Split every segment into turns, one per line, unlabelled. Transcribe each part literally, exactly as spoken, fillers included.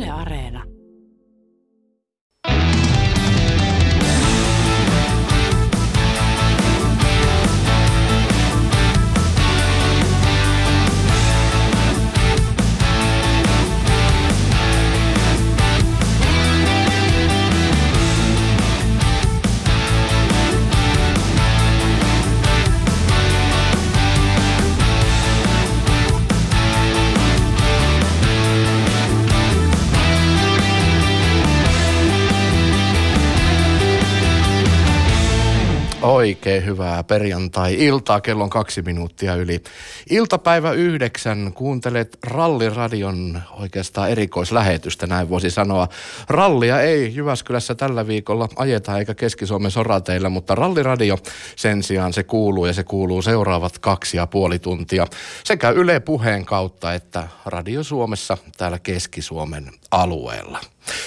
Yle Areena.
Oikein hyvää perjantai-iltaa, kello on kaksi minuuttia yli. Iltapäivä yhdeksän, kuuntelet Ralliradion oikeastaan erikoislähetystä, näin voisi sanoa. Rallia ei Jyväskylässä tällä viikolla ajeta eikä Keski-Suomen sorateillä, mutta Ralliradio sen sijaan se kuuluu ja se kuuluu seuraavat kaksi ja puoli tuntia. Sekä Yle Puheen kautta että Radio Suomessa täällä Keski-Suomen alueella.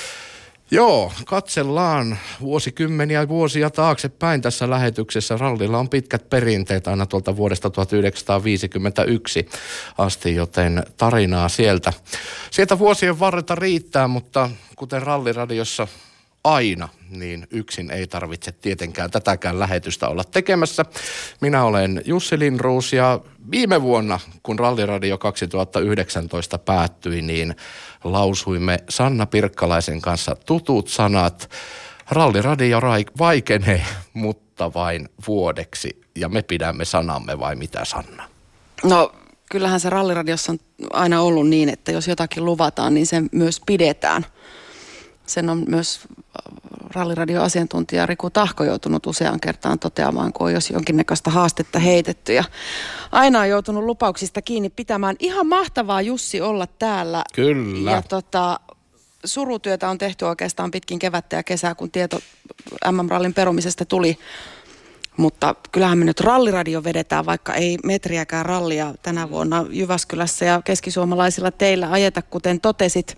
Joo, katsellaan vuosikymmeniä vuosia taaksepäin tässä lähetyksessä. Rallilla on pitkät perinteet aina tuolta vuodesta tuhatyhdeksänsataaviisikymmentäyksi asti, joten tarinaa sieltä. Sieltä vuosien varrelta riittää, mutta kuten Ralliradiossa aina, niin yksin ei tarvitse tietenkään tätäkään lähetystä olla tekemässä. Minä olen Jussi Lindroos ja viime vuonna, kun Ralliradio kaksituhattayhdeksäntoista päättyi, niin lausuimme Sanna Pirkkalaisen kanssa tutut sanat. Ralliradio vaikenee, mutta vain vuodeksi. Ja me pidämme sanamme, vai mitä, Sanna?
No kyllähän se Ralliradiossa on aina ollut niin, että jos jotakin luvataan, niin se myös pidetään. Sen on myös Ralliradio-asiantuntija Riku Tahko joutunut useaan kertaan toteamaan, kun on jos jonkinnäköistä haastetta heitetty. Ja aina on joutunut lupauksista kiinni pitämään. Ihan mahtavaa, Jussi, olla täällä.
Kyllä.
Ja tota, surutyötä on tehty oikeastaan pitkin kevättä ja kesää, kun tieto M M-rallin perumisesta tuli. Mutta kyllähän me nyt Ralliradio vedetään, vaikka ei metriäkään rallia tänä vuonna Jyväskylässä ja keskisuomalaisilla teillä ajeta, kuten totesit.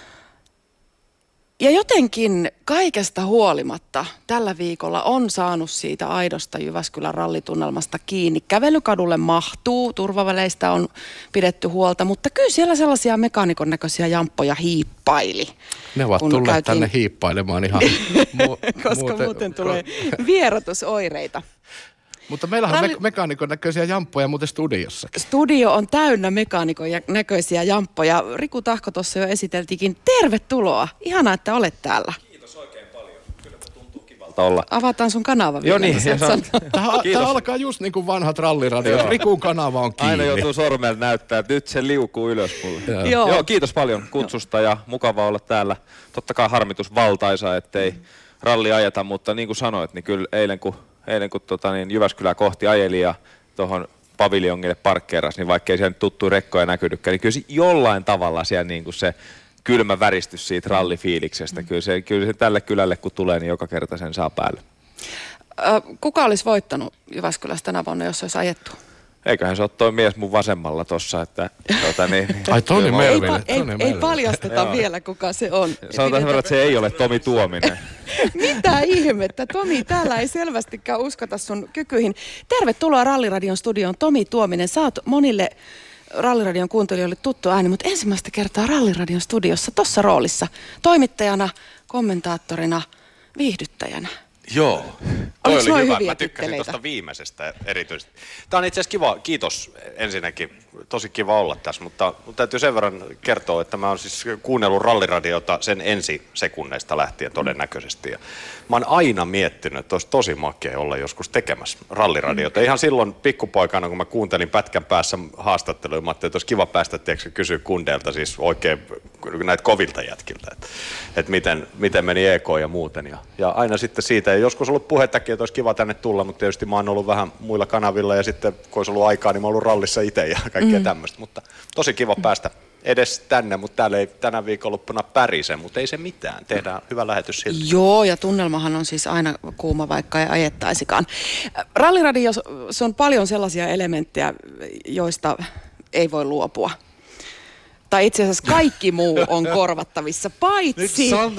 Ja jotenkin kaikesta huolimatta tällä viikolla on saanut siitä aidosta Jyväskylän rallitunnelmasta kiinni. Kävelykadulle mahtuu, turvaväleistä on pidetty huolta, mutta kyllä siellä sellaisia mekaanikon näköisiä jamppoja hiippaili.
Ne ovat tulleet käytiin tänne hiippailemaan ihan mu-
koska
muuten,
muuten tulee vierotusoireita.
Mutta meillähän
Ralli...
on me- mekaanikon näköisiä jamppoja muuten studiossakin.
Studio on täynnä mekaanikon näköisiä jamppoja. Riku Tahko tuossa jo esiteltikin. Tervetuloa. Ihanaa, että olet täällä.
Kiitos oikein paljon. Kyllä tuntuu kivalta olla.
Avataan sun kanava vielä.
Joo niin.
Tämä alkaa just niin kuin vanhat ralliradiot. Rikun kanava on kiinni.
Aina joutuu sormella näyttää, että nyt se liukuu ylös mulle.
Joo. Joo.
Joo, kiitos paljon kutsusta ja mukava olla täällä. Totta kai harmitus valtaisa, ettei ralli ajeta, mutta niin kuin sanoit, niin kyllä eilen kun Eilen kun tota, niin Jyväskylää kohti ajeli ja tuohon paviljongille parkkeerasi, niin vaikkei siellä nyt tuttuja rekkoja näkynytkään, niin kyllä se jollain tavalla siellä niin kuin se kylmä väristys siitä rallifiiliksestä. Kyllä se, kyllä se tälle kylälle kun tulee, niin joka kerta sen saa päälle.
Ö, kuka olisi voittanut Jyväskylässä tänä vuonna, jos olisi ajettu?
Eiköhän se ole toi mies mun vasemmalla tossa, että tuota, niin,
ai Toni Melville.
Ei, ei, ei paljasteta vielä, kuka se on.
Sanotaan sen, että se ei ole Tomi Tuominen.
Mitä ihmettä, Tomi, täällä ei selvästikään uskota sun kykyihin. Tervetuloa Ralliradion studioon, Tomi Tuominen. Sä oot monille Ralliradion kuuntelijoille tuttu ääni, mutta ensimmäistä kertaa Ralliradion studiossa tossa roolissa. Toimittajana, kommentaattorina, viihdyttäjänä.
Joo, toi
Oliko
oli hyvä.
hyviä
Mä tykkäsin
titteleitä?
tuosta viimeisestä erityisesti. Tämä on itse asiassa kiva, kiitos ensinnäkin, tosi kiva olla tässä, mutta täytyy sen verran kertoa, että mä oon siis kuunnellut Ralliradiota sen ensi sekunneista lähtien todennäköisesti. Ja mä oon aina miettinyt, että olisi tosi makea olla joskus tekemässä Ralliradiota. Ihan silloin pikkupoikana, kun mä kuuntelin pätkän päässä haastatteluja, mä ajattelin, että olisi kiva päästä tiedätkö, kysyä kundeilta siis oikein näitä kovilta jätkiltä, että, että miten, miten meni E K ja muuten. Ja, ja aina sitten siitä, ja joskus ollut puhettakin, että olisi kiva tänne tulla, mutta tietysti mä oon ollut vähän muilla kanavilla ja sitten kun olisi ollut aikaa, niin mä oon ollut rallissa itse ja kaikkea mm. tämmöistä. Mutta tosi kiva päästä edes tänne, mutta täällä ei tänä viikonloppuna pärise, mutta ei se mitään. Tehdään hyvä lähetys silti.
Joo, ja tunnelmahan on siis aina kuuma, vaikka ei ajettaisikaan. Ralliradio, se on paljon sellaisia elementtejä, joista ei voi luopua. Tai itse asiassa kaikki muu on korvattavissa, paitsi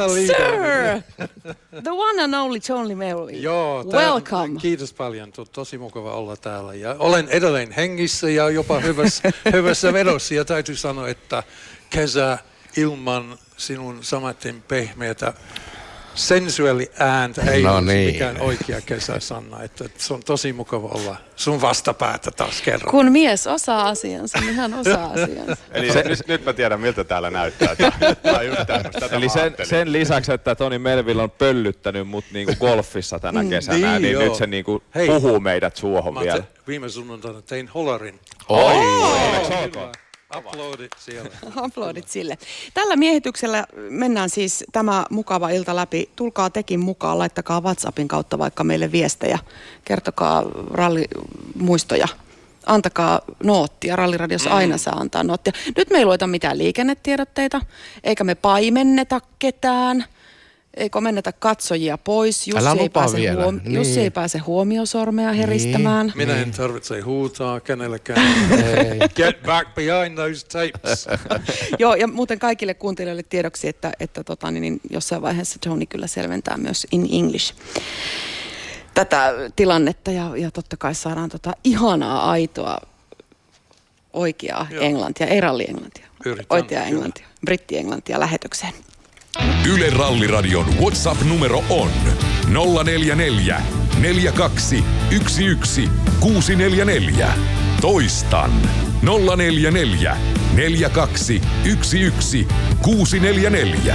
Sir, the one and only Tony Melville.
Joo,
welcome.
Kiitos paljon, tosi mukava olla täällä. Ja olen edelleen hengissä ja jopa hyvässä, hyvässä vedossa. Ja täytyy sanoa, että kesä ilman sinun samaten pehmeätä sensuaali ääntä ei
no
ole
niin.
mikään oikea kesäsanna. Että se on tosi mukava olla sun vastapäätä taas kerran.
Kun mies osaa asiansa, niin hän osaa asiansa.
Eli se, nyt, nyt mä tiedän, miltä täällä näyttää. Tämä on just tämmöistä. Tätä
Eli
mä
sen,
ajattelin.
sen lisäksi, että Tony Melville on pöllyttänyt mut niinku golfissa tänä kesänä,
niin
niin,
joo.
nyt se niinku
Hei.
puhuu meidät suohon
Mä
vielä.
te, viime sunnuntaina tein holarin.
Oi!
Kyllä. Uploadit siellä.
Aplodit sille. Tällä miehityksellä mennään siis tämä mukava ilta läpi. Tulkaa tekin mukaan, laittakaa WhatsAppin kautta vaikka meille viestejä. Kertokaa rallimuistoja. Antakaa noottia. Ralliradiossa aina saa antaa noottia. Nyt me ei lueta mitään liikennetiedotteita, eikä me paimenneta ketään. Ei komenneta katsojia pois. Jussi,
Älä
ei
lupaa
pääse,
vielä.
huom-
Niin.
Jussi ei pääse huomiosormea heristämään.
Minä en tarvitse huutaa kenellekään. Get back behind those tapes.
Joo, ja muuten kaikille kuuntelijoille tiedoksi, että, että tota, niin, niin jossain vaiheessa Tony kyllä selventää myös in English tätä tilannetta ja, ja totta kai saadaan tota ihanaa, aitoa, oikeaa
Joo.
englantia, ei ralli-englantia,
Yritän,
oikeaa
kyllä.
englantia, britti-englantia lähetykseen.
Yle Ralliradion WhatsApp-numero on nolla neljä neljä, neljä kaksi, yksi yksi, kuusi neljä neljä. Toistan nolla neljä neljä, neljä kaksi, yksi yksi, kuusi neljä neljä.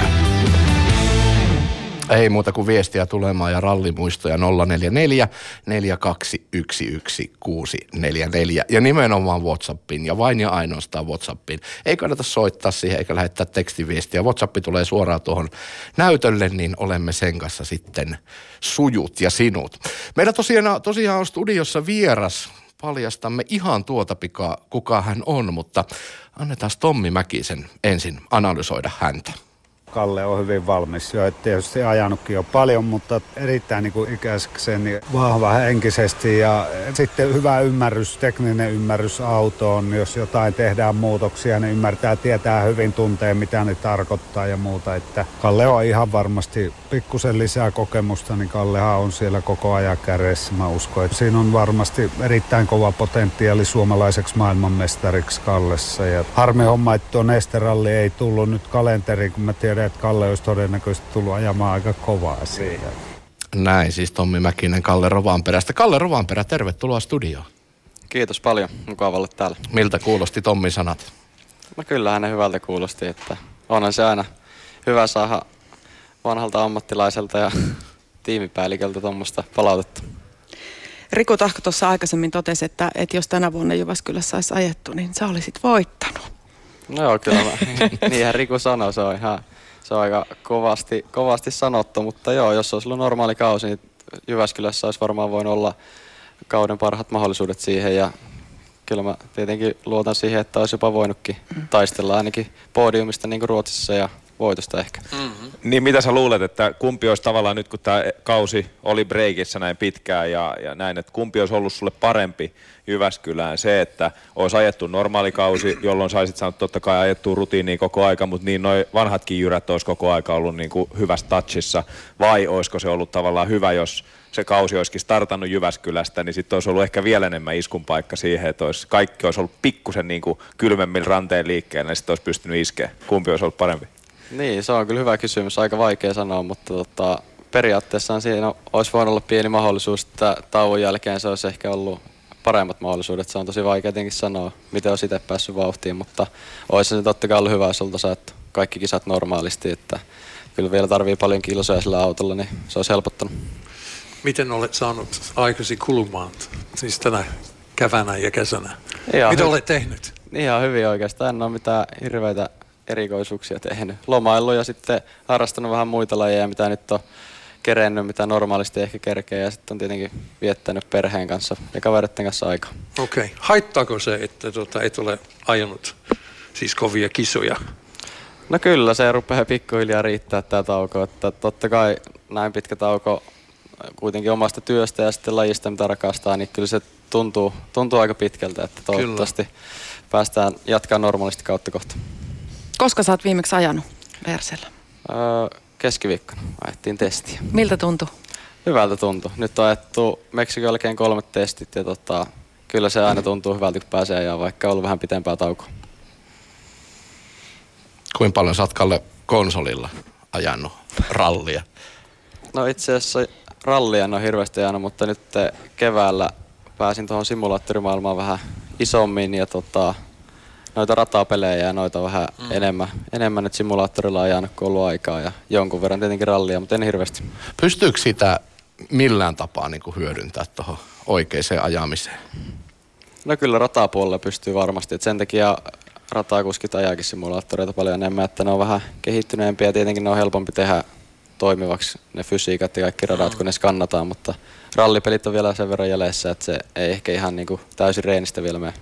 Ei muuta kuin viestiä tulemaan ja rallimuistoja nolla neljä neljä, neljä kaksi yksi yksi, kuusi neljä neljä ja nimenomaan WhatsAppiin ja vain ja ainoastaan WhatsAppiin. Ei kannata soittaa siihen eikä lähettää tekstiviestiä. WhatsApp tulee suoraan tuohon näytölle, niin olemme sen kanssa sitten sujut ja sinut. Meillä tosiaan, tosiaan on studiossa vieras. Paljastamme ihan tuota pikaa, kuka hän on, mutta annetaan Tommi Mäkisen ensin analysoida häntä.
Kalle on hyvin valmis jo, että tietysti ajanutkin jo paljon, mutta erittäin niin kuin ikäisekseen niin vahva henkisesti ja sitten hyvä ymmärrys, tekninen ymmärrys autoon. Jos jotain tehdään muutoksia, niin ymmärtää, tietää hyvin, tuntee mitä ne tarkoittaa ja muuta. Että Kalle on ihan varmasti pikkusen lisää kokemusta, niin Kallehan on siellä koko ajan kärjessä. Mä uskon, että siinä on varmasti erittäin kova potentiaali suomalaiseksi maailmanmestariksi Kallessa. Ja harmi homma, että tuo Nesteralli ei tullut nyt kalenteriin, kun mä tiedän, että Kalle olisi todennäköisesti tullut ajamaan aika kovaa siitä.
Näin siis Tommi Mäkinen Kalle Rovanperästä. Kalle Rovanperä, tervetuloa studioon.
Kiitos paljon, mukava olla täällä.
Miltä kuulosti Tommin sanat?
No kyllä hänen hyvältä kuulosti, että onhan se aina hyvä saada vanhalta ammattilaiselta ja tiimipäälliköltä tuommoista palautetta.
Riku Tahko tuossa aikaisemmin totesi, että, että jos tänä vuonna Jyväskylässä olisi ajettu, niin sä olisit voittanut.
No joo, kyllä mä, niinhän Riku sanoi, se on ihan se on aika kovasti, kovasti sanottu, mutta joo, jos olisi ollut normaali kausi, niin Jyväskylässä olisi varmaan voinut olla kauden parhaat mahdollisuudet siihen ja kyllä mä tietenkin luotan siihen, että olisi jopa voinutkin taistella ainakin podiumista niin kuin Ruotsissa ja voitosta ehkä.
Mm-hmm. Niin mitä sä luulet, että kumpi olisi tavallaan nyt kun tämä kausi oli breikissä näin pitkään ja, ja näin, että kumpi olisi ollut sulle parempi Jyväskylään? Se, että olisi ajettu normaali kausi, jolloin saisit saanut totta kai ajettua rutiiniin koko aika, mutta niin noi vanhatkin jyrät olisi koko aika ollut niin kuin hyvässä touchissa, vai olisiko se ollut tavallaan hyvä, jos se kausi olisikin startannut Jyväskylästä, niin sitten olisi ollut ehkä vielä enemmän iskun paikka siihen, että olisi, kaikki olisi ollut pikkusen niin kuin kylmemmillä ranteen liikkeellä, ja sitten olisi pystynyt iskeä. Kumpi olisi ollut parempi?
Niin, se on kyllä hyvä kysymys. Aika vaikea sanoa, mutta tota, periaatteessa siinä olisi voinut olla pieni mahdollisuus, että tauon jälkeen se olisi ehkä ollut paremmat mahdollisuudet. Se on tosi vaikea tietenkin sanoa, miten olisi itse päässyt vauhtiin, mutta olisi se totta kai ollut hyvä, jos oltaisiin saatu kaikki kisat normaalisti. Että kyllä vielä tarvii paljon kilsoja sillä autolla, niin se olisi helpottanut.
Miten olet saanut aikasi kulumaan, siis tänä keväänä ja kesänä?
Ihan
Mitä
hy-
olet tehnyt?
Ihan hyvin oikeastaan. En ole mitään hirveitä erikoisuuksia tehnyt. Lomaillut ja sitten harrastanut vähän muita lajeja, mitä nyt on kerennyt, mitä normaalisti ehkä kerkee. Ja sitten on tietenkin viettänyt perheen kanssa ja kavereiden kanssa aikaa.
Okei. Okay. Haittaako se, että tuota, et ole ajanut siis kovia kisoja?
No kyllä, se rupeaa pikkuhiljaa riittää tämä tauko. Että totta kai näin pitkä tauko kuitenkin omasta työstä ja sitten lajista, mitä rakastaa, niin kyllä se tuntuu, tuntuu aika pitkältä, että toivottavasti kyllä päästään jatkaa normaalisti kautta kohta.
Koska sä oot viimeksi ajanut Versellä?
Öö, keskiviikkona ajettiin testiä.
Miltä tuntui?
Hyvältä tuntui. Nyt on ajettu Meksikon jälkeen kolmet testit ja tota, kyllä se aina tuntuu hyvältä, kun pääsee ajaa, vaikka on ollut vähän pitempää taukoa.
Kuinka paljon sä oot, Kalle, konsolilla ajanut rallia?
No itse asiassa rallia en ole hirveästi ajanut, mutta nyt keväällä pääsin tuohon simulaattorimaailmaan vähän isommin ja tota, noita ratapelejä ja noita vähän mm. enemmän, enemmän nyt simulaattorilla ajanut kuin ollut aikaa ja jonkun verran tietenkin rallia, mutta en hirveästi.
Pystyykö sitä millään tapaa niin kuin hyödyntää tuohon oikeaan ajamiseen?
No kyllä ratapuolella pystyy varmasti, että sen takia ratakuskit ajaakin simulaattoreita paljon enemmän, että ne on vähän kehittyneempiä ja tietenkin ne on helpompi tehdä toimivaksi ne fysiikat ja kaikki radat, mm. kun ne skannataan, mutta rallipelit on vielä sen verran jäljessä, että se ei ehkä ihan niin kuin täysin reenistä vielä mene.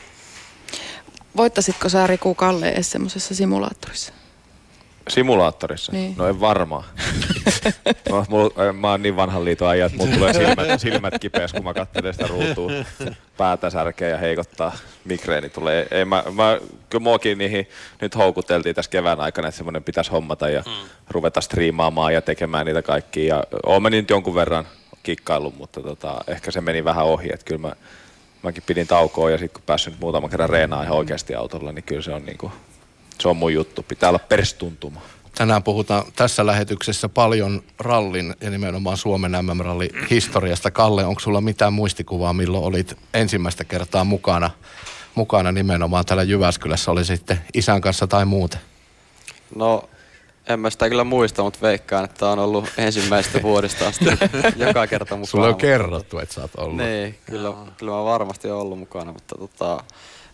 Voittasitko sä Riku Kalle edes semmoisessa simulaattorissa?
Simulaattorissa?
Niin.
No en varmaan. mä, mulla, mä oon niin vanhan liiton ajan, että mulla tulee silmät, silmät kipeäs, kun mä katselen sitä ruutua. Päätä särkeä ja heikottaa. Migreeni tulee. Ei, mä, mä, kyllä muakin niihin nyt houkuteltiin tässä kevään aikana, että semmoinen pitäisi hommata ja mm. ruveta striimaamaan ja tekemään niitä kaikkia. Ja oon mä nyt jonkun verran kikkaillut, mutta tota, ehkä se meni vähän ohi. Että kyllä mä, mäkin pidin taukoa ja sitten kun päässyt muutaman kerran reenaan ihan oikeasti autolla, niin kyllä se on niinku... Se on mun juttu. Pitää olla perstuntuma.
Tänään puhutaan tässä lähetyksessä paljon rallin ja nimenomaan Suomen M M-rallin historiasta. Kalle, onko sulla mitään muistikuvaa, milloin olit ensimmäistä kertaa mukana, mukana nimenomaan täällä Jyväskylässä? Oli sitten isän kanssa tai muuten?
No, en mä sitä kyllä muista, mutta veikkaan, että on ollut ensimmäisestä vuodesta asti joka kerta mukana.
Sulla on kerrottu, että sä oot ollut.
Niin, kyllä, kyllä mä varmasti oon ollut mukana, mutta tota,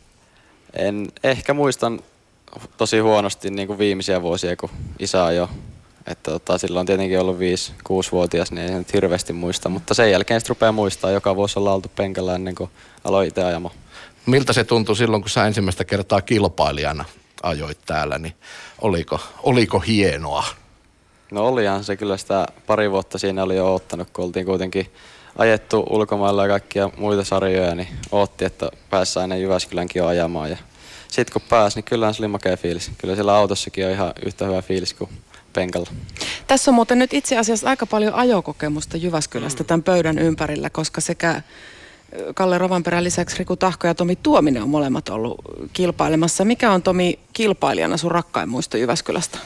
en ehkä muistan tosi huonosti niin kuin viimeisiä vuosia, kun isä on jo. Että tota, silloin on tietenkin ollut viisi kuusi-vuotias, niin ei nyt hirveästi muista. Mutta sen jälkeen sitten rupeaa muistaa. Joka vuosi ollaan oltu penkällä ennen kuin aloin itse ajamaan.
Miltä se tuntui silloin, kun sä ensimmäistä kertaa kilpailijana ajoit täällä, niin oliko, oliko hienoa?
No olihan se kyllä, sitä pari vuotta siinä oli jo oottanut, kun oltiin kuitenkin ajettu ulkomailla ja kaikkia muita sarjoja, niin ootti, että päässä aina Jyväskylänkin jo ajamaan. Ja sitten kun pääsi, niin kyllähän se oli makea fiilis. Kyllä siellä autossakin on ihan yhtä hyvä fiilis kuin penkalla.
Tässä on muuten nyt itse asiassa aika paljon ajokokemusta Jyväskylästä tämän pöydän ympärillä, koska sekä Kalle Rovanperän lisäksi Riku Tahko ja Tomi Tuominen on molemmat ollut kilpailemassa. Mikä on, Tomi, kilpailijana sun rakkain muisto Jyväskylästä?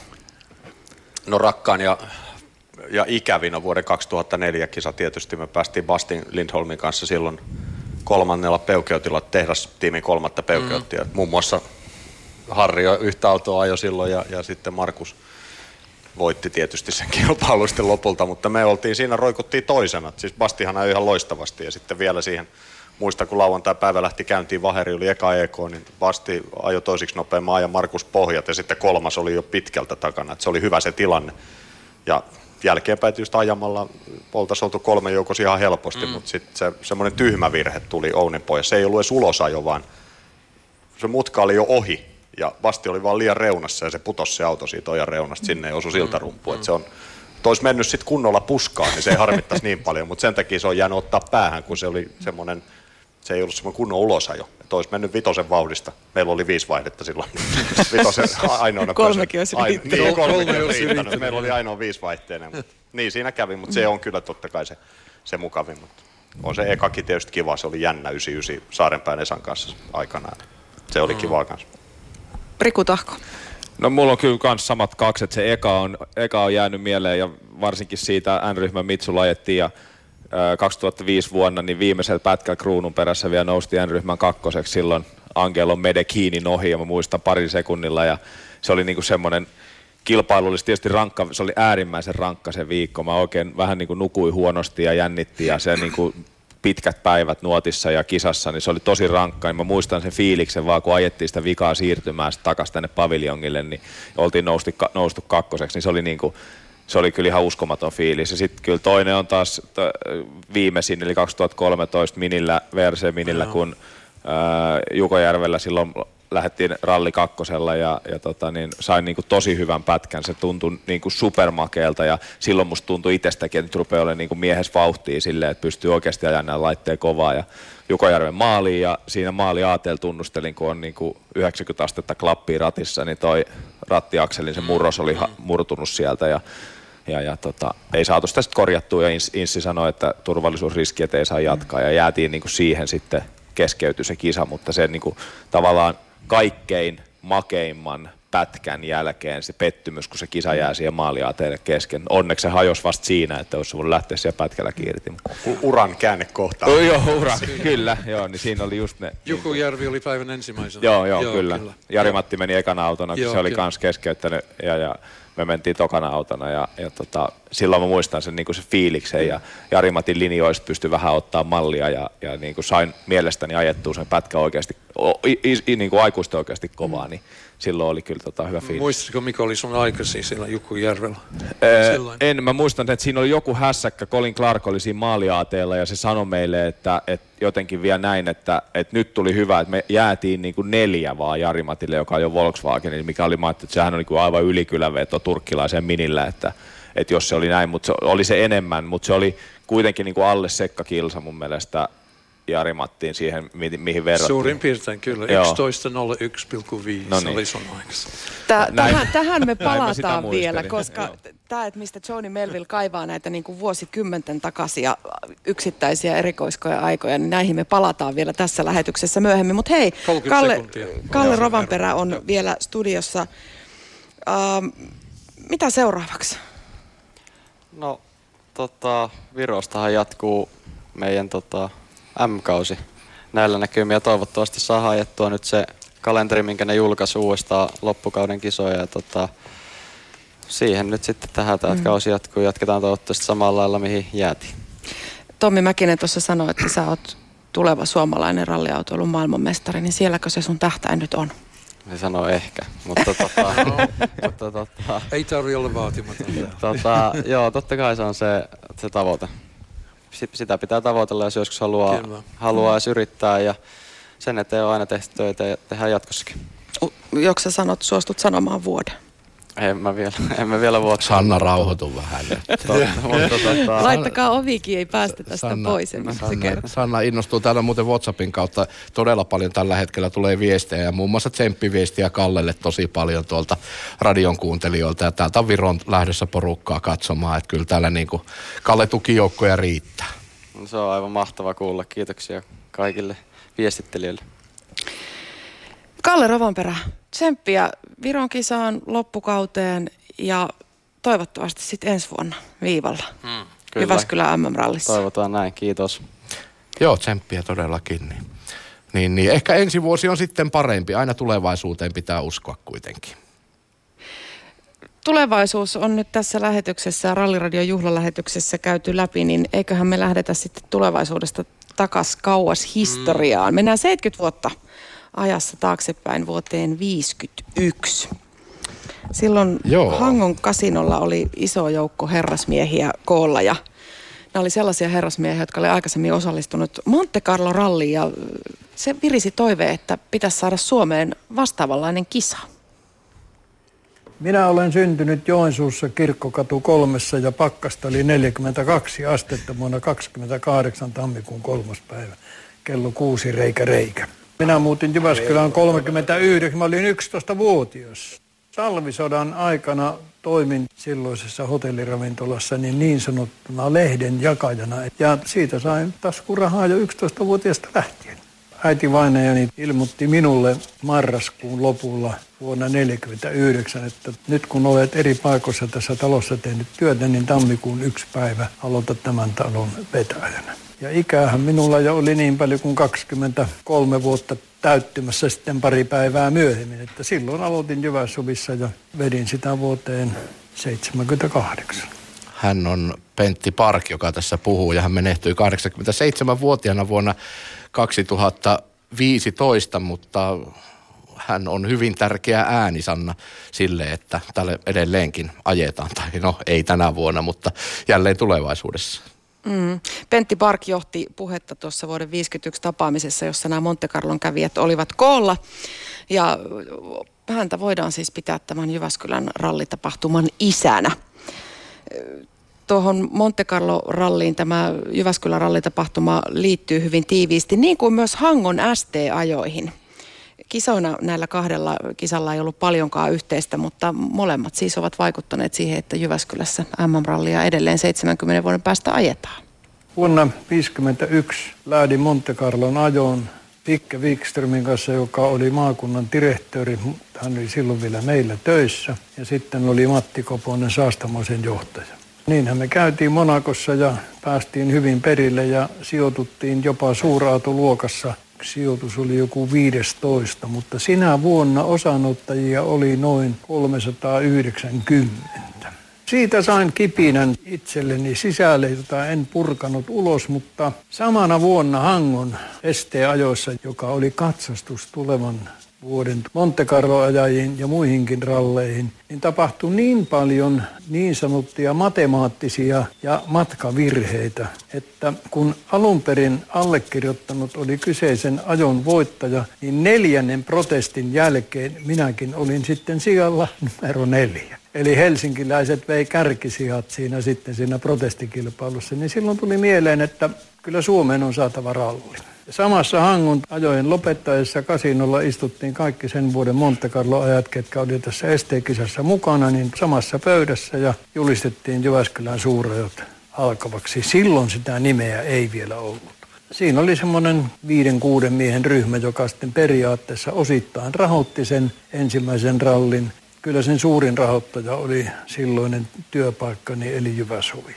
No rakkaan ja, ja ikävin on vuoden kaksituhattaneljä kisa tietysti. Me päästiin Bastin Lindholmin kanssa silloin kolmannella peukeutilla tehdastiimin kolmatta peukeuttia. Mm. Muun muassa Harri jo yhtä autoa ajoi silloin ja, ja sitten Markus voitti tietysti sen kilpailun sitten lopulta, mutta me oltiin siinä, roikuttiin toisena. Siis Bastihan ajoi ihan loistavasti ja sitten vielä siihen, muista kun lauantai-päivä lähti käyntiin, Vaheri oli eka E K, niin Basti ajoi toisiksi nopeamman ja Markus pohjat ja sitten kolmas oli jo pitkältä takana, että se oli hyvä se tilanne. Ja jälkeenpäin tietysti ajamalla oltaisiin oltu kolme joukossa ihan helposti, mm. mutta sitten se, semmoinen tyhmä virhe tuli Ounin pois. Se ei ollut edes ulosajo, vaan se mutka oli jo ohi ja Basti oli vaan liian reunassa ja se putosi se auto siitä ojan reunasta, sinne ei osu siltarumpuun. Mm. Se on, olisi mennyt sitten kunnolla puskaan, niin se ei harmittaisi niin paljon, mutta sen takia se on jäänyt ottaa päähän, kun se oli semmoinen, se ei ollut semmoinen kunnon ulosajo. Että olisi mennyt vitosen vauhdista. Meillä oli viisi vaihdetta silloin. Vitosen ainoana.
Kolmekin olisi riittänyt.
Niin, kolmekin olisi riittänyt. Meillä oli ainoa viisivaihteinen. Mutta, niin siinä kävi, mutta se on kyllä totta kai se, se mukavin. Mutta on se ekakin tietysti kiva. Se oli jännä yhdeksänkymmentäyhdeksän Saarenpään Esan kanssa aikanaan. Se oli mm. kivaa kanssa.
Riku Tahko.
No mulla on kyllä kans samat kaksi, että se eka on, eka on jäänyt mieleen ja varsinkin siitä N-ryhmän Mitsulla ajettiin ja kaksituhattaviisi vuonna, niin viimeisellä pätkällä kruunun perässä vielä nousti N-ryhmän kakkoseksi silloin Angelo Medekinin ohi, ja mä muistan parin sekunnilla, ja se oli niinku semmoinen kilpailullisesti tietysti rankka, se oli äärimmäisen rankka se viikko, mä oikein vähän niinku nukuin huonosti ja jännitti, ja se niinku pitkät päivät nuotissa ja kisassa, niin se oli tosi rankka, niin mä muistan sen fiiliksen vaan, kun ajettiin sitä vikaa siirtymään takaisin tänne paviljongille, niin oltiin noustu, noustu kakkoseksi, niin se oli niinku se oli kyllä ihan uskomaton fiilis. Ja sitten kyllä toinen on taas viimeisin, eli kaksituhattakolmetoista Minillä, V R C-Minillä, no. kun ää, Jukojärvellä silloin lähdettiin ralli kakkosella ja, ja tota, niin sain niinku tosi hyvän pätkän. Se tuntui niinku supermakeelta ja silloin musta tuntui itsestäkin, että nyt rupeaa olemaan niinku miehes vauhtia silleen, että pystyy oikeasti ajamaan nämä laitteen kovaa. Ja Jukojärven maaliin ja siinä maali A T:llä tunnustelin, kun on niinku yhdeksänkymmentä astetta klappia ratissa, niin toi rattiakselin se murros oli ha- murtunut sieltä ja Ja, ja tota, ei saatu sitä sitten korjattua ja Inssi sanoi, että turvallisuusriski, että ei saa jatkaa ja jäätiin niinku siihen sitten keskeytyi se kisa, mutta se niinku tavallaan kaikkein makeimman pätkän jälkeen se pettymys, kun se kisa jää siihen maaliaateelle kesken. Onneksi se hajosi vasta siinä, että olisi voinut lähteä siellä pätkällä kiirti.
U- uran käännekohta.
Oh, joo, ura, kyllä. Joo, niin siinä oli just ne.
Jukujärvi oli päivän ensimmäisenä.
Joo, joo, joo kyllä. kyllä. Jari-Matti meni ekana autona, kun joo, se oli kyllä. Kans keskeyttänyt ja, ja me mentiin tokana autona ja, ja tota, silloin mä muistan sen, niin kuin se fiiliksen ja Jari-Matin linjoista pystyi vähän ottaa mallia ja, ja niin kuin sain mielestäni ajettua sen pätkä oikeasti, o, i, i, niin kuin aikuisten oikeasti kovaa, niin silloin oli kyllä tota hyvä fiilis.
Muistatko, mikä oli sun aikasi siellä Jukujärvellä?
Öö, en, mä muistan, että siinä oli joku hässäkkä, Colin Clark oli siinä maaliaateella ja se sanoi meille, että, että jotenkin vielä näin, että, että nyt tuli hyvä, että me jäätiin niin kuin neljä vaan Jari-Matille, joka on jo Volkswagen, mikä oli, mä ajattelin, että sehän on niin kuin aivan ylikyläveto turkkilaiseen minillä, että, että jos se oli näin, mutta se oli se enemmän, mutta se oli kuitenkin niin kuin alle Sekka Kilsa mun mielestä Jari-Mattiin siihen, mi- mihin verrattiin.
Suurin piirtein kyllä, yksitoista nolla yksi pilkku viisi no niin. oli sun aikassa.
Tähän, tähän me palataan vielä, koska tämä, että mistä Joni Melville kaivaa näitä niin kuin vuosikymmenten takaisia yksittäisiä erikoiskoja aikoja, niin näihin me palataan vielä tässä lähetyksessä myöhemmin. Mutta hei, Kalle, Kalle Rovanperä on Joo. vielä studiossa. Uh, mitä seuraavaksi?
No, tota, Virostahan jatkuu meidän tota, M-kausi näillä näkymiä. Toivottavasti saa ajettua nyt se kalenteri, minkä ne julkaisi uudestaan loppukauden kisoja. Ja tota, siihen nyt sitten tähän tämä mm. kausi jatkuu. Jatketaan toivottavasti samalla lailla, mihin jäätiin.
Tommi Mäkinen tuossa sanoi, että sä oot tuleva suomalainen ralliautoilun maailmanmestari, niin sielläkö se sun tähtäin nyt on?
Se sanoo ehkä, mutta tota, mutta tota,
ei tarvitse olla vaatimaton.
Tota, joo, totta kai se on se, se tavoite. Sitä pitää tavoitella, jos joskus haluaa, haluaa edes yrittää ja sen eteen on aina tehty töitä ja tehdään jatkossakin.
Joksa sanot, suostut sanomaan vuoden?
En mä vielä, en mä vielä vuotta.
Sanna, rauhoitu vähän.
Totta, mutta tota...
Laittakaa ovikin, ei päästä tästä
Sanna,
pois.
Sanna, Sanna innostuu täällä muuten WhatsAppin kautta todella paljon tällä hetkellä tulee viestejä ja muun muassa tsemppiviestiä Kallelle tosi paljon tuolta radion kuuntelijoilta ja täältä on Viron lähdössä porukkaa katsomaan, että kyllä täällä niin kuin Kalle tukijoukkoja riittää.
No, se on aivan mahtava kuulla. Kiitoksia kaikille viestittelijöille.
Kalle Rovanperä, tsemppiä Viron kisaan loppukauteen ja toivottavasti sitten ensi vuonna viivalla. Hmm, Jyväskylän M M-rallissa.
Toivotaan näin, kiitos.
Joo, tsemppiä todellakin. Niin. Niin, niin. Ehkä ensi vuosi on sitten parempi. Aina tulevaisuuteen pitää uskoa kuitenkin.
Tulevaisuus on nyt tässä lähetyksessä, Ralliradion juhlalähetyksessä käyty läpi, niin eiköhän me lähdetä sitten tulevaisuudesta takas kauas historiaan. Mennään seitsemänkymmentä vuotta ajassa taaksepäin vuoteen viisikymmentäyksi. Silloin Joo. Hangon kasinolla oli iso joukko herrasmiehiä koolla ja nämä oli sellaisia herrasmiehiä, jotka oli aikaisemmin osallistunut Monte Carlo ralliin ja se virisi toive, että pitäisi saada Suomeen vastaavanlainen kisa.
Minä olen syntynyt Joensuussa Kirkkokatu kolmessa ja pakkasta oli neljäkymmentäkaksi astetta vuonna kaksikymmentäkahdeksan tammikuun kolmas päivä. Kello kuusi reikä reikä. Minä muutin Jyväskylään kolmekymmentäyhdeksän, mä olin yksitoistavuotias. Talvisodan aikana toimin silloisessa hotelliravintolassa niin, niin sanottuna lehden jakajana. Ja siitä sain taskurahaa jo yksitoistavuotiaasta lähtien. Äiti vainajani ilmoitti minulle marraskuun lopulla vuonna neljäkymmentäyhdeksän, että nyt kun olet eri paikoissa tässä talossa tehnyt työtä, niin tammikuun yksi päivä aloita tämän talon vetäjänä. Ja ikäähän minulla jo oli niin paljon kuin kaksikymmentäkolme vuotta täyttymässä sitten pari päivää myöhemmin, että silloin aloitin Jyväsuvissa ja vedin sitä vuoteen seitsemänkymmentäkahdeksan.
Hän on Pentti Park, joka tässä puhuu ja hän menehtyi kahdeksankymmentäseitsemänvuotiaana vuonna kaksituhattaviisitoista, mutta hän on hyvin tärkeä ääni, Sanna, sille, että tälle edelleenkin ajetaan. Tai no, ei tänä vuonna, mutta jälleen tulevaisuudessa.
Mm. Pentti Park johti puhetta tuossa vuoden viisikymmentäyksi tapaamisessa, jossa nämä Monte Carlon kävijät olivat koolla. Ja häntä voidaan siis pitää tämän Jyväskylän rallitapahtuman isänä. Tuohon Monte Carlo-ralliin tämä Jyväskylän rallitapahtuma liittyy hyvin tiiviisti, niin kuin myös Hangon S T-ajoihin. Kisoina näillä kahdella kisalla ei ollut paljonkaan yhteistä, mutta molemmat siis ovat vaikuttaneet siihen, että Jyväskylässä M M-rallia edelleen seitsemänkymmenen vuoden päästä ajetaan.
Vuonna tuhatyhdeksänsataaviisikymmentäyksi lähdin Monte Carlon ajoon Pikke Wikströmin kanssa, joka oli maakunnan direktööri. Hän oli silloin vielä meillä töissä. Ja sitten oli Matti Koponen, Saastamoisen johtaja. Niinhän me käytiin Monakossa ja päästiin hyvin perille ja sijoituttiin jopa suurautoluokassa. Sijoitus oli joku viisitoista, mutta sinä vuonna osanottajia oli noin kolmesataayhdeksänkymmentä. Siitä sain kipinän itselleni sisälle, jota en purkanut ulos, mutta samana vuonna Hangon S T-ajoissa, joka oli katsastus tulevan vuoden Monte Carlo-ajajiin ja muihinkin ralleihin, niin tapahtui niin paljon niin sanottuja matemaattisia ja matkavirheitä, että kun alun perin allekirjoittanut oli kyseisen ajon voittaja, niin neljännen protestin jälkeen minäkin olin sitten sijalla numero neljä. Eli helsinkiläiset vei kärkisijat siinä sitten siinä protestikilpailussa, niin silloin tuli mieleen, että kyllä Suomeen on saatava ralli. Samassa Hangon ajojen lopettaessa kasinolla istuttiin kaikki sen vuoden Monte Carlo-ajat, ketkä oli tässä S T-kisassa mukana, niin samassa pöydässä ja julistettiin Jyväskylän suurajot alkavaksi. Silloin sitä nimeä ei vielä ollut. Siinä oli semmoinen viiden, kuuden miehen ryhmä, joka sitten periaatteessa osittain rahoitti sen ensimmäisen rallin. Kyllä sen suurin rahoittaja oli silloinen työpaikkani eli Jyväshovi.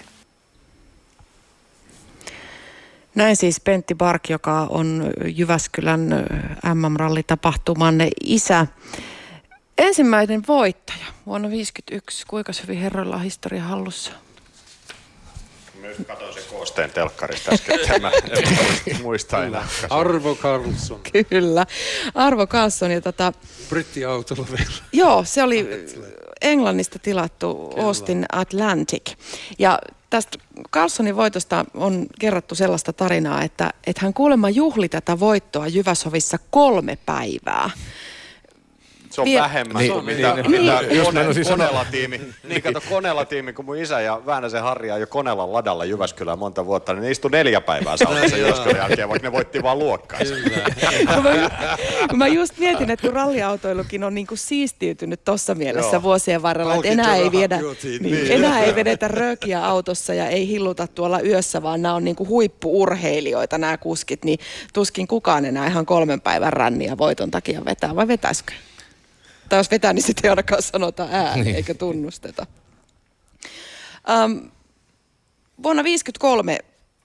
Näin siis Pentti Bark, joka on Jyväskylän M M-rallitapahtuman isä. Ensimmäinen voittaja vuonna tuhatyhdeksänsataaviisikymmentäyksi. Kuinka hyvin herroilla on historia hallussa?
Myös katsoin sen koosteen telkkarista äsken, että mä en muista enää.
Arvo Carlson.
Kyllä, Arvo Carlson. Ja tota,
brittiautolla vielä.
Joo, se oli Englannista tilattu Kyllä. Austin Atlantic. Ja tästä Carlsonin voitosta on kerrattu sellaista tarinaa, että, että hän kuulemma juhli tätä voittoa Jyväshovissa kolme päivää.
Se on Vie- vähemmän niin, kuin mitä, niin, mitä niin, kone, Konela-tiimi. Niin kato, Konela-tiimi, kun mun isä ja Väänäsen Harri jo Konelan ladalla Jyväskylään monta vuotta, niin ne istui neljä päivää saunassa Jyväskylän jälkeen, vaikka ne voitti vaan luokkaansa.
Kun mä just mietin, että kun ralliautoilukin on niin kuin siistiytynyt tuossa mielessä Joo. vuosien varrella, että enää ei, viedä, niin, niin. enää ei vedetä röökiä autossa ja ei hilluta tuolla yössä, vaan nämä on niin kuin huippu-urheilijoita nämä kuskit, niin tuskin kukaan enää ihan kolmen päivän ränniä voiton takia vetää, vai vetäisikö? Tai jos vetää, niin sitten ei ainakaan sanota ääneen, niin. eikä tunnusteta. Um, vuonna tuhatyhdeksänsataaviisikymmentäkolme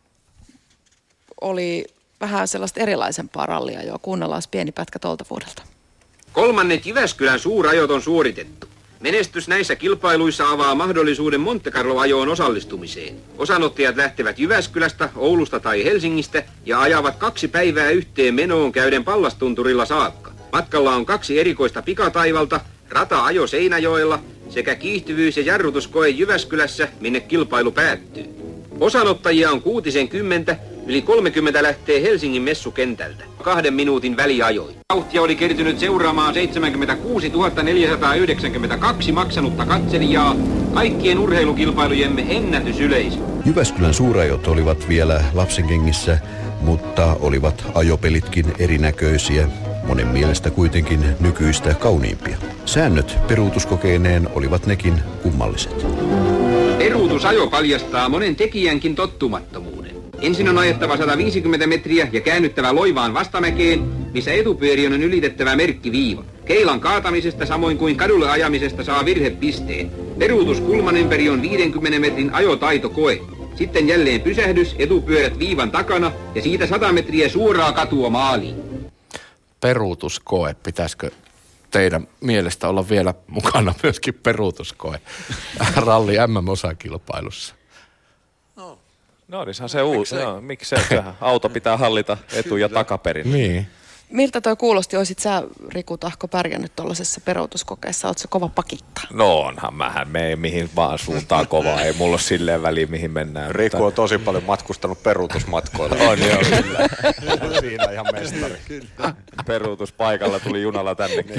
oli vähän sellaista erilaisempaa rallia jo. Kuunnellaan pieni pätkä tuolta vuodelta.
Kolmannet Jyväskylän suurajot on suoritettu. Menestys näissä kilpailuissa avaa mahdollisuuden Monte Carlo-ajoon osallistumiseen. Osanottajat lähtevät Jyväskylästä, Oulusta tai Helsingistä ja ajavat kaksi päivää yhteen menoon käyden Pallastunturilla saakka. Matkalla on kaksi erikoista pikataivalta, rata-ajo Seinäjoella sekä kiihtyvyys- ja jarrutuskoe Jyväskylässä, minne kilpailu päättyy. Osanottajia on kuutisenkymmentä, yli kolmekymmentä lähtee Helsingin messukentältä. Kahden minuutin väliajoin. Vauhtia oli kertynyt seuraamaan seitsemänkymmentäkuusituhatta neljäsataayhdeksänkymmentäkaksi maksanutta katselijaa, kaikkien urheilukilpailujemme ennätysyleisö.
Jyväskylän suurajot olivat vielä lapsenkengissä, mutta olivat ajopelitkin erinäköisiä. Monen mielestä kuitenkin nykyistä kauniimpia. Säännöt peruutuskokeineen olivat nekin kummalliset.
Peruutusajo paljastaa monen tekijänkin tottumattomuuden. Ensin on ajettava sata viisikymmentä metriä ja käännyttävä loivaan vastamäkeen, missä etupyörien on ylitettävä merkkiviiva. Keilan kaatamisesta samoin kuin kadulle ajamisesta saa virhepisteen. Peruutus kulman ympäri on viidenkymmenen metrin ajotaitokoe. Sitten jälleen pysähdys, etupyörät viivan takana ja siitä sata metriä suoraa katua maaliin.
Peruutuskoe, pitäisikö teidän mielestä olla vielä mukana myöskin peruutuskoe ralli M M-osakilpailussa?
No, no olisihan se uusi. No, miksi se? Auto pitää hallita etu- ja takaperin.
Niin.
Miltä toi kuulosti? Oisit sä, Riku Tahko, pärjännyt tuollaisessa peruutuskokeessa? Ootko kova pakittaa?
No onhan mähän. Me ei mihin vaan suuntaan kovaa. Ei mulla ole silleen väliä, mihin mennään.
Riku mutta... on tosi paljon matkustanut peruutusmatkoilla.
On joo, kyllä.
Siinä ihan mestari.
Peruutuspaikalla tuli junalla tännekin.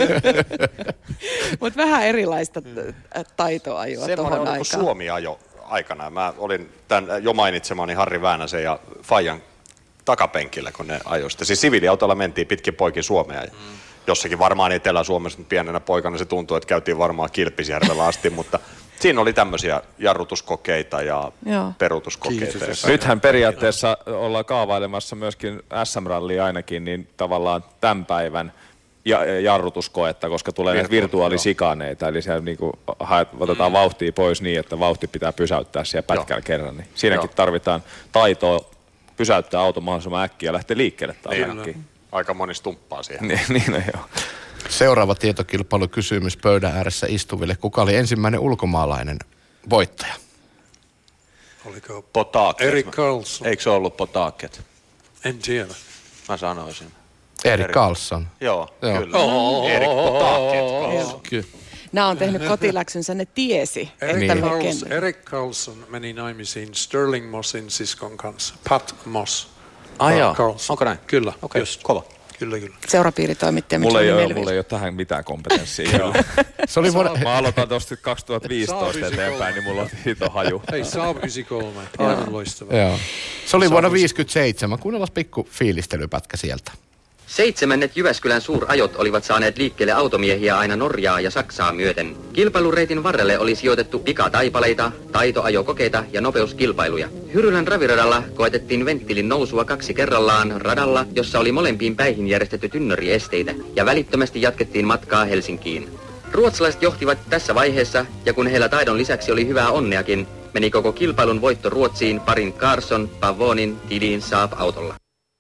Mutta vähän erilaista taitoa jo tuohon aikaan.
Semmoinen on Suomi ajo aikana. Mä olin tämän jo mainitsemani Harri Väänäsen ja Fajan takapenkillä, kun ne ajoi sitä. Siis siviiliautolla mentiin pitkin poikin Suomea. Mm. Jossakin varmaan Etelä-Suomessa, mutta pienenä poikana se tuntui, että käytiin varmaan Kilpisjärvellä asti, mutta Siinä oli tämmöisiä jarrutuskokeita ja
Joo.
peruutuskokeita.
Nythän periaatteessa ollaan kaavailemassa myöskin S M-rallia ainakin, niin tavallaan tämän päivän ja, jarrutuskoetta, koska tulee näitä virtuaalisikaaneita, eli siellä niin kuin haet, otetaan mm. vauhtia pois niin, että vauhti pitää pysäyttää siellä pätkällä Joo. kerran. Niin siinäkin Joo. tarvitaan taitoa pysäyttää auto mahdollisimman äkkiä ja lähteä liikkeelle taas
niin, aika moni stumppaa siihen.
niin, niin no, joo.
Seuraava tietokilpailukysymys pöydän ääressä istuville. Kuka oli ensimmäinen ulkomaalainen voittaja?
Oliko
Potaket?
Erik Karlsson?
Eikö se ollut Potaket?
En tiedä.
Mä sanoisin.
Erik Karlsson.
Joo,
Joo.
kyllä. Oh, Erik Potaket.
Kyllä.
Nämä on tehnyt kotiläksynsä, ne tiesi.
Erik,
että
Karlsson, Erik Karlsson meni naimisiin Sterling Mossin siskon kanssa. Pat Moss.
Ai joo,
onko näin? Kyllä,
okay.
just.
Kova.
Kyllä, kyllä.
Seurapiiritoimittaja
mulla ei, ole, mulla ei ole tähän mitään kompetenssia.
Se oli vuonna...
Mä aloitan tuosta kaksituhattaviisitoista eteenpäin, niin mulla on hito haju.
Hei, Saab yhdeksänkymmentäkolme. Aivan loistava.
Joo. Se oli vuonna viisikymmentäseitsemän. Kuunnellaan pikku fiilistelypätkä sieltä.
Seitsemännet Jyväskylän suurajot olivat saaneet liikkeelle automiehiä aina Norjaa ja Saksaa myöten. Kilpailureitin varrelle oli sijoitettu pikataipaleita, taitoajokokeita ja nopeuskilpailuja. Hyrylän raviradalla koetettiin venttilin nousua kaksi kerrallaan radalla, jossa oli molempiin päihin järjestetty tynnöriesteitä, ja välittömästi jatkettiin matkaa Helsinkiin. Ruotsalaiset johtivat tässä vaiheessa, ja kun heillä taidon lisäksi oli hyvää onneakin, meni koko kilpailun voitto Ruotsiin parin Carson, Pavonin, Tidin Saab-autolla.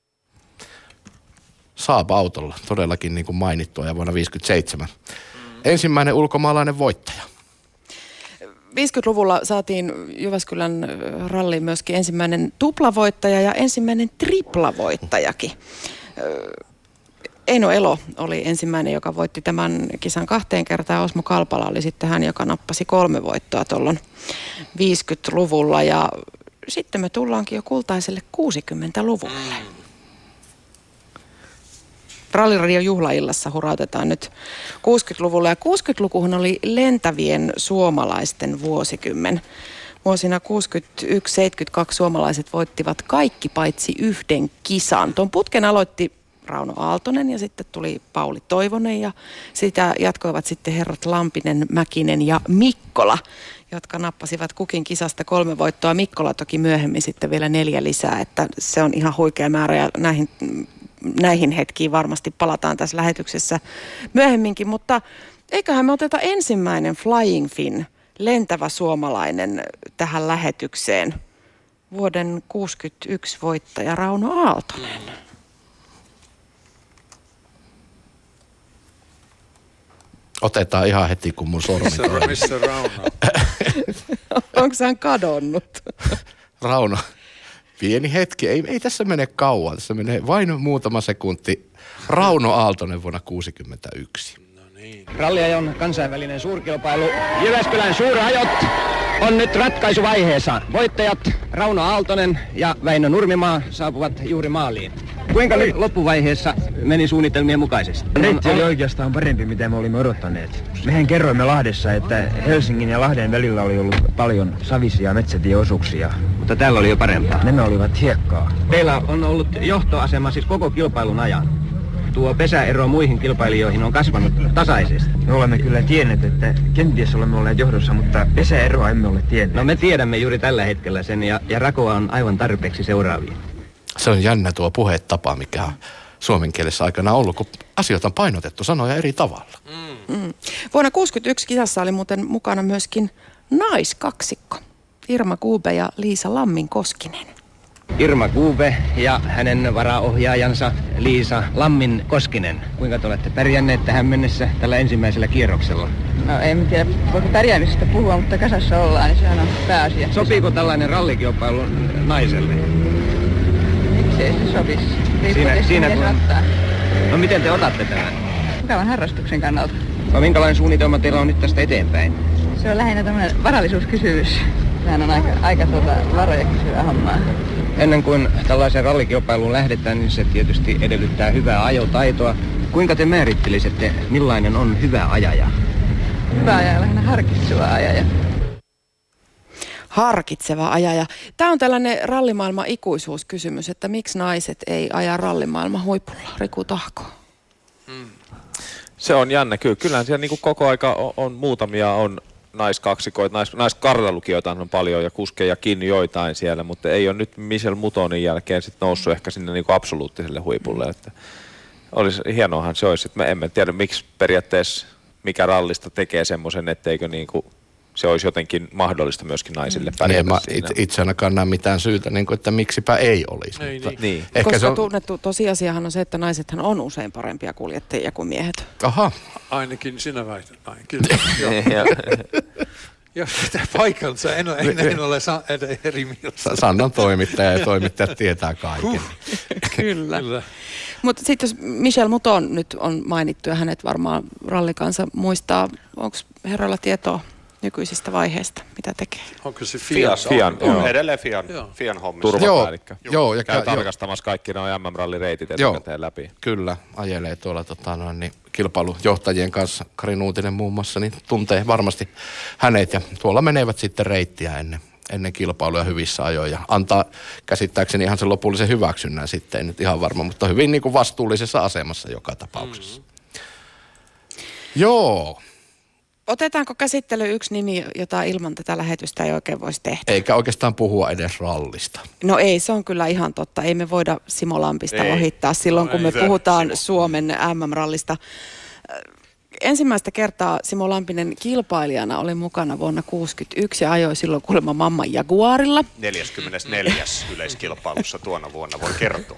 Saab-autolla, todellakin niin kuin mainittua, ja vuonna viisikymmentäseitsemän. Ensimmäinen ulkomaalainen voittaja.
viisikymmentäluvulla saatiin Jyväskylän ralliin myöskin ensimmäinen tuplavoittaja ja ensimmäinen triplavoittajakin. Eino Elo oli ensimmäinen, joka voitti tämän kisan kahteen kertaan. Osmo Kalpala oli sitten hän, joka nappasi kolme voittoa tuolloin viisikymmentäluvulla. Ja sitten me tullaankin jo kultaiselle kuusikymmentäluvulle. Ralliradion juhlaillassa hurautetaan nyt kuusikymmentäluvulla. Ja kuusikymmentälukuhan oli lentävien suomalaisten vuosikymmen. Vuosina kuusikymmentäyksi seitsemänkymmentäkaksi suomalaiset voittivat kaikki paitsi yhden kisan. Tuon putken aloitti Rauno Aaltonen ja sitten tuli Pauli Toivonen ja sitä jatkoivat sitten herrat Lampinen, Mäkinen ja Mikkola, jotka nappasivat kukin kisasta kolme voittoa. Mikkola toki myöhemmin sitten vielä neljä lisää, että se on ihan huikea määrä ja näihin, näihin hetkiin varmasti palataan tässä lähetyksessä myöhemminkin, mutta eiköhän me oteta ensimmäinen Flying Fin lentävä suomalainen tähän lähetykseen. Vuoden kuusikymmentäyksi voittaja Rauno Aaltonen.
Otetaan ihan heti, kun mun sormi
on. Missä Rauno?
Onko hän kadonnut?
Rauno, pieni hetki. Ei, ei tässä mene kauan. Tässä menee vain muutama sekunti. Rauno Aaltonen vuonna kuusikymmentäyksi.
No niin.
Ralliajon kansainvälinen suurkilpailu. Jyväskylän suurajot on nyt ratkaisuvaiheessa. Voittajat Rauno Aaltonen ja Väinö Nurmimaa saapuvat juuri maaliin. Kuinka nyt loppuvaiheessa meni suunnitelmien mukaisesti?
Reitti oli oikeastaan parempi, mitä me olimme odottaneet. Mehän kerroimme Lahdessa, että Helsingin ja Lahden välillä oli ollut paljon savisia metsätieosuuksia.
Mutta täällä oli jo parempaa.
Nämä olivat hiekkaa.
Meillä on ollut johtoasema siis koko kilpailun ajan. Tuo pesäero muihin kilpailijoihin on kasvanut tasaisesti.
Me olemme kyllä tienneet, että kenties olemme olleet johdossa, mutta pesäeroa emme ole tienneet.
No me tiedämme juuri tällä hetkellä sen ja, ja rakoa on aivan tarpeeksi seuraaviin.
Se on jännä tuo puhetapa, mikä on suomen kielessä aikana ollut, kun asioita on painotettu sanoja eri tavalla.
Mm. Mm. Vuonna kuusikymmentäyksi kisassa oli muuten mukana myöskin naiskaksikko. Irma Kuube ja Liisa Lammin-Koskinen.
Irma Kuube ja hänen varaohjaajansa Liisa Lammin-Koskinen. Kuinka te olette pärjänneet tähän mennessä tällä ensimmäisellä kierroksella?
No en tiedä, voiko pärjäämisestä puhua, mutta kasassa ollaan, niin sehän on pääasia.
Sopiiko tällainen rallikilpailu naiselle?
Miksei se sopisi?
Siinä, siinä kun... No miten te otatte tämän?
Mukavan harrastuksen kannalta.
No minkälainen suunnitelma teillä on nyt tästä eteenpäin?
Se on lähinnä tämmöinen varallisuuskysymys. Sehän on aika, aika tuota varoja kysyvää hommaa.
Ennen kuin tällaiseen rallikilpailuun lähdetään, niin se tietysti edellyttää hyvää ajotaitoa. Kuinka te määrittelisitte, millainen on hyvä ajaja?
Hyvä ajaja, lähinnä harkitseva ajaja.
Harkitseva ajaja. Tämä on tällainen rallimaailman ikuisuuskysymys, että miksi naiset ei aja rallimaailman huipulla? Riku Tahko.
Hmm. Se on jännä, kyllä. Kyllähän siellä niin kuin koko aika on, on muutamia on naiskaksikoita, nais, naiskartalukijoita on paljon ja kuskejakin joitain siellä, mutta ei ole nyt Michelle Moutonin jälkeen sit noussut ehkä sinne niinku absoluuttiselle huipulle. Että olisi, hienoahan se olisi, että me emme tiedä miksi periaatteessa mikä rallista tekee semmoisen, etteikö niinku se olisi jotenkin mahdollista myöskin naisille pärjätä
mä
siinä.
It, itse ainakaan näe mitään syytä, niin kuin, että miksipä ei olisi.
Ei,
mutta
niin.
Niin.
Ehkä
Koska
se on...
tunnettu tosiasiahan on se, että naisethan on usein parempia kuljettajia kuin miehet.
Aha.
Ainakin sinä väität näin, kyllä. Jos pitää paikansa, en, en, en ole sa- eri mieltä.
Sannan toimittaja ja toimittajat tietää kaiken.
Huh.
Kyllä.
Kyllä.
Mutta sitten jos Michelle Mouton nyt on mainittu ja hänet varmaan rallikansa muistaa, onko herroilla tietoa nykyisistä vaiheista, mitä tekee?
Onko se Fian?
Fian,
Fian,
on edelleen Fian, Fian hommissa.
Turvapäällikkö.
Joo, joo, ja
käy
käy,
tarkastamassa kaikki nuo M M-rallireitit etukäteen läpi.
Kyllä, ajelee tuolla tota, noin, niin, kilpailujohtajien kanssa. Kari Nuutinen muun muassa niin tuntee varmasti hänet ja tuolla menevät sitten reittiä ennen, ennen kilpailuja hyvissä ajoin ja antaa käsittääkseni ihan sen lopullisen hyväksynnän sitten, ei nyt ihan varma, mutta hyvin niin kuin vastuullisessa asemassa joka tapauksessa. Mm-hmm. Joo.
Otetaanko käsittely yksi nimi, jota ilman tätä lähetystä ei oikein voisi tehdä?
Eikä oikeastaan puhua edes rallista.
No ei, se on kyllä ihan totta. Ei me voida Simo Lampista ei. ohittaa silloin, kun me puhutaan Suomen M M-rallista. Ensimmäistä kertaa Simo Lampinen kilpailijana oli mukana vuonna kuusikymmentäyksi ja ajoi silloin kuulemma mamman Jaguarilla.
neljäskymmenesneljäs yleiskilpailussa tuona vuonna voi kertoa.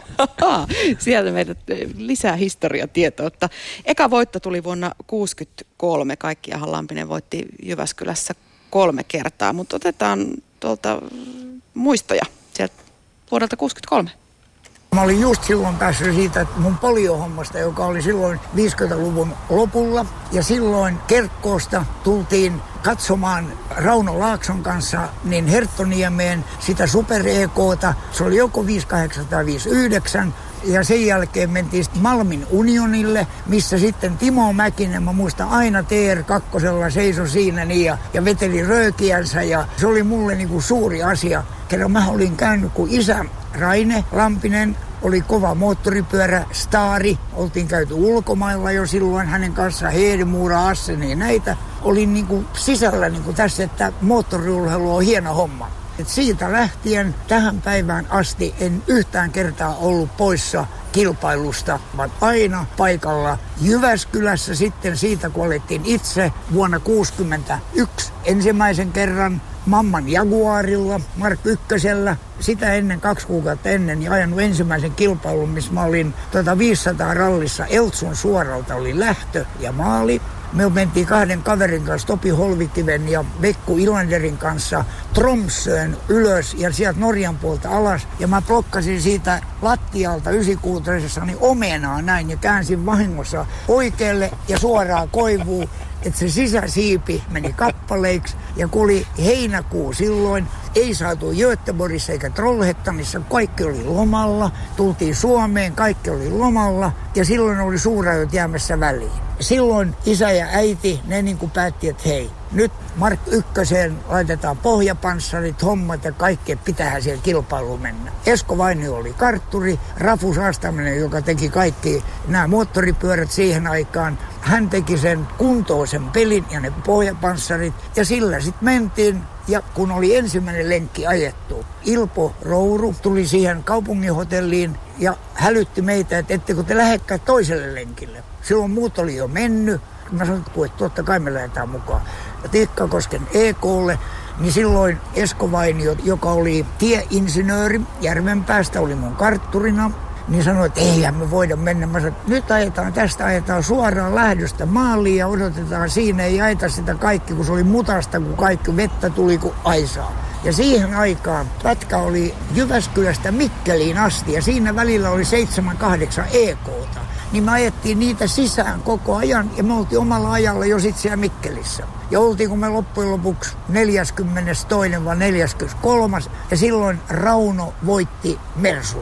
Sieltä meitä lisää historiatietoutta. Eka voitto tuli vuonna kuusikymmentäkolme. Kaikkiahan Lampinen voitti Jyväskylässä kolme kertaa, mutta otetaan tuolta muistoja sieltä vuodelta kuusikymmentäkolme.
Mä olin just silloin päässyt siitä mun poliohommasta, joka oli silloin viisikymmentäluvun lopulla. Ja silloin Kerkkoosta tultiin katsomaan Rauno Laakson kanssa niin Herttoniemeen sitä Super E K:ta. Se oli joko viisikymmentäkahdeksan tai viisikymmentäyhdeksän. Ja sen jälkeen mentiin Malmin Unionille, missä sitten Timo Mäkinen, mä muistan aina T R kaksi seisoi siinä niin ja, ja veteli röökiänsä. Ja se oli mulle niinku suuri asia. Kerran mä olin käynyt, kun isä Raine Lampinen oli kova moottoripyörä, staari. Oltiin käyty ulkomailla jo silloin hänen kanssaan, Hedemuura, Asseni ja näitä. Olin niinku sisällä niinku tässä, että moottoriurheilu on hieno homma. Et siitä lähtien tähän päivään asti en yhtään kertaa ollut poissa kilpailusta, vaan aina paikalla Jyväskylässä sitten siitä, kun alettiin itse vuonna kuusikymmentäyksi ensimmäisen kerran mamman Jaguarilla, Mark Ykkösellä. Sitä ennen, kaksi kuukautta ennen, niin ajanut ensimmäisen kilpailun, missä mä olin tuota viisisataa rallissa. Eltsun suoralta oli lähtö ja maali. Me mentiin kahden kaverin kanssa, Topi Holvikiven ja Vekku Ilanderin kanssa Tromsöön ylös ja sieltä Norjan puolta alas. Ja mä blokkasin siitä lattialta yhdeksänkymmentäkuusi niin omenaa näin ja käänsin vahingossa oikealle ja suoraan koivuun. Että se sisäsiipi meni kappaleiksi ja kun oli heinäkuu silloin, ei saatu Göteborgissa eikä Trollhättanissa, kaikki oli lomalla. Tultiin Suomeen, kaikki oli lomalla ja silloin oli suurajot jäämässä väliin. Silloin isä ja äiti, ne niin kuin päätti, että hei, nyt Mark Ykköseen laitetaan pohjapanssarit, hommat ja kaikkea, pitäähän siellä kilpailuun mennä. Esko Vainio oli kartturi, Rafu Saastaminen, joka teki kaikki nämä moottoripyörät siihen aikaan. Hän teki sen kuntoisen pelin ja ne pohjapanssarit ja sillä sitten mentiin. Ja kun oli ensimmäinen lenkki ajettu, Ilpo Rouru tuli siihen kaupunginhotelliin ja hälytti meitä, että ettekö te lähdekään toiselle lenkille. Silloin muut oli jo mennyt. Mä sanoin, että totta kai me lähdetään mukaan. Ja Tikkakosken E K:lle, niin silloin Esko Vainio, joka oli tieinsinööri Järvenpäästä, oli mun kartturina, niin sanoi, että eihän me voida mennä. Mä sanoin, että nyt ajetaan, tästä ajetaan suoraan lähdöstä maaliin ja odotetaan siinä, ei ajeta sitä kaikki, kun se oli mutasta, kun kaikki vettä tuli kuin aisaa. Ja siihen aikaan pätkä oli Jyväskylästä Mikkeliin asti ja siinä välillä oli seitsemän kahdeksan E K:ta. Niin me ajettiin niitä sisään koko ajan ja me oltiin omalla ajalla jo sit siellä Mikkelissä. Ja oltiin kun me loppujen lopuksi neljäskymmenestoinen vai neljäskymmeneskolmas ja silloin Rauno voitti Mersulla.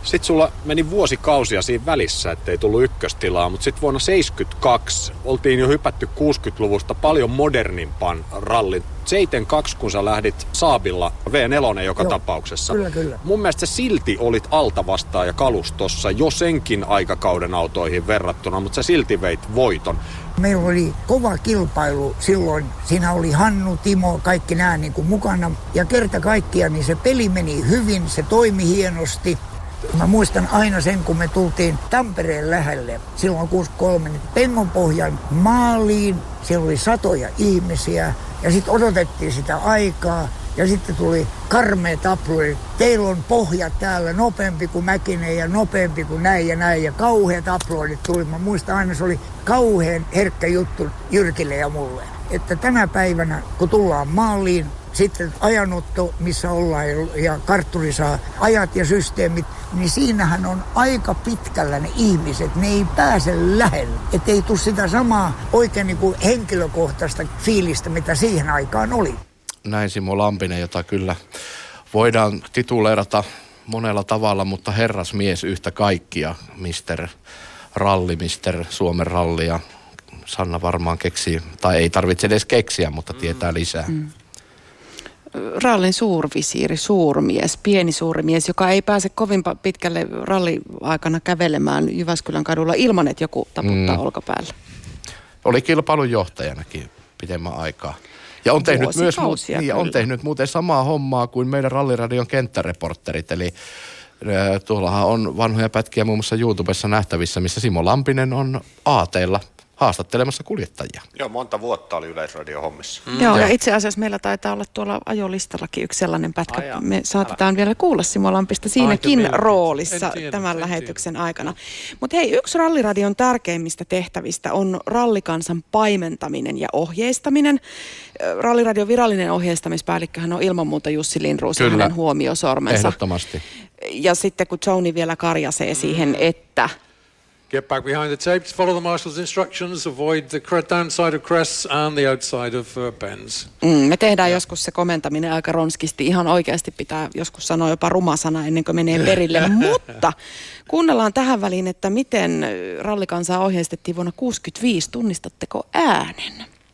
Sitten sulla meni vuosikausia siinä välissä, ettei tullut ykköstilaa, mutta sitten vuonna seitsemänkymmentäkaksi oltiin jo hypätty kuusikymmentäluvusta paljon modernimpaan rallin. seitsemänkymmentäkaksi, kun sä lähdit Saabilla V neljä joka Joo, tapauksessa.
Kyllä, kyllä.
Mun mielestä sä silti olit altavastaaja kalustossa jo senkin aikakauden autoihin verrattuna, mutta sä silti veit voiton.
Meillä oli kova kilpailu silloin. Siinä oli Hannu, Timo, kaikki nämä niin kuin mukana. Ja kerta kaikkiaan niin se peli meni hyvin, se toimi hienosti. Mä muistan aina sen, kun me tultiin Tampereen lähelle, silloin kuusikymmentäkolme, niin Pengonpohjan maaliin. Siellä oli satoja ihmisiä ja sitten odotettiin sitä aikaa. Ja sitten tuli karmea tapluri. Teillä on pohja täällä nopeampi kuin Mäkinen ja nopeampi kuin näin ja näin. Ja kauheat aploidit tuli. Mä muistan aina, se oli kauhean herkkä juttu Jyrkille ja mulle. Että tänä päivänä, kun tullaan maaliin, sitten ajanotto, missä ollaan ja kartturi saa ajat ja systeemit, niin siinähän on aika pitkällä ne ihmiset. Ne ei pääse lähelle. Että ei tule sitä samaa oikein niin kuin henkilökohtaista fiilistä, mitä siihen aikaan oli.
Näin Simo Lampinen, jota kyllä voidaan tituleerata monella tavalla, mutta herrasmies yhtä kaikkia, mister Ralli, mister Suomen Ralli, ja Sanna varmaan keksii, tai ei tarvitse edes keksiä, mutta tietää lisää. Mm.
Rallin suurvisiiri, suurmies, pieni suurimies, joka ei pääse kovin pitkälle ralli-aikana kävelemään Jyväskylän kadulla ilman, että joku taputtaa mm. olkapäällä.
Oli kilpailun johtajanakin pitemmän aikaa. Ja on tehnyt myös niin, on tehnyt muuten samaa hommaa kuin meidän Ralliradion kenttäreporterit. Eli äh, tuollahan on vanhoja pätkiä muun muassa YouTubessa nähtävissä, missä Simo Lampinen on aateilla haastattelemassa kuljettajia.
Joo, monta vuotta oli Yleisradio hommissa.
Mm. Joo, ja itse asiassa meillä taitaa olla tuolla ajolistallakin yksi sellainen pätkä. Ai, Me saatetaan Älä. vielä kuulla Simo Lampista siinäkin Ai, roolissa tiedä, tämän lähetyksen tiedä. aikana. Mutta hei, yksi Ralliradion tärkeimmistä tehtävistä on rallikansan paimentaminen ja ohjeistaminen. Ralliradion virallinen ohjeistamispäällikköhän on ilman muuta Jussi Lindroos ja hänen huomiosormensa.
Ehdottomasti.
Ja sitten kun Tony vielä karjasee mm. siihen, että...
Get back behind the tapes, follow the marshal's instructions, avoid the downside of crests and the outside of uh, bends.
Mm, me tehdään ja. joskus se komentaminen aika ronskisti. Ihan oikeasti pitää joskus sanoa jopa ruma sana ennen kuin menee perille. Mutta kuunnellaan tähän väliin, että miten rallikansaa ohjeistettiin vuonna kuusikymmentäviisi. Tunnistatteko äänen?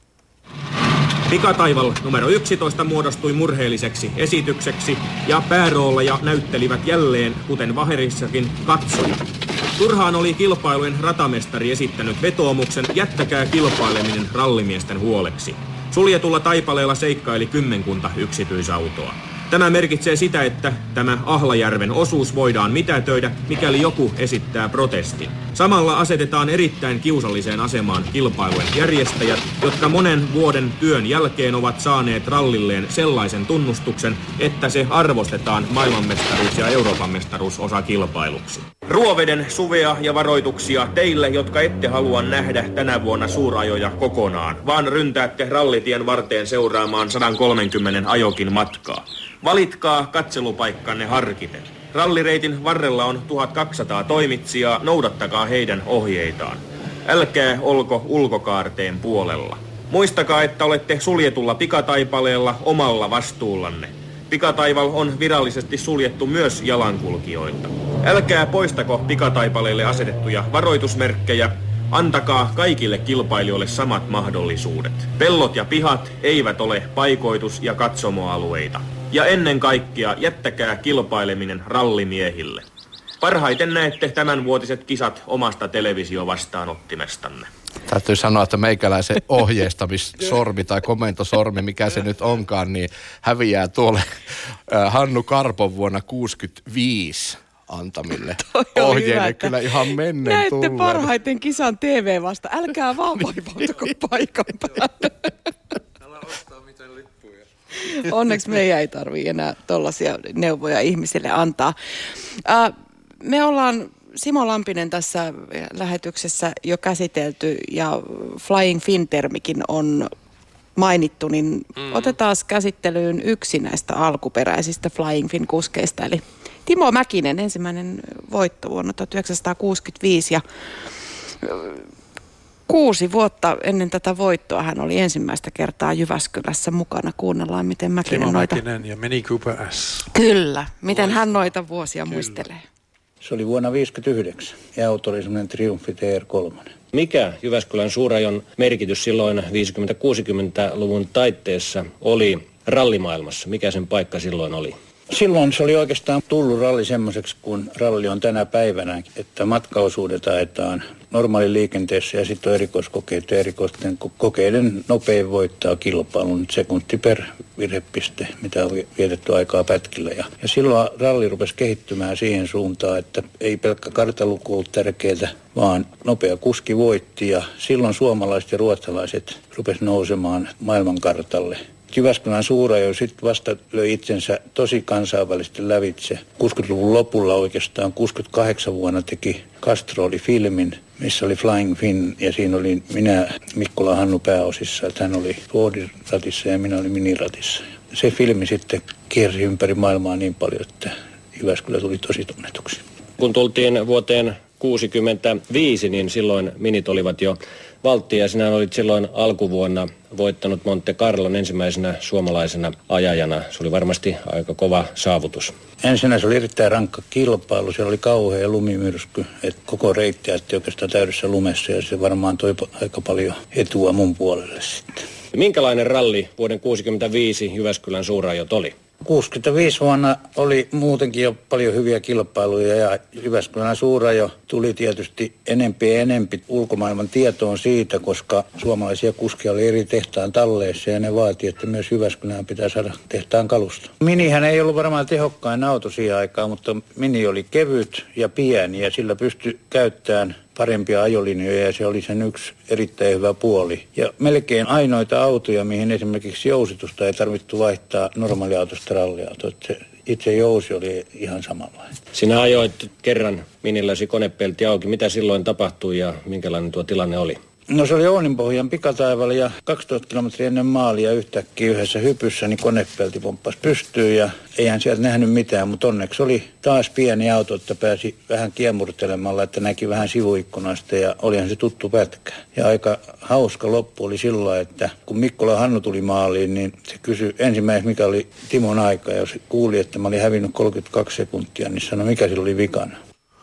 Pikataival numero yksitoista muodostui murheelliseksi esitykseksi ja päärooleja näyttelivät jälleen, kuten Vaherissakin, katsojat. Turhaan oli kilpailujen ratamestari esittänyt vetoomuksen jättäkää kilpaileminen rallimiesten huoleksi. Suljetulla taipaleella seikkaili kymmenkunta yksityisautoa. Tämä merkitsee sitä, että tämä Ahlajärven osuus voidaan mitätöidä, mikäli joku esittää protestin. Samalla asetetaan erittäin kiusalliseen asemaan kilpailujen järjestäjät, jotka monen vuoden työn jälkeen ovat saaneet rallilleen sellaisen tunnustuksen, että se arvostetaan maailmanmestaruus- ja Euroopan mestaruusosakilpailuksi. Ruoveden suvea ja varoituksia teille, jotka ette halua nähdä tänä vuonna suurajoja kokonaan, vaan ryntäätte rallitien varteen seuraamaan sata kolmekymmentä ajokin matkaa. Valitkaa katselupaikkanne harkiten. Rallireitin varrella on tuhatkaksisataa toimitsijaa, noudattakaa heidän ohjeitaan. Älkää olko ulkokaarteen puolella. Muistakaa, että olette suljetulla pikataipaleella omalla vastuullanne. Pikataival on virallisesti suljettu myös jalankulkijoilta. Älkää poistako pikataipaleelle asetettuja varoitusmerkkejä. Antakaa kaikille kilpailijoille samat mahdollisuudet. Pellot ja pihat eivät ole paikoitus- ja katsomoalueita. Ja ennen kaikkea jättäkää kilpaileminen rallimiehille. Parhaiten näette tämänvuotiset kisat omasta televisiovastaanottimestanne.
Täytyy sanoa, että meikäläisen ohjeistamissormi tai komentosormi, mikä se nyt onkaan, niin häviää tuolle Hannu Karpon vuonna kuusikymmentäviisi antamille ohjeille. Kyllä ihan mennen
näette
tulleen.
parhaiten kisan T V vasta. Älkää vaan vaivautuko paikan päälle.
Älä ostaa mitään lippuja.
Onneksi meidän ei tarvitse enää tollaisia neuvoja ihmisille antaa. Äh, me ollaan Simo Lampinen tässä lähetyksessä jo käsitelty ja Flying Fin-termikin on mainittu, niin mm. otetaan käsittelyyn yksi näistä alkuperäisistä Flying Fin-kuskeista, eli Timo Mäkinen, ensimmäinen voitto vuonna tuhatyhdeksänsataakuusikymmentäviisi ja kuusi vuotta ennen tätä voittoa hän oli ensimmäistä kertaa Jyväskylässä mukana. Kuunnellaan, miten Mäkinen
Timo
noita...
Mäkinen ja Mini Cooper S.
Kyllä, miten hän noita vuosia Kyllä. muistelee.
Se oli vuonna tuhatyhdeksänsataaviisikymmentäyhdeksän ja auto oli semmoinen Triumphi T R kolme.
Mikä Jyväskylän suurajon merkitys silloin viisikymmentä-kuusikymmentäluvun taitteessa oli rallimaailmassa? Mikä sen paikka silloin oli?
Silloin se oli oikeastaan tullut ralli semmoiseksi kuin ralli on tänä päivänä, että matkaosuudet ajetaan normaali liikenteessä ja sitten on erikoiskokeet ja erikoisten kokeiden nopein voittaa kilpailun sekunti per virhepiste, mitä on vietetty aikaa pätkillä. Ja, ja silloin ralli rupesi kehittymään siihen suuntaan, että ei pelkkä kartaluku ollut tärkeää, vaan nopea kuski voitti ja silloin suomalaiset ja ruotsalaiset rupesi nousemaan maailmankartalle. Jyväskylän suurajo sitten vasta löi itsensä tosi kansainvälisesti lävitse. kuusikymmentäluvun lopulla oikeastaan kuusikymmentäkahdeksan vuonna teki Castrol-filmin, missä oli Flying Finn ja siinä oli minä, Mikkola Hannu pääosissa, että hän oli Fordin ratissa ja minä olin miniratissa. Se filmi sitten kiersi ympäri maailmaa niin paljon, että Jyväskylä tuli tosi tunnetuksi.
Kun tultiin vuoteen kuusikymmentäviisi, niin silloin minit olivat jo valttia. Sinä olit silloin alkuvuonna voittanut Monte Carlon ensimmäisenä suomalaisena ajajana. Se oli varmasti aika kova saavutus.
Ensinnä se oli erittäin rankka kilpailu. Siellä oli kauhea lumimyrsky, että koko reitti jätti oikeastaan täydessä lumessa ja se varmaan toi aika paljon etua mun puolelle sitten.
Minkälainen ralli vuoden kuusikymmentäviisi Jyväskylän suurajot oli?
kuusikymmentäviisi vuonna oli muutenkin jo paljon hyviä kilpailuja ja Jyväskylän suurajo tuli tietysti enempi ja enempi ulkomaailman tietoon siitä, koska suomalaisia kuskia oli eri tehtaan talleissa ja ne vaati, että myös Jyväskylään pitää saada tehtaan kalusta. Minihän ei ollut varmaan tehokkain auto siihen aikaan, mutta Mini oli kevyt ja pieni ja sillä pystyi käyttämään parempia ajolinjoja ja se oli sen yksi erittäin hyvä puoli. Ja melkein ainoita autoja, mihin esimerkiksi jousitusta ei tarvittu vaihtaa normaaliautosta ralliautoa. Itse jousi oli ihan samanlainen.
Sinä ajoit kerran Minilläsi konepelti auki. Mitä silloin tapahtui ja minkälainen tuo tilanne oli?
No se oli Ouninpohjan pikataivaalla ja kaksitoista kilometriä ennen maalia yhtäkkiä yhdessä hypyssä, niin konepelti pomppasi pystyyn ja eihän sieltä nähnyt mitään, mutta onneksi oli taas pieni auto, että pääsi vähän kiemurtelemalla, että näki vähän sivuikkunasta ja olihan se tuttu pätkä. Ja aika hauska loppu oli sillä, että kun Mikkola Hannu tuli maaliin, niin se kysyi ensimmäisenä, mikä oli Timon aika, ja jos kuuli, että mä olin hävinnyt kolmekymmentäkaksi sekuntia, niin sanoi, mikä sillä oli vikana.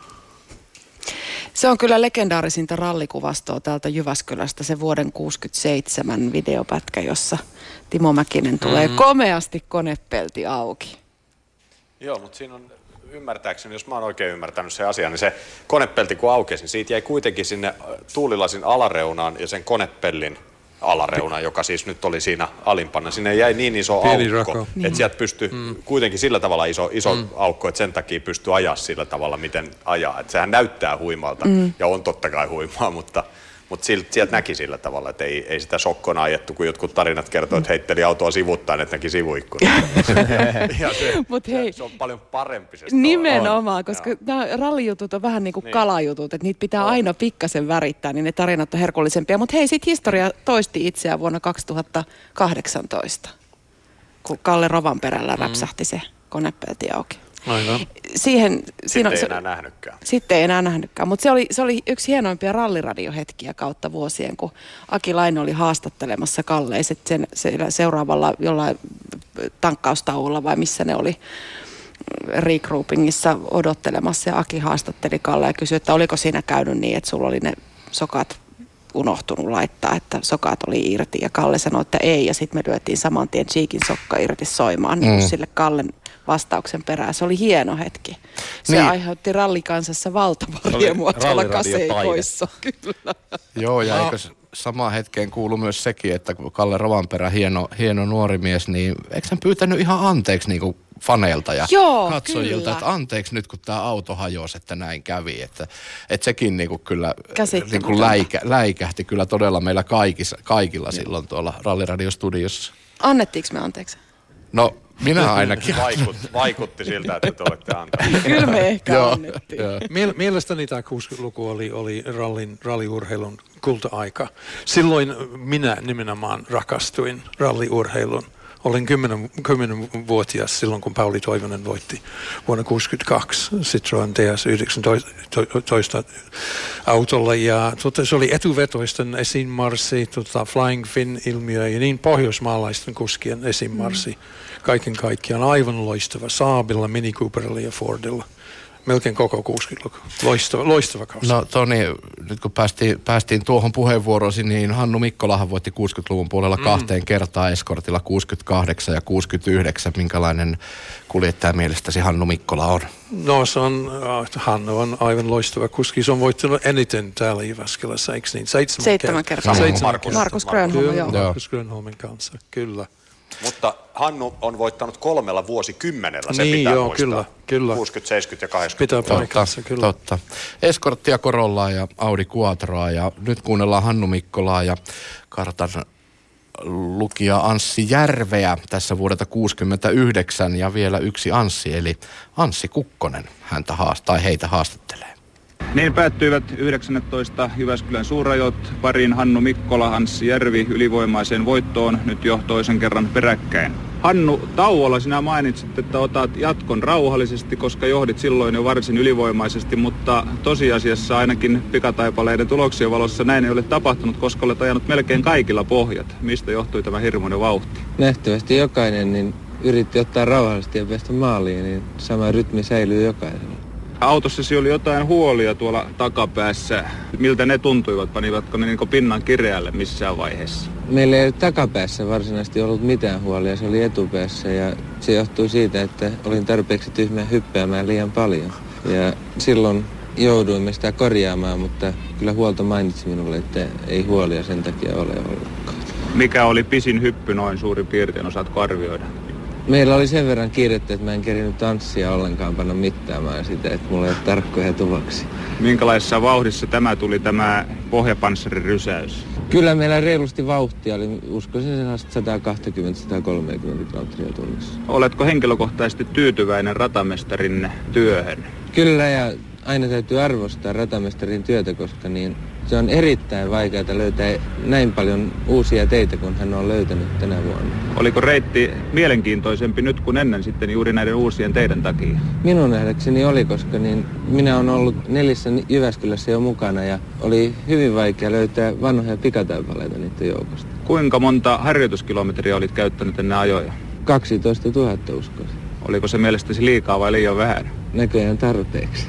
Se on kyllä legendaarisinta rallikuvastoa täältä Jyväskylästä, se vuoden kuusikymmentäseitsemän videopätkä, jossa Timo Mäkinen tulee mm-hmm. komeasti konepelti auki.
Joo, mutta siinä on ymmärtääkseni, jos mä oon oikein ymmärtänyt se asia, niin se konepelti kun aukesi, niin siitä jäi kuitenkin sinne tuulilasin alareunaan ja sen konepellin alareuna, joka siis nyt oli siinä alimpana. Sinne jäi niin iso Pieni aukko, rako. Että sieltä pystyi mm. kuitenkin sillä tavalla iso, iso mm. aukko, että sen takia pystyy ajaa sillä tavalla, miten ajaa. Että sehän näyttää huimalta mm. ja on totta kai huimaa, mutta, mutta sieltä näki sillä tavalla, että ei, ei sitä sokkona ajettu, kun jotkut tarinat kertoo, että heitteli autoa sivuttain, että näki sivuikkunaa. ja se, Mut hei, se on paljon parempi se
nimenomaan, koska nämä rallijutut on vähän niin kuin niin. kalajutut, että niitä pitää on. aina pikkasen värittää, niin ne tarinat on herkullisempia. Mutta hei, sitten historia toisti itseään vuonna kaksituhattakahdeksantoista, kun Kalle Rovanperällä mm. räpsähti se konepelti auki.
Aivan.
Siihen,
sitten
siinä,
ei
se,
enää nähnytkään.
Sitten ei enää nähnytkään, mutta se oli, se oli yksi hienoimpia ralliradiohetkiä kautta vuosien, kun Aki Laine oli haastattelemassa Kalleen sen seuraavalla jollain tankkaustauolla vai missä ne oli regroupingissa odottelemassa ja Aki haastatteli Kalle ja kysyi, että oliko siinä käynyt niin, että sulla oli ne sokat unohtunut laittaa, että sokat oli irti ja Kalle sanoi, että ei ja sitten me lyötiin saman tien Cheekin sokka irti soimaan mm. niin kuin sille Kallen vastauksen perään. Se oli hieno hetki. Se niin. aiheutti rallikansassa valtavaa riemua tuolla kaseikoissa. Kyllä.
Joo, ja eikö samaan hetkeen kuulu myös sekin, että kun Kalle Rovanperä, hieno, hieno nuori mies, niin eikö hän pyytänyt ihan anteeksi niin kuin faneilta ja
Joo,
katsojilta,
kyllä.
että anteeksi nyt kun tämä auto hajosi, että näin kävi. Että, että sekin niin kuin kyllä niin kuin läikä, läikähti kyllä todella meillä kaikissa, kaikilla silloin tuolla Ralliradiostudiossa.
Annettiinko me anteeksi?
No, minä ainakin.
Vaikutti, vaikutti siltä, että te olette antaneet.
Kyllä me ehkä annettiin.
Mielestäni tämä kuusikymmentäluku oli, oli rallin, ralliurheilun kulta-aika. Silloin minä nimenomaan rakastuin ralliurheilun. Olin kymmenen, kymmenvuotias silloin, kun Pauli Toivonen voitti vuonna kuusikymmentäkaksi Citroen D S yhdeksäntoista autolla. Ja tuota, se oli etuvetoisten esimarssi, tuota, Flying Finn-ilmiö ja niin pohjoismaalaisten kuskien esimarssi. Mm. Kaiken kaikkiaan aivan loistava Saabilla, Mini Cooperilla ja Fordilla. melkein koko kuusikymmentäluku. Loistava, loistava kausi.
No Toni, nyt kun päästiin, päästiin tuohon puheenvuorosi, niin Hannu Mikkolahan voitti kuusikymmentäluvun puolella mm. kahteen kertaan eskortilla kuusikymmentäkahdeksan ja kuusikymmentäyhdeksän. Minkälainen kuljettaja mielestäsi Hannu Mikkola on?
No se on, Hannu on aivan loistava kuski. Se on voittanut eniten täällä Jyväskylässä, eikö niin? Seitsemän,
Seitsemän kertaa.
Seitsemän
Markus, Markus Grönholm, joo.
Markus Grönholmin kanssa, kyllä.
Mutta Hannu on voittanut kolmella vuosikymmenellä, se
niin,
pitää
joo,
muistaa.
Kyllä, kyllä.
kuusikymmentä, seitsemänkymmentä ja kahdeksankymmentä.
Pitää paikkansa, kyllä.
Totta. Eskorttia, Corollaa ja Audi Quattroa ja nyt kuunnellaan Hannu Mikkolaa ja kartan lukija Anssi Järveä tässä vuodelta kuusikymmentäyhdeksän ja vielä yksi Anssi eli Anssi Kukkonen häntä haastaa tai heitä haastattelee.
Niin päättyivät yhdeksäntoista Jyväskylän suurajot, pariin Hannu Mikkola, Anssi Järvi ylivoimaiseen voittoon nyt jo toisen kerran peräkkäin. Hannu, tauolla sinä mainitsit, että otat jatkon rauhallisesti, koska johdit silloin jo varsin ylivoimaisesti, mutta tosiasiassa ainakin pikataipaleiden tuloksien valossa näin ei ole tapahtunut, koska olet ajanut melkein kaikilla pohjat. Mistä johtui tämä hirmuinen vauhti?
Nähtävästi jokainen niin yritti ottaa rauhallisesti ja päästä maaliin, niin sama rytmi säilyy jokaisella.
Autossasi oli jotain huolia tuolla takapäässä. Miltä ne tuntuivat? Panivatko ne niin pinnan kireälle missään vaiheessa?
Meillä ei takapäässä varsinaisesti ollut mitään huolia, se oli etupäässä ja se johtui siitä, että olin tarpeeksi tyhmä hyppäämään liian paljon. Ja silloin jouduimme sitä korjaamaan, mutta kyllä huolto mainitsi minulle, että ei huolia sen takia ole ollutkaan.
Mikä oli pisin hyppy noin suurin piirtein, osaatko arvioida?
Meillä oli sen verran kiirettä, että mä en kerinyt tanssia ollenkaan panna mittaamaan sitä, että mulla ei ole tarkkoja tuloksia.
Minkälaisessa vauhdissa tämä tuli, tämä pohjapanssarin rysäys?
Kyllä meillä reilusti vauhtia oli, uskoisin sellaista sata kaksikymmentä sata kolmekymmentä kilometriä tunnissa.
Oletko henkilökohtaisesti tyytyväinen ratamestarin työhön?
Kyllä, ja aina täytyy arvostaa ratamestarin työtä, koska niin se on erittäin vaikeaa löytää näin paljon uusia teitä, kun hän on löytänyt tänä vuonna.
Oliko reitti mielenkiintoisempi nyt kuin ennen sitten juuri näiden uusien teidän takia?
Minun nähdäkseni oli, koska niin minä olen ollut neljässä Jyväskylässä jo mukana ja oli hyvin vaikea löytää vanhoja pikataipaleita niiden joukosta.
Kuinka monta harjoituskilometriä olit käyttänyt ennen ajoja?
kaksitoista tuhatta uskoisin.
Oliko se mielestäsi liikaa vai liian vähän?
Näköjään tarpeeksi.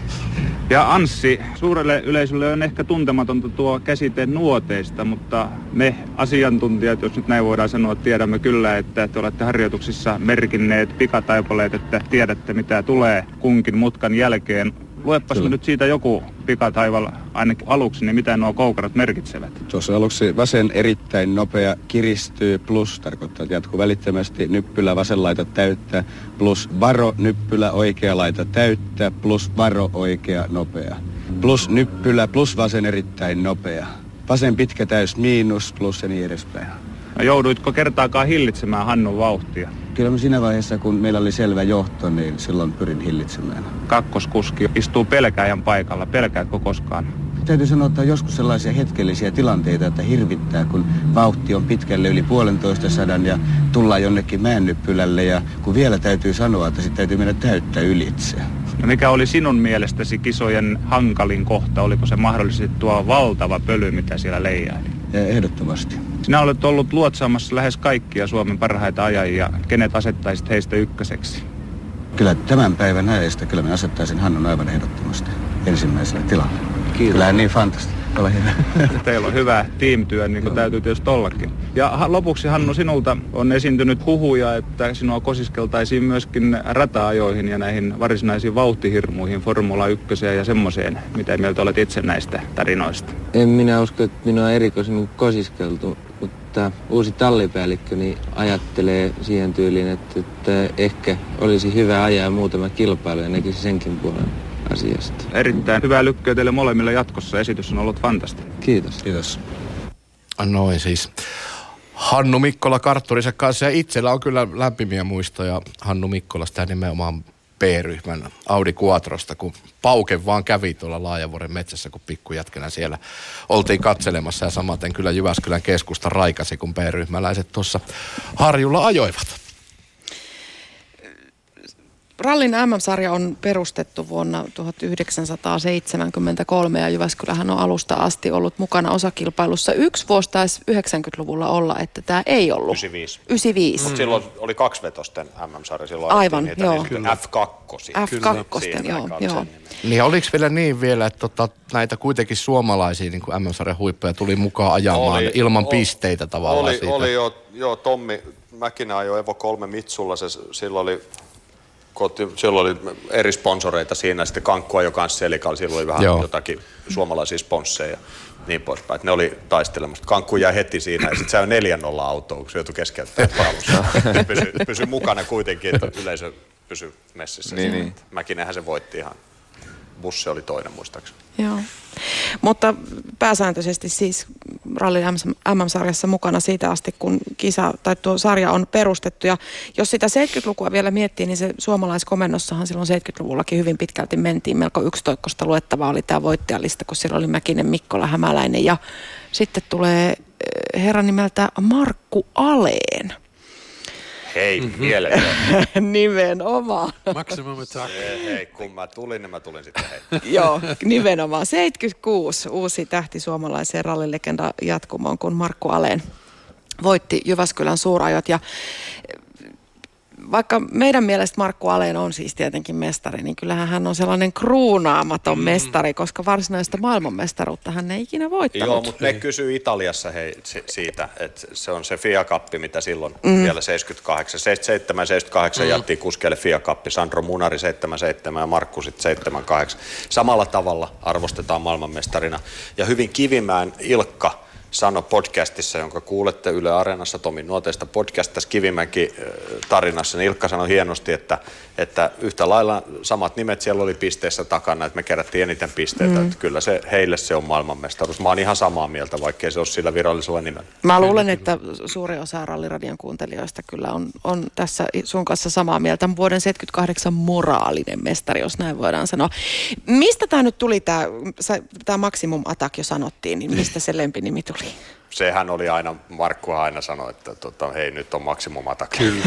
Ja Anssi, suurelle yleisölle on ehkä tuntematonta tuo käsite nuoteista, mutta me asiantuntijat, jos nyt näin voidaan sanoa, tiedämme kyllä, että te olette harjoituksissa merkinneet pikataipaleet, että tiedätte mitä tulee kunkin mutkan jälkeen. Luepas nyt siitä joku pikataival ainakin aluksi, niin mitä nuo koukarat merkitsevät?
Tuossa aluksi vasen erittäin nopea kiristyy, plus tarkoittaa, että jatkuu välittömästi nyppylä vasen laita täyttä, plus varo nyppylä oikea laita täyttä, plus varo oikea nopea. Plus nyppylä, plus vasen erittäin nopea. Vasen pitkä täys miinus, plus ja niin edespäin.
No, jouduitko kertaakaan hillitsemään Hannun vauhtia?
Kyllä siinä vaiheessa, kun meillä oli selvä johto, niin silloin pyrin hillitsemään.
Kakkoskuski istuu pelkääjän paikalla. Pelkäätkö koskaan?
Täytyy sanoa, että on joskus sellaisia hetkellisiä tilanteita, että hirvittää, kun vauhti on pitkälle yli puolentoista sadan ja tullaan jonnekin mäännyppylälle. Ja kun vielä täytyy sanoa, että sitten täytyy mennä täyttä ylitse.
No mikä oli sinun mielestäsi kisojen hankalin kohta? Oliko se mahdollisesti tuo valtava pöly, mitä siellä leijaili?
Ehdottomasti.
Sinä olet ollut luotsaamassa lähes kaikkia Suomen parhaita ajajia. Kenet asettaisit heistä ykköseksi?
Kyllä tämän päivän näistä, kyllä mä asettaisin Hannun aivan ehdottomasti ensimmäiselle tilalle. Kiitos. Kyllähän niin fantastista. Ole hyvä.
Teillä on hyvä tiimityö, niin kuin täytyy tietysti ollakin. Ja lopuksi Hannu, sinulta on esiintynyt huhuja, että sinua kosiskeltaisiin myöskin rata-ajoihin ja näihin varsinaisiin vauhtihirmuihin, Formula yksi ja semmoiseen. Mitä mieltä olet itse näistä tarinoista?
En minä usko, että minua on erikoisemmin kosiskeltu, mutta uusi tallipäällikkö niin ajattelee siihen tyyliin, että, että ehkä olisi hyvä ajaa muutama kilpailu ja näkisi senkin puolen asiasta.
Erittäin hyvää lykkyä teille molemmille jatkossa. Esitys on ollut fantastinen.
Kiitos.
Kiitos.
Noin siis. Hannu Mikkola kartturinsa kanssa ja itsellä on kyllä lämpimiä muistoja Hannu Mikkolasta ja nimenomaan B-ryhmän Audi Quattrosta, kun Pauke vaan kävi tuolla Laajavuoren metsässä, kun pikkujätkänä siellä oltiin katselemassa ja samaten kyllä Jyväskylän keskusta raikasi, kun B-ryhmäläiset tuossa Harjulla ajoivat.
Rallin M M-sarja on perustettu vuonna tuhatyhdeksänsataaseitsemänkymmentäkolme ja Jyväskylähän on alusta asti ollut mukana osakilpailussa. Yksi vuosi taisi yhdeksänkymmentäluvulla olla, että tämä ei ollut.
yhdeksänkymmentäviisi.
yhdeksänkymmentäviisi.
Mutta silloin oli kaksivetosten M M-sarja. Silloin
aivan,
niitä
joo.
Niin F kaksi.
F kaksi, joo. joo.
Niin oliko vielä niin vielä, että tota, näitä kuitenkin suomalaisia niin kuin M M-sarjan huippuja tuli mukaan ajamaan oli, ilman oli, pisteitä tavallaan
oli,
siitä?
Oli jo, joo, Tommi Mäkinen ajoi Evo kolme Mitsulla, se silloin oli, silloin oli eri sponsoreita siinä, sitten Kankku ajoi kanssa Selikalla, silloin oli vähän joo. jotakin suomalaisia sponsseja ja niin poispäin, että ne oli taistelemassa. Kankku jäi heti siinä ja sitten se on neljän nolla autoa, kun se joutui keskeyttämään alussa. Pysy, pysy mukana kuitenkin, että yleisö pysyi messissä. Niin, niin. Mäkinenhän se voitti ihan. Bussi oli toinen muistaakseni.
Joo. Mutta pääsääntöisesti siis Rallin M M-sarjassa mukana siitä asti, kun kisa tai tuo sarja on perustettu. Ja jos sitä seitsemänkymmentälukua vielä miettii, niin se suomalaiskomennossahan silloin seitsemänkymmentäluvullakin hyvin pitkälti mentiin. Melko yksitoikkoista luettavaa oli tämä voittajalista, kun siellä oli Mäkinen, Mikkola, Hämäläinen. Ja sitten tulee herran nimeltä Markku Aleen.
Hei, mm-hmm. mieletön.
Nimenomaan.
Maximum attack.
Hei, hei, kun mä tulin, niin mä tulin sitten hei.
Joo, nimenomaan. seitsemänkymmentäkuusi uusi tähti suomalaiseen rallilegenda jatkumoon, kun Markku Aleen voitti Jyväskylän suurajot. Ja vaikka meidän mielestä Markku Aleen on siis tietenkin mestari, niin kyllähän hän on sellainen kruunaamaton mm. mestari, koska varsinaista maailmanmestaruutta hän ei ikinä voittanut.
Joo, mutta ne kysyy Italiassa hei, siitä, että se on se F I A-kappi, mitä silloin mm. vielä seitsemänkymmentäkahdeksan, seitsemänkymmentäseitsemän seitsemänkymmentäkahdeksan mm. jattiin kuskeille F I A-kappi, Sandro Munari seitsemänkymmentäseitsemän ja Markku sitten seitsemänkymmentäkahdeksan. Samalla tavalla arvostetaan maailmanmestarina. Ja hyvin Kivimäen Ilkka sanoi podcastissa, jonka kuulette Yle Areenassa Tomi Nuoteista podcast tässä Kivimäki tarinassa, niin Ilkka sanoi hienosti, että, että yhtä lailla samat nimet siellä oli pisteessä takana, että me kerättiin eniten pisteitä, mm. että kyllä se, heille se on maailmanmestaruus. Mä oon ihan samaa mieltä, vaikkei se ole sillä virallisella nimellä.
Mä luulen, että suuri osa Ralliradion kuuntelijoista kyllä on, on tässä sun kanssa samaa mieltä. Vuoden seitsemänkymmentäkahdeksan moraalinen mestari, jos näin voidaan sanoa. Mistä tämä nyt tuli, tämä, tämä Maximum Attack jo sanottiin, niin mistä se lempinimi tuli?
Sehän oli aina, Markku aina sanoi, että tota, hei nyt on Maximum Attack.
Kyllä.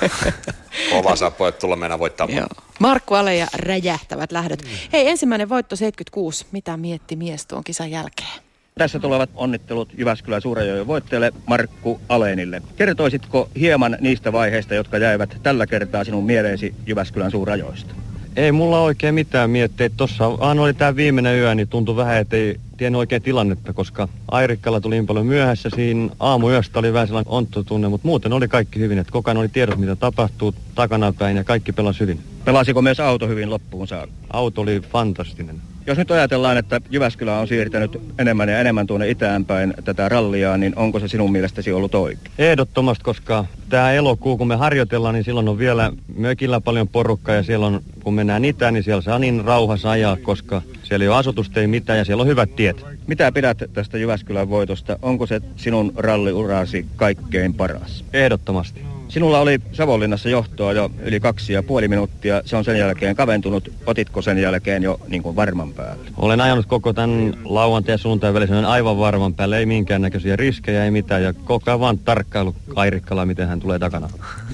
Kova saa pojat tulla mennä voittaa.
Joo. Markku Ale ja räjähtävät lähdöt. Mm. Hei, ensimmäinen voitto seitsemänkymmentäkuusi. Mitä mietti mies tuon kisan jälkeen?
Tässä tulevat onnittelut Jyväskylän Suurajoen voittajalle Markku Aleenille. Kertoisitko hieman niistä vaiheista, jotka jäivät tällä kertaa sinun mieleesi Jyväskylän Suurajoista?
Ei mulla oikein mitään miettiä. Tuossa aina oli tämä viimeinen yö, niin tuntui vähän, että ei tiennyt oikein tilannetta, koska Airikkala tuli niin paljon myöhässä. Siinä aamuyöstä oli vähän sellainen onttotunne, mutta muuten oli kaikki hyvin. Että koko ajan oli tiedot, mitä tapahtuu takanapäin ja kaikki pelasi hyvin.
Pelasiko myös auto hyvin loppuun saakka?
Auto oli fantastinen.
Jos nyt ajatellaan, että Jyväskylä on siirtänyt enemmän ja enemmän tuonne itäänpäin tätä rallia, niin onko se sinun mielestäsi ollut oikein?
Ehdottomasti, koska tämä elokuu, kun me harjoitellaan, niin silloin on vielä mökillä paljon porukkaa ja siellä on, kun mennään itään, niin siellä saa niin rauhassa ajaa, koska siellä ei ole asutusta, ei mitään ja siellä on hyvät tiet.
Mitä pidät tästä Jyväskylän voitosta? Onko se sinun ralliurasi kaikkein paras?
Ehdottomasti.
Sinulla oli Savonlinnassa johtoa jo yli kaksi ja puoli minuuttia. Se on sen jälkeen kaventunut. Otitko sen jälkeen jo niin kuin varman päälle?
Olen ajanut koko tämän lauantai- ja sunnuntain välissä aivan varman päälle. Ei minkäännäköisiä riskejä, ei mitään. Ja koko ajan vaan tarkkailu Airikkala, miten hän tulee takana.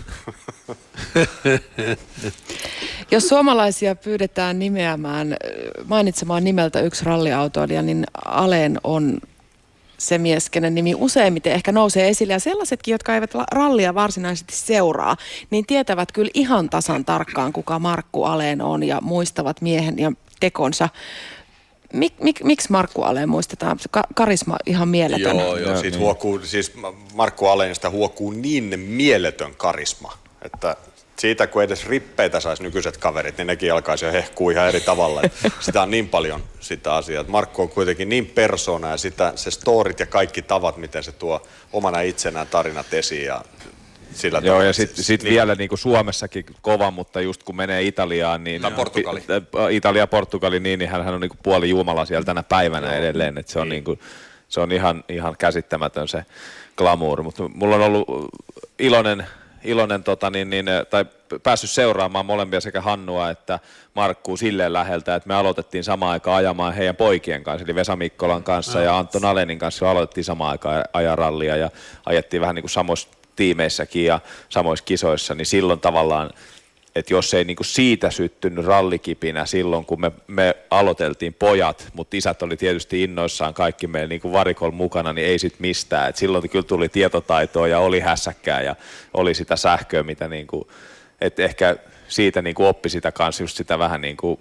Jos suomalaisia pyydetään nimeämään, mainitsemaan nimeltä yksi ralliautoilija, niin Aleen on se mies, kenen nimi useimmiten ehkä nousee esille. Ja sellaisetkin, jotka eivät rallia varsinaisesti seuraa, niin tietävät kyllä ihan tasan tarkkaan, kuka Markku Aleen on ja muistavat miehen ja tekonsa. Mik, mik, miksi Markku Aleen muistetaan? Ka- karisma ihan mieletön.
Joo, joo, siitä huokuu, siis Markku Aleenista huokuu niin mieletön karisma, että siitä kun edes rippeitä saisi nykyiset kaverit, niin nekin alkaisi jo hehkuu ihan eri tavalla. Sitä on niin paljon sitä asiaa. Markku on kuitenkin niin persoona ja sitä, se storit ja kaikki tavat, miten se tuo omana itsenään tarinat esiin. Ja sillä
Joo, tavalla, ja sitten sit niin, vielä niin kuin Suomessakin kova, mutta just kun menee Italiaan, niin
Portugali.
Italia, Portugali, niin, niin hän on niin kuin puoli Jumala siellä tänä päivänä Joo. edelleen. Että se on, niin. Niin kuin, se on ihan, ihan käsittämätön se glamour. Mutta mulla on ollut iloinen... iloinen tota, niin, niin, tai päässyt seuraamaan molempia sekä Hannua että Markkuu silleen läheltä, että me aloitettiin samaan aikaan ajamaan heidän poikien kanssa, eli Vesa Mikkolan kanssa ja Anton Alenin kanssa aloitettiin samaan aikaan ajaa rallia ja ajettiin vähän niin kuin samoissa tiimeissäkin ja samoissa kisoissa, niin silloin tavallaan että jos ei niinku siitä syttynyt rallikipinä silloin, kun me, me aloiteltiin pojat, mutta isät oli tietysti innoissaan kaikki meillä niinku varikolla mukana, niin ei sit mistään. Et silloin kyllä tuli tietotaitoa ja oli hässäkkää ja oli sitä sähköä, mitä niinku, et ehkä siitä niinku oppi sitä kanssa just sitä vähän niinku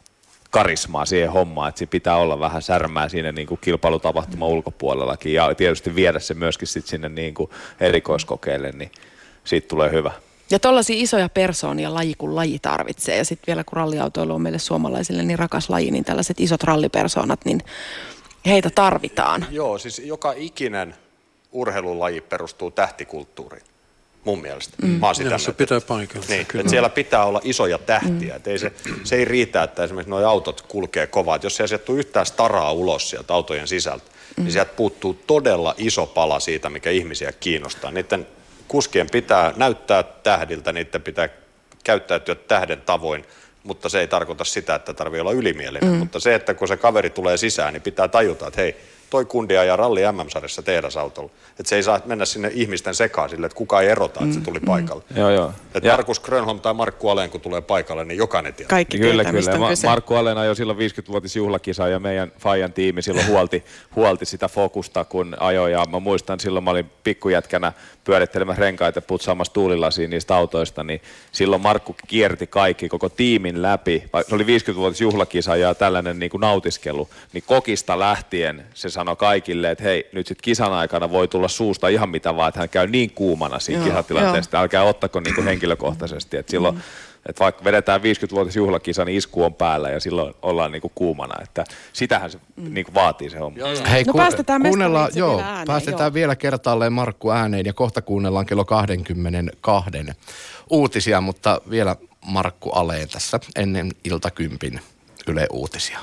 karismaa siihen hommaan, että siinä pitää olla vähän särmää siinä niinku kilpailutapahtuman ulkopuolellakin ja tietysti viedä se myöskin sit sinne niinku erikoiskokeille, niin siitä tulee hyvä.
Ja tollaisia isoja persoonia laji kuin laji tarvitsee. Ja sitten vielä kun ralliautoilu on meille suomalaisille niin rakas laji, niin tällaiset isot rallipersoonat, niin heitä tarvitaan.
Joo, siis joka ikinen urheilulaji perustuu tähtikulttuuriin, mun mielestä.
Mm.
Mä oon sitä
Joo, se pitää paikalla.
Niin, että siellä pitää olla isoja tähtiä. Mm. Ei se, se ei riitä, että esimerkiksi nuo autot kulkee kovaa. Että jos ei sieltä tule yhtään staraa ulos sieltä autojen sisältä, mm. niin sieltä puuttuu todella iso pala siitä, mikä ihmisiä kiinnostaa. Niiden kuskien pitää näyttää tähdiltä, niiden pitää käyttäytyä tähden tavoin, mutta se ei tarkoita sitä, että tarvii olla ylimielinen. Mm. Mutta se, että kun se kaveri tulee sisään, niin pitää tajuta, että hei, toi kundi ajaa ralli M M-sarjassa tehdasautolla. Että se ei saa mennä sinne ihmisten sekaan sille, että kukaan ei erota, että se tuli paikalle.
Mm. Joo, joo.
Että Markus Grönholm tai Markku Alén, kun tulee paikalle, niin jokainen tietää.
Kaikki
kyllä,
tietää,
kyllä. Ma-
kyse.
Markku Alén ajoi silloin viisikymmenvuotisjuhlakisaa ja meidän Fajan tiimi silloin huolti, huolti sitä fokusta, kun ajoi. Ja mä muistan, silloin mä olin pikkujätkänä pyörittelemässä renkaita ja putsaamassa tuulilasiin niistä autoista, niin silloin Markku kierti kaikki, koko tiimin läpi. Se oli viisikymmenvuotisjuhlakisa ja tällainen niin kuin nautiskelu, niin kokista lähtien se sanoi kaikille, että hei, nyt sitten kisan aikana voi tulla suusta ihan mitä vaan, että hän käy niin kuumana siinä joo, kisatilanteesta, älkää ottako niin kuin henkilökohtaisesti, että silloin, mm. että vaikka vedetään viisikymmenvuotisjuhlakisa, niin isku on päällä ja silloin ollaan niin kuin kuumana, että sitähän se mm. niin kuin vaatii se homma.
Hei,
no
ku-
päästetään
kuunnellaan, joo,
vielä ääneen,
päästetään joo. vielä kertaalleen Markku ääneen ja kohta kuunnellaan kello kaksikymmentäkaksi uutisia, mutta vielä Markku Alén tässä ennen iltakympin Yle Uutisia.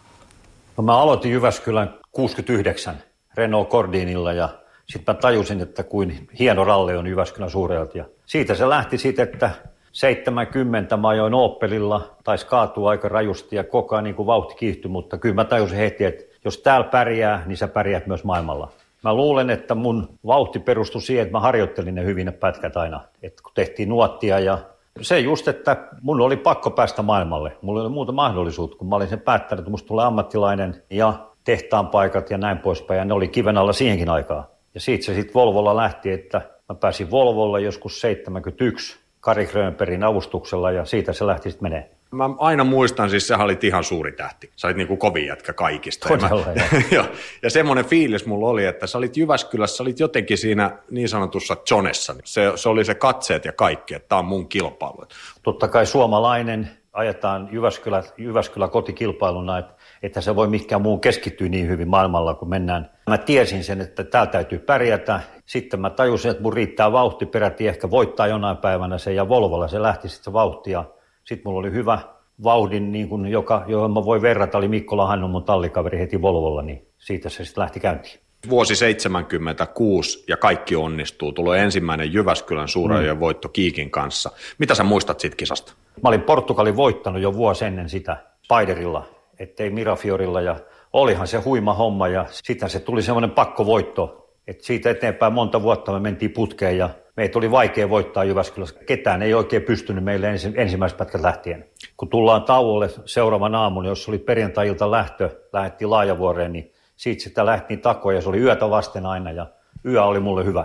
No mä aloitin Jyväskylän kuusikymmentäyhdeksän Renault Cordinilla ja sitten mä tajusin, että kuin hieno ralli on Jyväskylän suurajot. Ja siitä se lähti sitten, että seitsemänkymmentä mä ajoin Opelilla, taisi kaatua aika rajusti ja koko ajan niin kuin vauhti kiihtyi, mutta kyllä mä tajusin heti, että jos täällä pärjää, niin sä pärjäät myös maailmalla. Mä luulen, että mun vauhti perustui siihen, että mä harjoittelin ne hyvin ne pätkät aina, että kun tehtiin nuottia ja se just, että mun oli pakko päästä maailmalle. Mulla oli muuta mahdollisuutta, kun mä olin sen päättänyt, että musta tulee ammattilainen ja tehtaan paikat ja näin poispäin. Ja ne oli kiven alla siihenkin aikaan. Ja siitä se sitten Volvolla lähti, että mä pääsin Volvolle joskus seitsemänkymmentäyksi Kari Grönbergin avustuksella ja siitä se lähti sitten menee.
Mä aina muistan, siis sä olit ihan suuri tähti. Sä olit niinku kovin jätkä kaikista.
Todella,
ja, mä, ja, ja semmoinen fiilis mulla oli, että sä olit Jyväskylässä, sä olit jotenkin siinä niin sanotussa Jonessa. Se, se oli se katseet ja kaikki, että tää on mun kilpailu.
Totta kai suomalainen ajetaan Jyväskylä, Jyväskylä kotikilpailuna, että, että se voi mikään muu keskittyä niin hyvin maailmalla, kun mennään. Mä tiesin sen, että täällä täytyy pärjätä. Sitten mä tajusin, että mun riittää vauhti, peräti ehkä voittaa jonain päivänä se ja Volvolla se lähti sitten se vauhti ja sitten mulla oli hyvä vauhdin, niin kuin joka, johon mä voin verrata, oli Mikkola Hannu, mun tallikaveri heti Volvolla, niin siitä se sitten lähti käyntiin.
Vuosi seitsemänkymmentäkuusi ja kaikki onnistuu. Tulee ensimmäinen Jyväskylän suurajojen mm. voitto Kiikin kanssa. Mitä sä muistat siitä kisasta?
Mä olin Portugalin voittanut jo vuosi ennen sitä Spiderilla, ettei Mirafiorilla ja olihan se huima homma ja sitten se tuli semmoinen pakkovoitto. Et siitä eteenpäin monta vuotta me mentiin putkeen ja meitä oli vaikea voittaa Jyväskylässä. Ketään ei oikein pystynyt meille ensi, ensimmäiset pätkät lähtien. Kun tullaan tauolle seuraavan aamun, jos oli perjantai-ilta lähtö, lähdettiin Laajavuoreen, niin siitä sitä lähtiin takoon ja se oli yötä vasten aina ja yö oli mulle hyvä.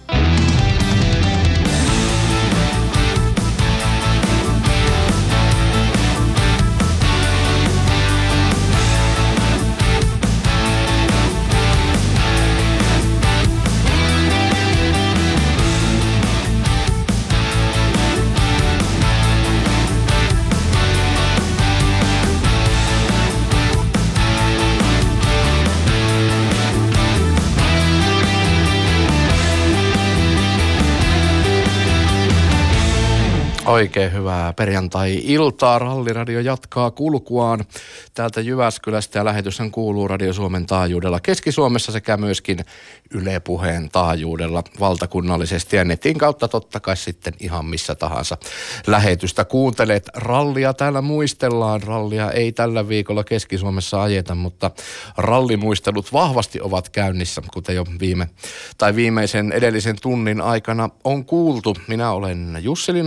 Oikein hyvää perjantai-iltaa. Ralliradio jatkaa kulkuaan täältä Jyväskylästä ja lähetyshän kuuluu Radio Suomen taajuudella Keski-Suomessa sekä myöskin Yle Puheen taajuudella valtakunnallisesti ja netin kautta totta kai sitten ihan missä tahansa lähetystä kuuntelet. Rallia täällä muistellaan. Rallia ei tällä viikolla Keski-Suomessa ajeta, mutta rallimuistelut vahvasti ovat käynnissä, kuten jo viime tai viimeisen edellisen tunnin aikana on kuultu. Minä olen Jussi Lindroos.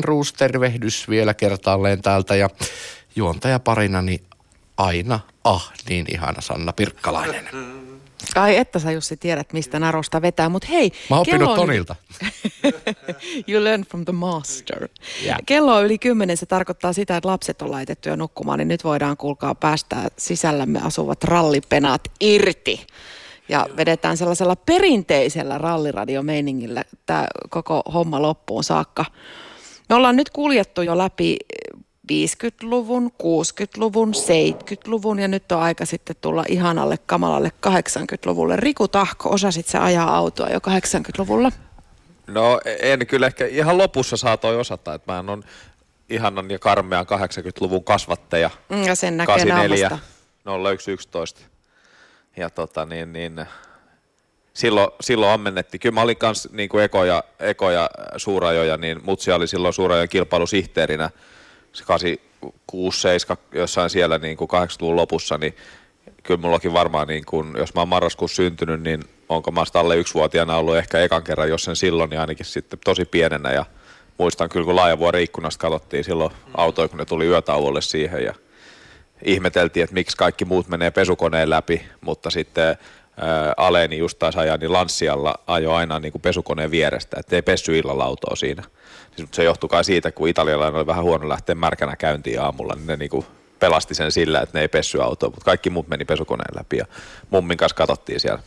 tervehdys vielä kertaalleen täältä ja juontaja parinani aina, ah niin ihana Sanna Pirkkalainen.
Ai että sä Jussi tiedät, mistä narosta vetää, mutta hei.
Mä oon oppinut Tonilta.
You learn from the master.
Yeah.
Kello on yli kymmenen, se tarkoittaa sitä, että lapset on laitettu jo nukkumaan, niin nyt voidaan kuulkaa päästää sisällämme asuvat rallipenat irti. Ja vedetään sellaisella perinteisellä ralliradiomeiningillä tämä koko homma loppuun saakka. Me ollaan nyt kuljettu jo läpi viisikymmentäluvun, kuusikymmentäluvun, seitsemänkymmentäluvun ja nyt on aika sitten tulla ihanalle kamalalle kahdeksankymmentäluvulle. Riku Tahko, osasit sä ajaa autoa jo kahdeksankymmentäluvulla?
No en kyllä ehkä ihan lopussa saatoi osata, että mä on ihanan ja karmean kahdeksankymmentäluvun kasvattaja.
Ja sen näkee naamasta.
nolla yksi yksitoista. Ja tota niin, niin silloin, silloin ammennettiin. Kyllä mä olin kans niin kuin ekoja, ekoja suurajoja, niin mutsi oli silloin suurajojen kilpailusihteerinä. Se kahdeksankymmentäkuusi seitsemänkymmentä jossain siellä niin kuin kahdeksankymmentäluvun lopussa, niin kyllä mullakin varmaan, niin kuin, jos mä oon marraskuussa syntynyt, niin onko mä sitä alle yksivuotiaana ollut ehkä ekan kerran, jos sen silloin, niin ainakin sitten tosi pienenä. Ja muistan kyllä, kun Laajavuoren ikkunasta katsottiin silloin autoja, kun ne tuli yötauolle siihen ja ihmeteltiin, että miksi kaikki muut menee pesukoneen läpi, mutta sitten ää, Aleni just taas ajaa, niin Lanssialla ajoi aina niin kuin pesukoneen vierestä, ettei pessy illalla autoa siinä. Se johtui kai siitä, kun italialainen oli vähän huono lähteä märkänä käyntiin aamulla, niin ne niin kuin pelasti sen sillä, että ne ei pessy autoa, mutta kaikki muut meni pesukoneen läpi ja mummin kanssa katsottiin siellä.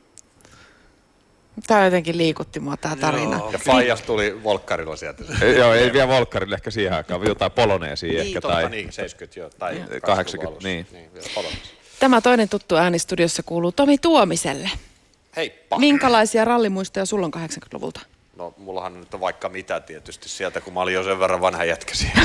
Tämä jotenkin liikutti mua tämä tarina.
Joo. Ja Faijas tuli volkkarilla sieltä.
Joo, ei vielä volkkarilla ehkä siihen aikaan, jotain poloneesia
niin,
ehkä.
Totta,
tai
niin, seitsemänkymmentä jo, tai
kahdeksankymmentä, niin.
niin vielä
Tämä toinen tuttu ääni studiossa kuuluu Tomi Tuomiselle.
Heippa.
Minkälaisia rallimuistoja sulla on kahdeksankymmentäluvulta?
No mullahan nyt on vaikka mitä tietysti sieltä, kun mä olin jo sen verran vanha jätkä siellä.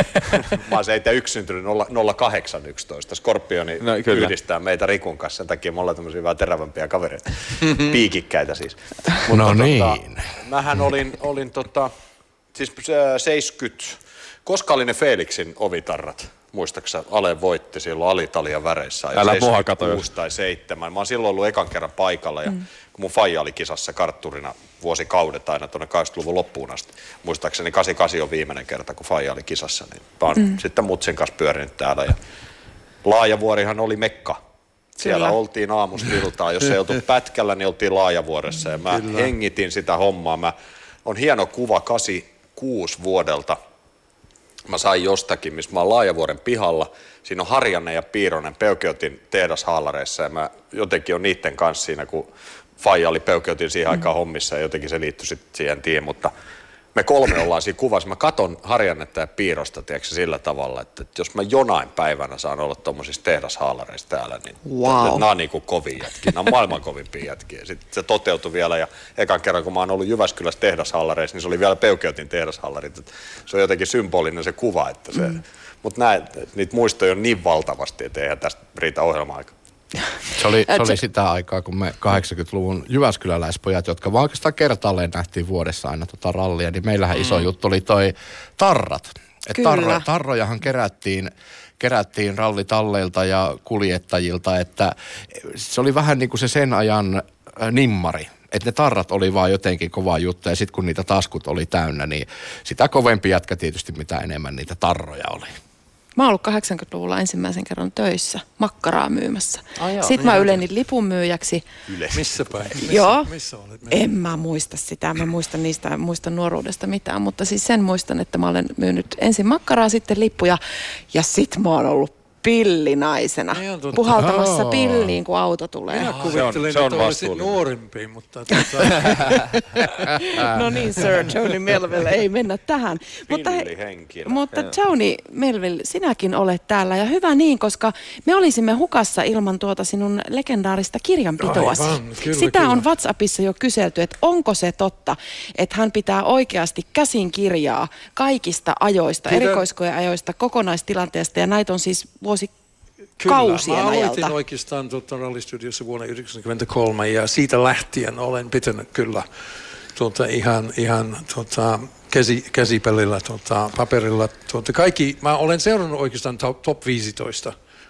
Mä oon seitsemänkymmentäyksi syntynyt nolla kahdeksan yksitoista. Skorpioni no, yhdistää meitä Rikun kanssa, sen takia me ollaan tämmöisiä vähän terävämpiä kavereita. Piikikkäitä siis.
Mutta, no niin.
Tota, mähän olin, olin tota, siis seitsemänkymmentä, koska oli ne Felixin ovitarrat? Muistaaksä, Ale voitti silloin Alitalia väreissä.
Älä mua kato
kuusi tai seitsemän. Mä oon silloin ollut ekan kerran paikalla ja mm. kun mun faija oli kisassa kartturina vuosikaudet aina tuonne kahdeksankymmentäluvun loppuun asti. Muistaakseni kahdeksankymmentäkahdeksan on viimeinen kerta, kun faija oli kisassa. Niin mä oon mm. sitten mutsin kanssa pyörinyt täällä. Ja Laajavuorihan oli mekka. Siellä Kyllä. oltiin aamusta iltaan. Jos ei oltu pätkällä, niin oltiin Laajavuoressa. Ja mä Kyllä. hengitin sitä hommaa. Mä, on hieno kuva kahdeksankymmentäkuusi vuodelta. Mä sain jostakin, missä mä oon Laajavuoren pihalla. Siinä on Harjanne ja Piironen Peukeutin tehdashaalareissa ja mä jotenkin on niitten kanssa siinä, kun faija oli Peukeutin siihen aikaan mm. hommissa ja jotenkin se liittyi sitten siihen tiin, mutta me kolme ollaan siinä kuvassa. Mä katon Harjannetta ja Piirosta, tiedätkö, sillä tavalla, että, että jos mä jonain päivänä saan olla tommosissa tehdashaalareissa täällä, niin
wow.
nämä on niin kuin kovia jätkiä, nämä on maailman kovimpia jätkiä. Sitten se toteutui vielä ja ekan kerran, kun mä oon ollut Jyväskylässä tehdashaalareissa, niin se oli vielä Peukeutin tehdashaalarit. Se on jotenkin symbolinen se kuva, että se, mm. mutta niitä muistoja on niin valtavasti, että eihän tästä riitä ohjelma-aika.
Se oli, se oli sitä aikaa, kun me kahdeksankymmentäluvun jyväskyläläispojat, jotka vaan oikeastaan kertaalleen nähtiin vuodessa aina tota rallia, niin meillähän mm. iso juttu oli toi tarrat. Et tarro, tarrojahan kerättiin, kerättiin rallitalleilta ja kuljettajilta, että se oli vähän niin kuin se sen ajan nimmari. Että ne tarrat oli vaan jotenkin kova juttu ja sitten kun niitä taskut oli täynnä, niin sitä kovempi jätkä tietysti mitä enemmän niitä tarroja oli.
Mä oon ollut kahdeksankymmentäluvulla ensimmäisen kerran töissä makkaraa myymässä.
Ah, joo,
Sitten
niin
mä ylenin lipunmyyjäksi.
Yle.
Missä päin? Missä,
Joo.
Missä olet?
En mä muista sitä. Mä muistan niistä, muistan nuoruudesta mitään. Mutta siis sen muistan, että mä olen myynyt ensin makkaraa, sitten lippuja. Ja sit mä oon ollut pillinaisena. Puhaltamassa oh. pilliin, kun auto tulee.
Minä kuvittelin,
se on, se
että olisit nuorempi, mutta... Tuota...
no niin, Sir Tony Melville, ei mennä tähän. mutta, mutta Tony Melville, sinäkin olet täällä ja hyvä niin, koska me olisimme hukassa ilman tuota sinun legendaarista kirjanpitoasi.
Aivan, kyllä,
Sitä
kyllä.
on WhatsAppissa jo kyselty, että onko se totta, että hän pitää oikeasti käsin kirjaa kaikista ajoista,
Pidän...
erikoiskoeajoista, kokonaistilanteesta ja näitä on siis vuosi
Kyllä,
kausien
mä aloitin
ajalta.
oikeastaan tuota rallistudiossa vuonna yhdeksänkymmentäkolme ja siitä lähtien olen pitänyt kyllä tuota, ihan, ihan tuota, käsi, käsipelillä, tuota, paperilla. Tuota, kaikki, mä olen seurannut oikeastaan top, top viisitoista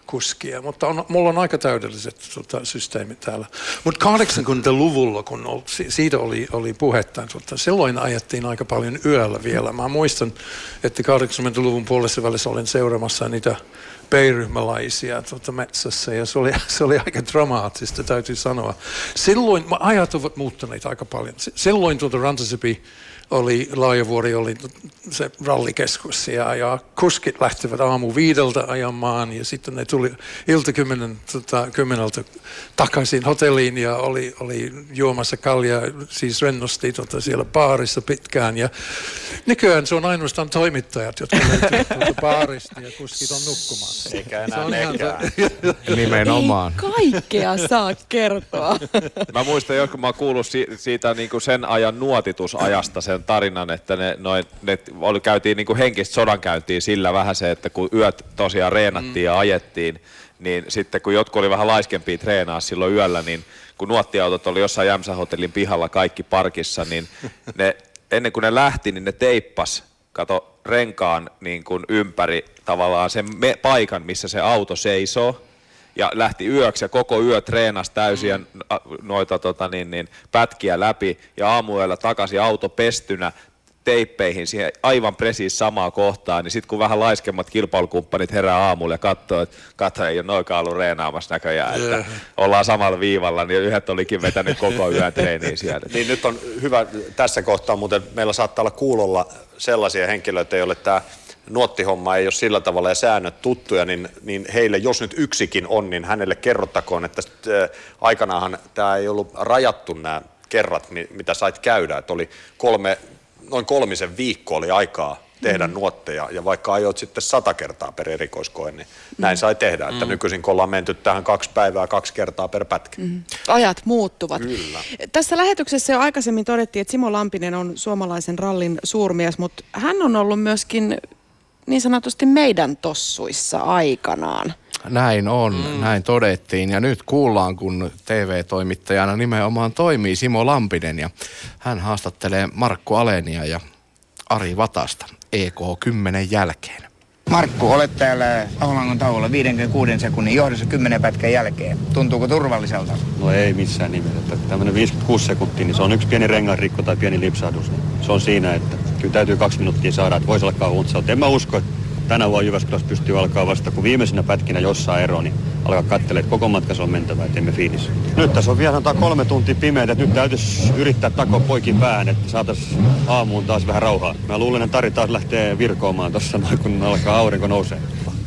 kuskia, mutta on, mulla on aika täydelliset tota, systeemit täällä. Mutta kahdeksankymmentäluvulla, kun ol, siitä oli, oli puhetta, tota, silloin ajettiin aika paljon yöllä vielä. Mä muistan, että kahdeksankymmentäluvun puolessa välissä olin seuraamassa niitä B-ryhmäläisiä tuota metsässä ja se oli, se oli aika dramaattista, täytyy sanoa. Silloin ajat ovat muuttuneet aika paljon. Silloin tuota Rantasepi oli, Laajavuori oli se rallikeskus ja, ja kuskit lähtivät aamu viideltä ajamaan ja sitten ne tuli iltakymmenen tota, kymmeneltä takaisin hotelliin ja oli, oli juomassa kaljaa, siis rennosti tota, siellä baarissa pitkään ja nykyään se on ainoastaan toimittajat, jotka löytyvät tuota baarista ja kuskit on nukkumassa.
Eikä enää nekään.
Nimenomaan.
Ei kaikkea saa kertoa.
Mä muistan, joku mä oon kuullut si- siitä niin kuin sen ajan nuotitusajasta sen tarinan, että ne, noin, ne oli, käytiin niin kuin henkistä sodankäyntiä sillä vähän se, että kun yöt tosiaan reenattiin mm. ja ajettiin, niin sitten kun jotkut oli vähän laiskempia treenaa silloin yöllä, niin kun nuottiautot oli jossain Jämsä-hotellin pihalla kaikki parkissa, niin ne, ennen kuin ne lähti, niin ne teippas, kato, renkaan niin kuin ympäri tavallaan sen me- paikan, missä se auto seisoo. Ja lähti yöksi ja koko yö treenasi täysiä noita tota, niin, niin, pätkiä läpi ja aamuyöllä takaisin auto pestynä teippeihin siihen aivan presiis samaa kohtaa, niin sitten kun vähän laiskemmat kilpailukumppanit herää aamulla ja katsoo, että katso ei ole noikaan ollut reenaamassa näköjään, että yeah. ollaan samalla viivalla, niin yhdet olikin vetänyt koko yön treeniä siellä.
Niin nyt on hyvä tässä kohtaa, mutta meillä saattaa olla kuulolla sellaisia henkilöitä, joille tämä nuottihomma ei ole sillä tavalla ja säännöt tuttuja, niin, niin heille, jos nyt yksikin on, niin hänelle kerrottakoon, että äh, aikanaanhan tämä ei ollut rajattu nämä kerrat, mitä sait käydä, että oli kolme, noin kolmisen viikko oli aikaa tehdä mm. nuotteja, ja vaikka ajoit sitten sata kertaa per erikoiskoe, niin mm. näin sai tehdä, että mm. nykyisin kun ollaan menty tähän kaksi päivää, kaksi kertaa per pätkä. Mm.
Ajat muuttuvat.
Kyllä.
Tässä lähetyksessä jo aikaisemmin todettiin, että Simo Lampinen on suomalaisen rallin suurmies, mutta hän on ollut myöskin niin sanotusti meidän tossuissa aikanaan.
Näin on, mm. näin todettiin. Ja nyt kuullaan, kun T V-toimittajana nimenomaan toimii Simo Lampinen. Ja hän haastattelee Markku Alenia ja Ari Vatasta E K kymmenen jälkeen.
Markku, olet täällä Aholangon tauolla viidenkymmenenkuuden sekunnin johdossa kymmenen pätkän jälkeen. Tuntuuko turvalliselta?
No ei missään nimessä. Tämmöinen viisikymmentäkuusi sekuntia, niin se on yksi pieni renganrikko tai pieni lipsahdus. Niin se on siinä, että kyllä täytyy kaksi minuuttia saada, että voisi alkaa huntsautta. En mä usko, että tänä vuonna Jyväskylässä pystyy alkaa vasta, kun viimeisenä pätkinä jossain ero, niin alkaa katselemaan, että koko matka se on mentävä, ettei me fiilis. Nyt tässä on vielä sanotaan kolme tuntia pimeää, että nyt täytyisi yrittää takoa poikin päähän, että saataisiin aamuun taas vähän rauhaa. Mä luulen, että Tari taas lähtee virkoamaan tuossa noin, kun alkaa aurinko nousee.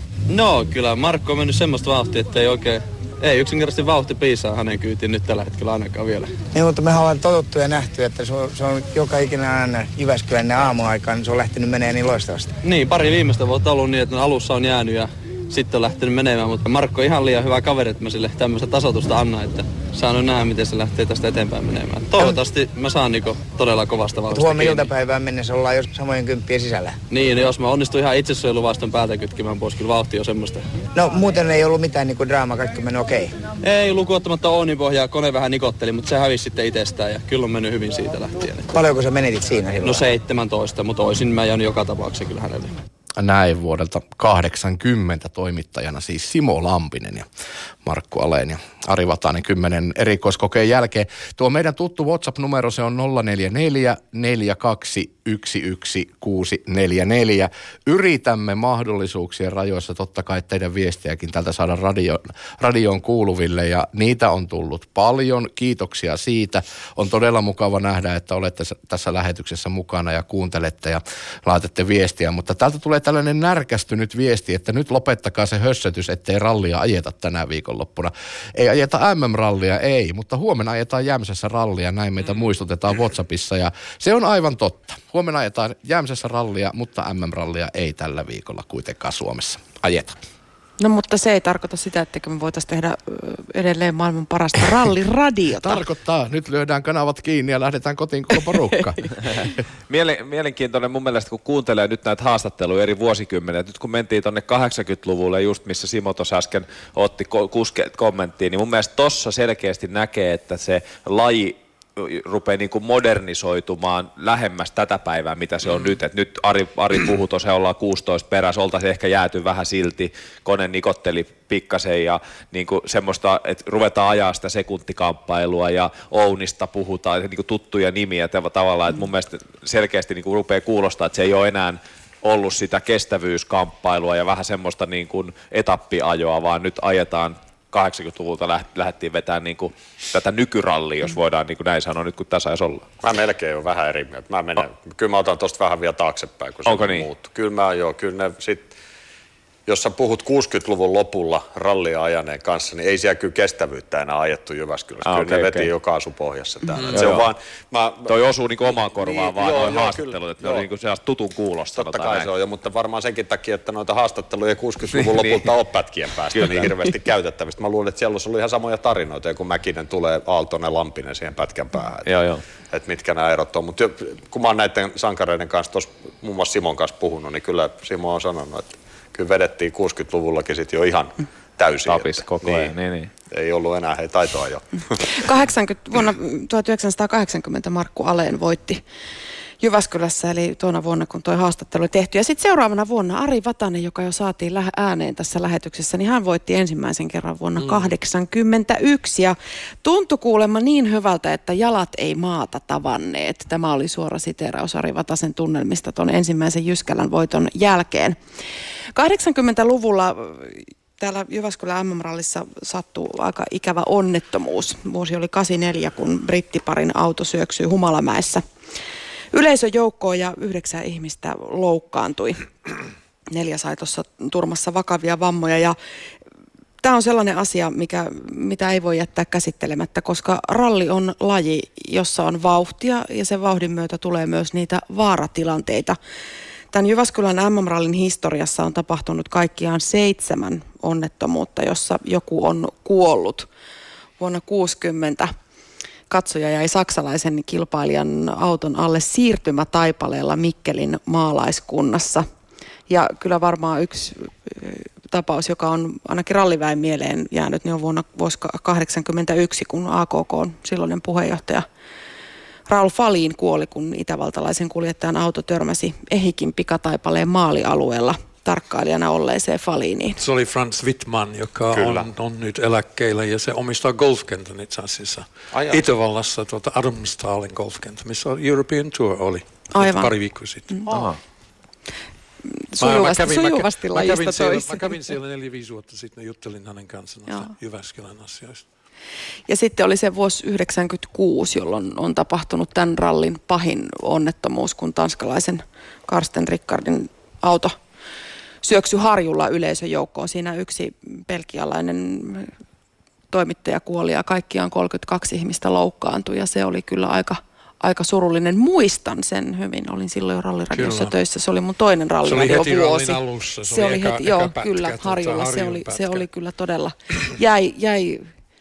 No kyllä, Markku on mennyt semmoista vauhtia, että ei oikein, ei yksinkertaisesti vauhti piisaa hänen kyytiin nyt tällä hetkellä ainakaan vielä.
Niin, mutta mehän ollaan totuttu ja nähty, että se on, se on joka ikinä aina Jyväskylän aamuaikaan, niin se on lähtenyt menee niin loistavasti.
Niin, pari viimeistä vuotta ollut niin, että alussa on jäänyt ja sitten on lähtenyt menemään, mutta Markku on ihan liian hyvä kaveri, että mä sille tämmöistä tasoitusta annan, että saan nähdä, miten se lähtee tästä eteenpäin menemään. Toivottavasti mä saan niinku todella kovasta vauhdista.
Huomenna iltapäivään mennessä ollaan jo samojen kymppien sisällä.
Niin, jos mä onnistun ihan itsesuojeluvaiston päältä kytkimään pois, kyllä vauhti on semmoista.
No muuten ei ollut mitään niinku draamaa, kaikki meni okei. Okay.
Ei, lukuottamatta Oonin pohjaa, kone vähän nikotteli, mutta se hävisi sitten itsestään ja kyllä on mennyt hyvin siitä lähtien.
Paljonko sä menetit siinä silloin?
No seitsemäntoista, mutta oisin mä jäänyt joka tapauksessa kyllä hänelle.
Näin vuodelta kahdeksankymmentä toimittajana siis Simo Lampinen ja Markku Alen ja Ari Vatanen kymmenen erikoiskokeen jälkeen. Tuo meidän tuttu WhatsApp-numero se on nolla neljä neljä neljä kaksi yksi yksi kuusi neljä neljä. Yritämme mahdollisuuksien rajoissa totta kai teidän viestiäkin tältä saada radio, radioon kuuluville ja niitä on tullut paljon. Kiitoksia siitä. On todella mukava nähdä, että olette tässä lähetyksessä mukana ja kuuntelette ja laitatte viestiä, mutta täältä tulee tällainen närkästynyt viesti, että nyt lopettakaa se hössötys, ettei rallia ajeta tänä viikonloppuna. Ei ajeta M M-rallia, ei, mutta huomenna ajetaan Jämsässä rallia, näin meitä muistutetaan WhatsAppissa ja se on aivan totta. Huomenna ajetaan Jämsässä rallia, mutta M M-rallia ei tällä viikolla kuitenkaan Suomessa ajeta.
No mutta se ei tarkoita sitä, että me voitaisiin tehdä edelleen maailman parasta ralliradiota.
Tarkoittaa. Nyt lyödään kanavat kiinni ja lähdetään kotiin koko porukka.
Mielen, mielenkiintoinen mun mielestä, kun kuuntelee nyt näitä haastatteluja eri vuosikymmeniä. Nyt kun mentiin tonne kahdeksankymmentäluvulle, just missä Simo tuossa äsken otti kuske kommenttiin, niin mun mielestä tossa selkeästi näkee, että se laji rupeaa niin kuin modernisoitumaan lähemmäs tätä päivää, mitä se on mm. nyt. Et nyt Ari, Ari puhui tosiaan, ollaan kuusitoista perässä, oltaisiin ehkä jääty vähän silti, kone nikotteli pikkasen ja niin kuin semmoista, että ruvetaan ajaa sitä sekuntikamppailua ja Ounista puhutaan, niin kuin tuttuja nimiä tavallaan, että mun mielestä selkeästi niin kuin rupeaa kuulostaa, että se ei ole enää ollut sitä kestävyyskamppailua ja vähän semmoista niin kuin etappiajoa, vaan nyt ajetaan kahdeksankymmentäluvulta lähdettiin vetämään niin kuin tätä nykyrallia, jos voidaan niin kuin näin sanoa, nyt kun tässä saisi olla.
Mä melkein on vähän eri mieltä. Mä menen, oh. Kyllä mä otan tosta vähän vielä taaksepäin, kun se
Onko niin?
muuttuu. Kyllä mä joo, kyllä ne sit, jos sä puhut kuusikymmentäluvun lopulla rallia ajaneen kanssa, niin ei siellä kyllä kestävyyttä enää ajettu Jyväskylässä. Ah, kyllä okay, ne veti okay. jo kaasupohjassa täällä. Mm-hmm. Se on vaan, mä,
toi osuu niinku omaan korvaan niin, vaan noin haastattelut, että
joo.
ne on niinku sellaista tutun kuulosta.
Totta kai näin. Se on jo, mutta varmaan senkin takia, että noita haastatteluja kuusikymmentäluvun lopulta on pätkien päästä niin hirveästi käytettävistä. Mä luulen, että siellä olisi ollut ihan samoja tarinoita, kun Mäkinen tulee Aaltonen Lampinen siihen pätkän päähän. Että,
joo, joo.
että mitkä nämä erot on. Mutta kun mä oon näiden sankareiden kanssa, tuossa muun muassa Simon kanssa puhunut, niin kyllä Simo on sanonut, että kyllä vedettiin kuusikymmentäluvullakin sitten jo ihan täysin.
Tapis koko ajan, niin, niin.
Ei ollut enää hei taitoa jo.
kahdeksankymmentä, vuonna tuhatyhdeksänsataakahdeksankymmentä Markku Aleen voitti Jyväskylässä, eli tuona vuonna, kun tuo haastattelu oli tehty. Ja sitten seuraavana vuonna Ari Vatanen, joka jo saatiin lä- ääneen tässä lähetyksessä, niin hän voitti ensimmäisen kerran vuonna mm. kahdeksankymmentäyksi. Ja tuntui kuulemma niin hyvältä, että jalat ei maata tavanneet. Tämä oli suora siteeraus Ari Vatasen tunnelmista tuon ensimmäisen Jyskälän voiton jälkeen. kahdeksankymmentäluvulla täällä Jyväskylän M M-rallissa sattui aika ikävä onnettomuus. Vuosi oli kahdeksankymmentäneljä, kun brittiparin auto syöksyi Humalamäessä yleisöjoukkoon ja yhdeksän ihmistä loukkaantui. Neljä sai tuossa turmassa vakavia vammoja ja tämä on sellainen asia, mikä, mitä ei voi jättää käsittelemättä, koska ralli on laji, jossa on vauhtia ja sen vauhdin myötä tulee myös niitä vaaratilanteita. Tämän Jyväskylän M M-rallin historiassa on tapahtunut kaikkiaan seitsemän onnettomuutta, jossa joku on kuollut. Vuonna kuusikymmentä katsoja jäi saksalaisen kilpailijan auton alle siirtymätaipaleella Mikkelin maalaiskunnassa. Ja kyllä varmaan yksi tapaus, joka on ainakin ralliväen mieleen jäänyt, niin on vuonna vuosi kahdeksankymmentäyksi, kun A K K silloinen puheenjohtaja Raul Falin kuoli, kun itävaltalaisen kuljettajan auto törmäsi Ehikin pikataipaleen maalialueella tarkkailijana olleeseen Faliniin.
Se oli Franz Wittmann, joka on, on nyt eläkkeellä ja se omistaa golfkentän itse asiassa. Ai Itävallassa tuota Adamstalin golfkenttä, missä European Tour oli pari viikkoa sitten. Mm.
Aha. Sujuvasti, mä, mä kävin, sujuvasti mä, lajista
mä
toiseen.
Mä kävin siellä neljä, viisi vuotta sitten ja juttelin hänen kanssaan Jyväskylän asioista.
Ja sitten oli se vuosi yhdeksänkymmentäkuusi, jolloin on tapahtunut tämän rallin pahin onnettomuus, kun tanskalaisen Karsten Rickardin auto syöksy Harjulla yleisöjoukkoon. Siinä yksi belgialainen toimittaja kuoli ja kaikkiaan kolmekymmentäkaksi ihmistä loukkaantui ja se oli kyllä aika, aika surullinen. Muistan sen hyvin, olin silloin jo ralliradiossa töissä. Se oli mun toinen ralliradio
vuosi. Se oli heti
vuosi.
rallin alussa. Se,
se
oli
oli
eka,
heti,
eka
joo,
pätkä,
kyllä,
tuota,
Harjulla. Se oli, se oli kyllä todella, jäi, jäi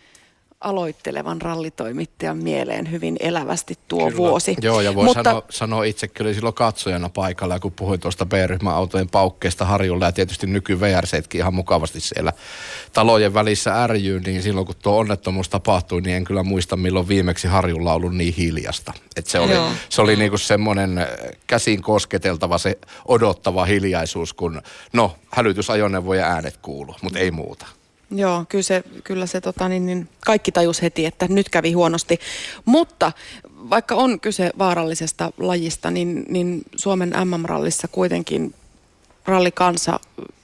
aloittelevan rallitoimittajan mieleen hyvin elävästi tuo
kyllä.
vuosi.
Joo, ja voi
Mutta
sanoa, sanoa itsekin, oli silloin katsojana paikalla, kun puhuin tuosta B-ryhmän autojen paukkeesta Harjulla, ja tietysti nyky V R C:tkin ihan mukavasti siellä talojen välissä ärjyy, niin silloin kun tuo onnettomuus tapahtui, niin en kyllä muista, milloin viimeksi Harjulla ollut niin hiljasta. Että se oli, se oli niinku semmoinen käsin kosketeltava, se odottava hiljaisuus, kun no, hälytysajoneuvojen äänet kuuluu, mutta ei muuta.
Joo, kyllä se, kyllä se tota, niin, niin, kaikki tajus heti, että nyt kävi huonosti. Mutta vaikka on kyse vaarallisesta lajista, niin, niin Suomen M M-rallissa kuitenkin rallikansa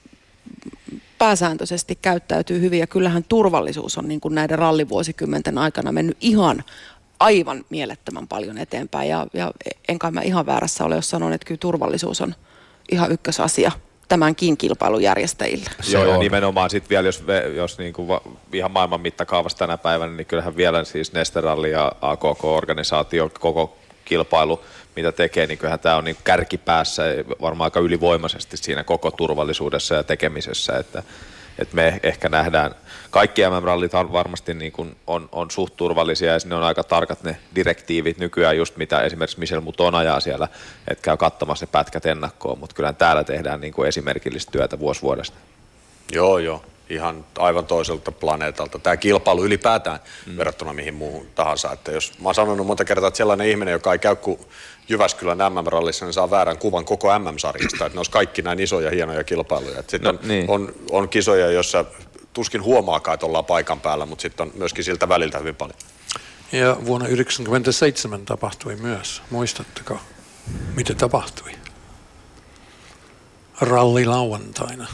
pääsääntöisesti käyttäytyy hyvin. Ja kyllähän turvallisuus on niin kuin näiden rallivuosikymmenten aikana mennyt ihan aivan mielettömän paljon eteenpäin. Ja, ja enkä mä ihan väärässä ole, jos sanon, että kyllä turvallisuus on ihan ykkösasia tämänkin kilpailun järjestäjille.
Joo, ja nimenomaan sitten vielä, jos, jos niinku va, ihan maailman mittakaavassa tänä päivänä, niin kyllähän vielä siis Neste Rally ja A K K-organisaatio, koko kilpailu, mitä tekee, niin kyllähän tämä on niinku kärkipäässä varmaan aika ylivoimaisesti siinä koko turvallisuudessa ja tekemisessä, että, että me ehkä nähdään, kaikki M M-rallit varmasti niin kuin on, on suht turvallisia ja sinne on aika tarkat ne direktiivit nykyään just mitä esimerkiksi Michel Mouton ajaa siellä, että käy katsomassa ne pätkät ennakkoon, mutta kyllähän täällä tehdään niin kuin esimerkillistä työtä vuosi vuodesta.
Joo, joo. ihan aivan toiselta planeetalta. Tämä kilpailu ylipäätään mm. verrattuna mihin muuhun tahansa. Että jos, mä oon sanonut monta kertaa, että sellainen ihminen, joka ei käy kuin Jyväskylän M M-rallissa, niin saa väärän kuvan koko M M-sarjasta. Että ne olisi kaikki näin isoja, hienoja kilpailuja. Sitten no, on, niin. on, on kisoja, joissa tuskin huomaakaan, että ollaan paikan päällä, mutta sitten on myöskin siltä väliltä hyvin paljon.
Ja vuonna yhdeksänkymmentäseitsemän tapahtui myös. Muistatteko, mitä tapahtui? Ralli lauantaina.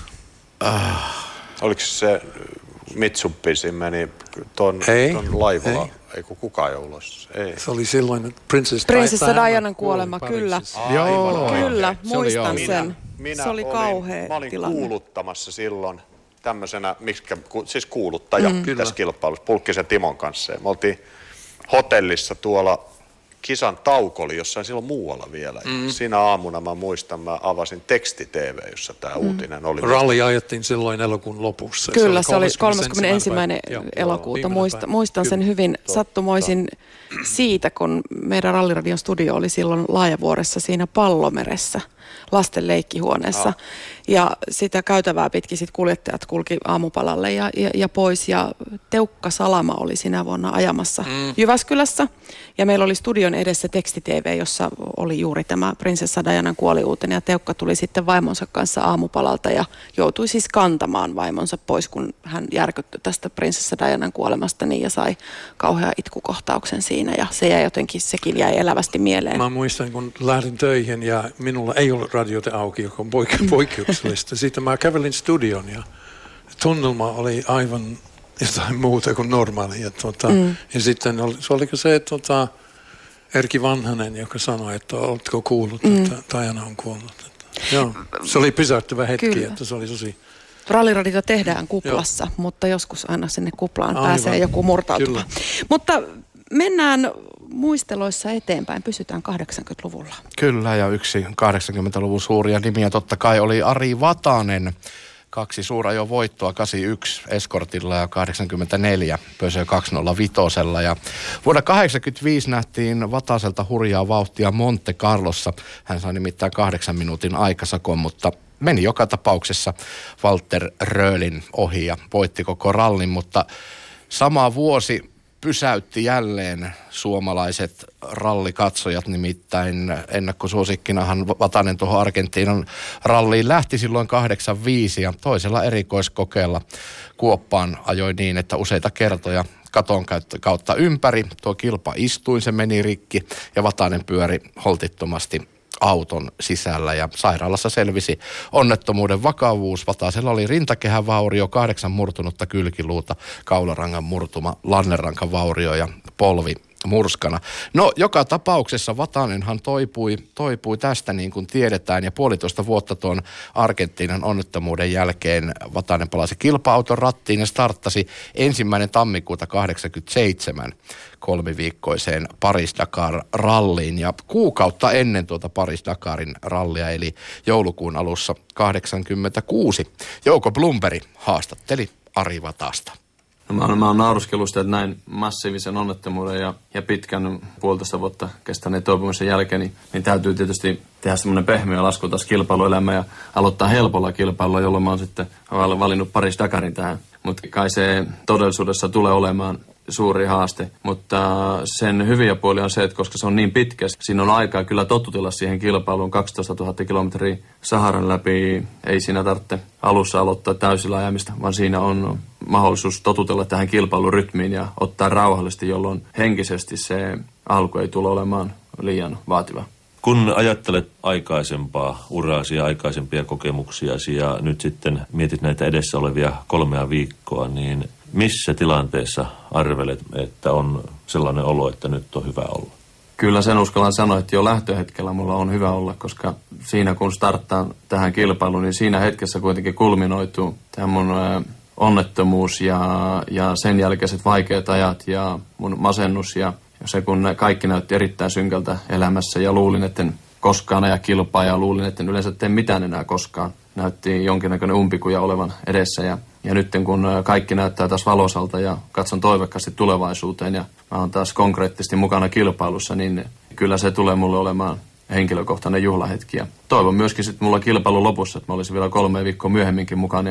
Ah. Oliko se Mitsubishi meni ton,
ei,
ton laivalla?
Ei.
Ei kun kukaan ei ulos. Ei.
Se oli silloin Princess
Prinsessa Dianan kuolema, kyllä.
Joo.
Kyllä,
se
muistan
minä,
sen.
Minä
se oli
olin,
kauhea
Mä olin
tilanne.
kuuluttamassa silloin tämmöisenä, miksikä, siis kuuluttaja mm. tässä kilpailussa, Pulkkisen Timon kanssa. Me oltiin hotellissa tuolla, kisan tauko oli jossain silloin muualla vielä. Mm. Siinä aamuna mä muistan, mä avasin teksti-T V, jossa tämä mm. uutinen oli.
Ralli ajettiin silloin elokuun lopussa.
Kyllä, se oli kolmaskymmenesensimmäinen elokuuta. Muistan, muistan sen hyvin sattumoisin siitä, kun meidän Ralliradion studio oli silloin Laajavuoressa siinä Pallomeressä, lasten leikkihuoneessa. Ah. Ja sitä käytävää pitkin sit kuljettajat kulki aamupalalle ja, ja, ja pois. Ja Teukka Salama oli sinä vuonna ajamassa mm. Jyväskylässä. Ja meillä oli studion edessä teksti-T V, jossa oli juuri tämä Prinsessa Dianan kuoliuutinen. Ja Teukka tuli sitten vaimonsa kanssa aamupalalta ja joutui siis kantamaan vaimonsa pois, kun hän järkyttyi tästä Prinsessa Dianan kuolemasta niin ja sai kauhean itkukohtauksen siinä. Ja se jäi jotenkin, sekin jäi elävästi mieleen.
Mä muistan, kun lähdin töihin ja minulla ei ollut radiota auki, joka on poik- poikkeuksellista. Sitten mä kävelin studion ja tunnelma oli aivan jotain muuta kuin normaalia. Tuota, mm. Ja sitten oli, se oliko se tuota, Erkki Vanhanen, joka sanoi, että oletko kuullut, mm. että Diana on kuollut. Että, joo, se oli pysäyttävä hetki, Kyllä. että se oli tosi...
Ralliradiota tehdään kuplassa, joo. mutta joskus aina sinne kuplaan Aivan. pääsee joku murtautumaan. Mutta mennään muisteloissa eteenpäin, pysytään kahdeksankymmentäluvulla.
Kyllä, ja yksi kahdeksankymmentäluvun suuria nimiä totta kai oli Ari Vatanen. Kaksi suurajovoittoa, kahdeksankymmentäyksi Escortilla ja kahdeksankymmentäneljä Peugeot kaksisataaviisi. Ja vuonna kahdeksankymmentäviisi nähtiin Vataselta hurjaa vauhtia Monte Carlossa. Hän sai nimittäin kahdeksan minuutin aikasakon, mutta meni joka tapauksessa Walter Röhlin ohi ja voitti koko rallin, mutta sama vuosi pysäytti jälleen suomalaiset rallikatsojat, nimittäin ennakkosuosikkinahan Vatanen tuohon Argentiinan ralliin lähti silloin kahdeksankymmentäviisi ja toisella erikoiskokeella kuoppaan ajoi niin, että useita kertoja katon kautta ympäri. Tuo kilpa istuin, se meni rikki ja Vatanen pyöri holtittomasti auton sisällä ja sairaalassa selvisi onnettomuuden vakavuus. Vatasella oli rintakehän vaurio, kahdeksan murtunutta kylkiluuta, kaularangan murtuma, lannerankan vaurio ja polvi murskana. No, joka tapauksessa Vatanenhan toipui, toipui tästä niin kuin tiedetään ja puolitoista vuotta tuon Argentiinan onnettomuuden jälkeen Vatanen palasi kilpa-auton rattiin ja starttasi ensimmäinen tammikuuta kahdeksankymmentäseitsemän kolmiviikkoiseen Paris-Dakar-ralliin ja kuukautta ennen tuota Paris-Dakarin rallia eli joulukuun alussa kahdeksankymmentäkuusi Jouko Blomberg haastatteli Ari Vatasta.
No, mä, oon, mä oon nauruskellut sitä, että näin massiivisen onnettomuuden ja, ja pitkän puolitoista vuotta kestäneen toipumisen jälkeen, niin, niin täytyy tietysti tehdä semmoinen pehmeä lasku taas kilpailuelämä ja aloittaa helpolla kilpailulla, jolloin mä oon sitten valinnut Paris-Dakarin tähän. Mutta kai se todellisuudessa tulee olemaan suuri haaste, mutta sen hyviä puoli on se, että koska se on niin pitkä, siinä on aikaa kyllä totutella siihen kilpailuun kaksitoistatuhatta kilometriä Saharan läpi. Ei siinä tarvitse alussa aloittaa täysillä ajamista, vaan siinä on mahdollisuus totutella tähän kilpailurytmiin ja ottaa rauhallisesti, jolloin henkisesti se alku ei tule olemaan liian vaativa.
Kun ajattelet aikaisempaa uraasi ja aikaisempia kokemuksiasi ja nyt sitten mietit näitä edessä olevia kolmea viikkoa, niin missä tilanteessa arvelet, että on sellainen olo, että nyt on hyvä olla?
Kyllä sen uskallan sanoa, että jo lähtöhetkellä mulla on hyvä olla, koska siinä kun starttaan tähän kilpailuun, niin siinä hetkessä kuitenkin kulminoituu tämä mun onnettomuus ja, ja sen jälkeiset vaikeat ajat ja mun masennus ja se kun kaikki näytti erittäin synkältä elämässä ja luulin, että en koskaan aja kilpaa ja luulin, että en yleensä tee mitään enää koskaan. Näytti jonkinnäköinen umpikuja olevan edessä ja, ja nyt kun kaikki näyttää taas valoisalta ja katson toivekkaasti tulevaisuuteen ja mä oon taas konkreettisesti mukana kilpailussa, niin kyllä se tulee mulle olemaan henkilökohtainen juhlahetki. Ja toivon myöskin sitten mulla kilpailun lopussa, että mä olisin vielä kolme viikkoa myöhemminkin mukana ja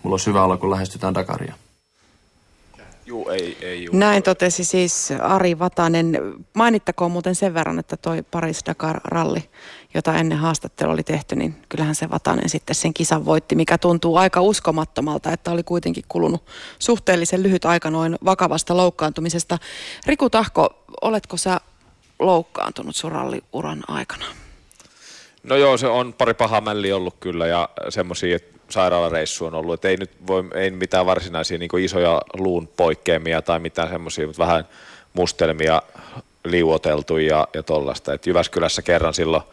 mulla olisi hyvä olla, kun lähestytään Dakaria.
Juu, ei, ei juu.
Näin totesi siis Ari Vatanen. Mainittakoon muuten sen verran, että toi Paris-Dakar-ralli, jota ennen haastattelu oli tehty, niin kyllähän se Vatanen sitten sen kisan voitti, mikä tuntuu aika uskomattomalta, että oli kuitenkin kulunut suhteellisen lyhyt aika noin vakavasta loukkaantumisesta. Riku Tahko, oletko sä loukkaantunut sun ralliuran aikana?
No joo, se on pari pahaa mälliä ollut kyllä ja semmoisia, että sairaalareissu on ollut, että ei nyt voi, ei mitään varsinaisia niin kuin isoja luun poikkeamia tai mitään semmoisia, mutta vähän mustelmia liuoteltu ja, ja tollaista. Et Jyväskylässä kerran silloin,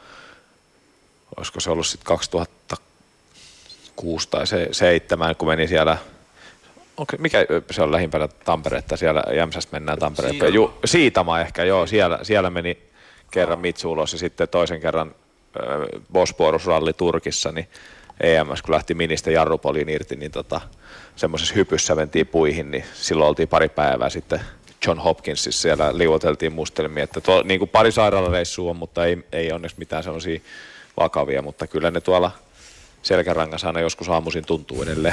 olisiko se ollut sitten kaksituhattakuusi tai seitsemän, kun meni siellä, onko, mikä se on lähimpänä Tamperetta, siellä Jämsästä mennään Tampereen. Ju, Siitama ehkä, joo, siellä, siellä meni kerran Mitsu ulos ja sitten toisen kerran äh, Bosporus-ralli Turkissa, niin E M S, kun lähti ministä jarrupoliin irti, niin tota, semmoisessa hypyssä mentiin puihin, niin silloin oltiin pari päivää sitten John Hopkinsissa, siellä liuoteltiin mustelmia, että tuo, niin kuin pari sairaalareissua on, mutta ei, ei onneksi mitään sellaisia vakavia, mutta kyllä ne tuolla selkärangassa aina joskus aamuisin tuntuu edelleen.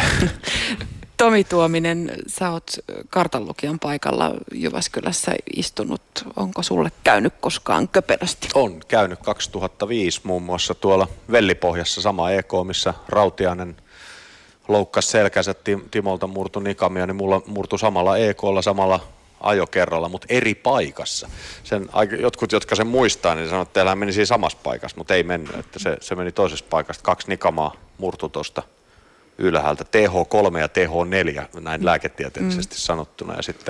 Tomi Tuominen, sä oot kartanlukijan paikalla Jyväskylässä istunut. Onko sulle käynyt koskaan köpelösti?
On käynyt kaksituhattaviisi muun muassa tuolla Vellipohjassa, sama E K, missä Rautiainen loukkasi selkänsä, Timolta murtu nikamia, niin mulla murtu samalla E K:lla, samalla ajokerralla, mutta eri paikassa. Sen, jotkut, jotka sen muistaa, niin sanoo, että teillähän meni siinä samassa paikassa, mutta ei mennyt, että se, se meni toisessa paikassa. Kaksi nikamaa murtu tuosta ylhäältä, T H kolme ja T H neljä, näin lääketieteellisesti mm. sanottuna, ja sitten,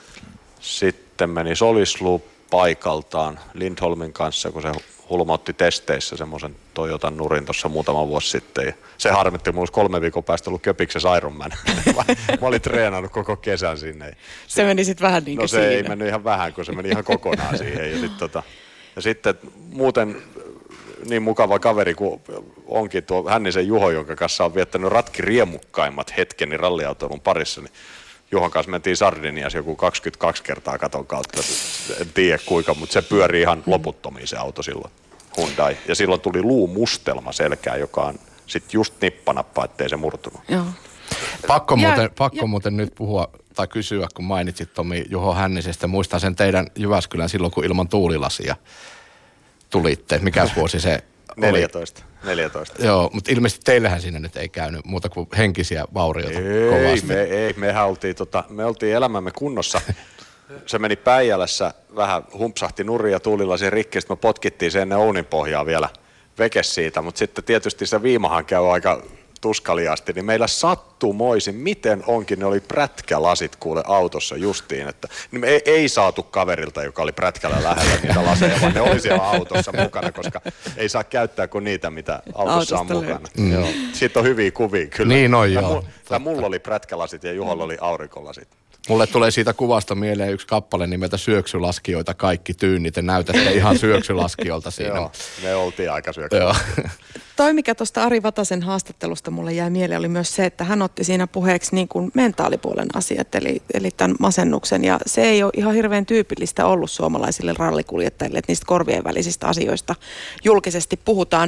sitten meni Solislu paikaltaan Lindholmin kanssa, kun se hulmautti testeissä semmoisen Toyotan nurin tuossa muutama vuosi sitten, ja se harmitti, mulla olisi kolme viikon päästä ollut Köpiksessä Ironman. Mä olin treenannut koko kesän sinne.
Se meni sitten vähän niin kuin
No se
siinä.
ei mennyt ihan vähän, kun se meni ihan kokonaan siihen, ja, sit, tota, ja sitten muuten niin mukava kaveri kuin onkin tuo Hännisen Juho, jonka kanssa on viettänyt ratkiriemukkaimmat hetkeni ralliautoilun parissa, niin Juhon kanssa mentiin Sardiniassa joku kaksikymmentäkaksi kertaa katon kautta. En tiedä kuinka, mutta se pyörii ihan loputtomiin se auto silloin, Hyundai. Ja silloin tuli luumustelma selkään, joka on sitten just nippanappa, ettei se murtunut.
Joo.
Pakko,
Ja-
muuten, pakko
ja-
muuten nyt puhua tai kysyä, kun mainitsit Tomi Juho Hännisestä. Muistan sen teidän Jyväskylän silloin, kun ilman tuulilasia tulitte. Mikä vuosi se oli?
neljätoista. neljätoista.
Joo, mutta ilmeisesti teillähän siinä nyt ei käynyt muuta kuin henkisiä vaurioita
Ei,
kovasti.
me, ei, mehän oltiin, tota, me oltiin elämämme kunnossa. Se meni Päijälässä, vähän humpsahti nurin ja tuulilasi rikki, sitten me potkittiin sen ennen Ounin pohjaa vielä vekes siitä, mutta sitten tietysti se viimahan käy aika tuskaliasti, niin meillä sattumoisin, miten onkin, ne oli prätkälasit kuule autossa justiin, että niin me ei, ei saatu kaverilta, joka oli prätkällä lähellä niitä laseja, vaan ne oli siellä autossa mukana, koska ei saa käyttää kuin niitä, mitä autossa
Autosta
on mukana. Mm. Joo. Siitä on hyviä kuvia kyllä.
Niin on,
Tai
joo.
mu- Tai mulla oli prätkälasit ja Juholla oli aurinkolasit.
Mulle tulee siitä kuvasta mieleen yksi kappale nimeltä Syöksylaskijoita kaikki tyynnit. Te näytätte ihan syöksylaskijoilta siinä.
Joo, me oltiin aika
Joo.
syöksylaskijoita.
Toi, mikä tuosta Ari Vatasen haastattelusta mulle jäi mieleen, oli myös se, että hän otti siinä puheeksi niin kuin mentaalipuolen asiat, eli, eli tämän masennuksen. Ja se ei ole ihan hirveän tyypillistä ollut suomalaisille rallikuljettajille, että niistä korvien välisistä asioista julkisesti puhutaan.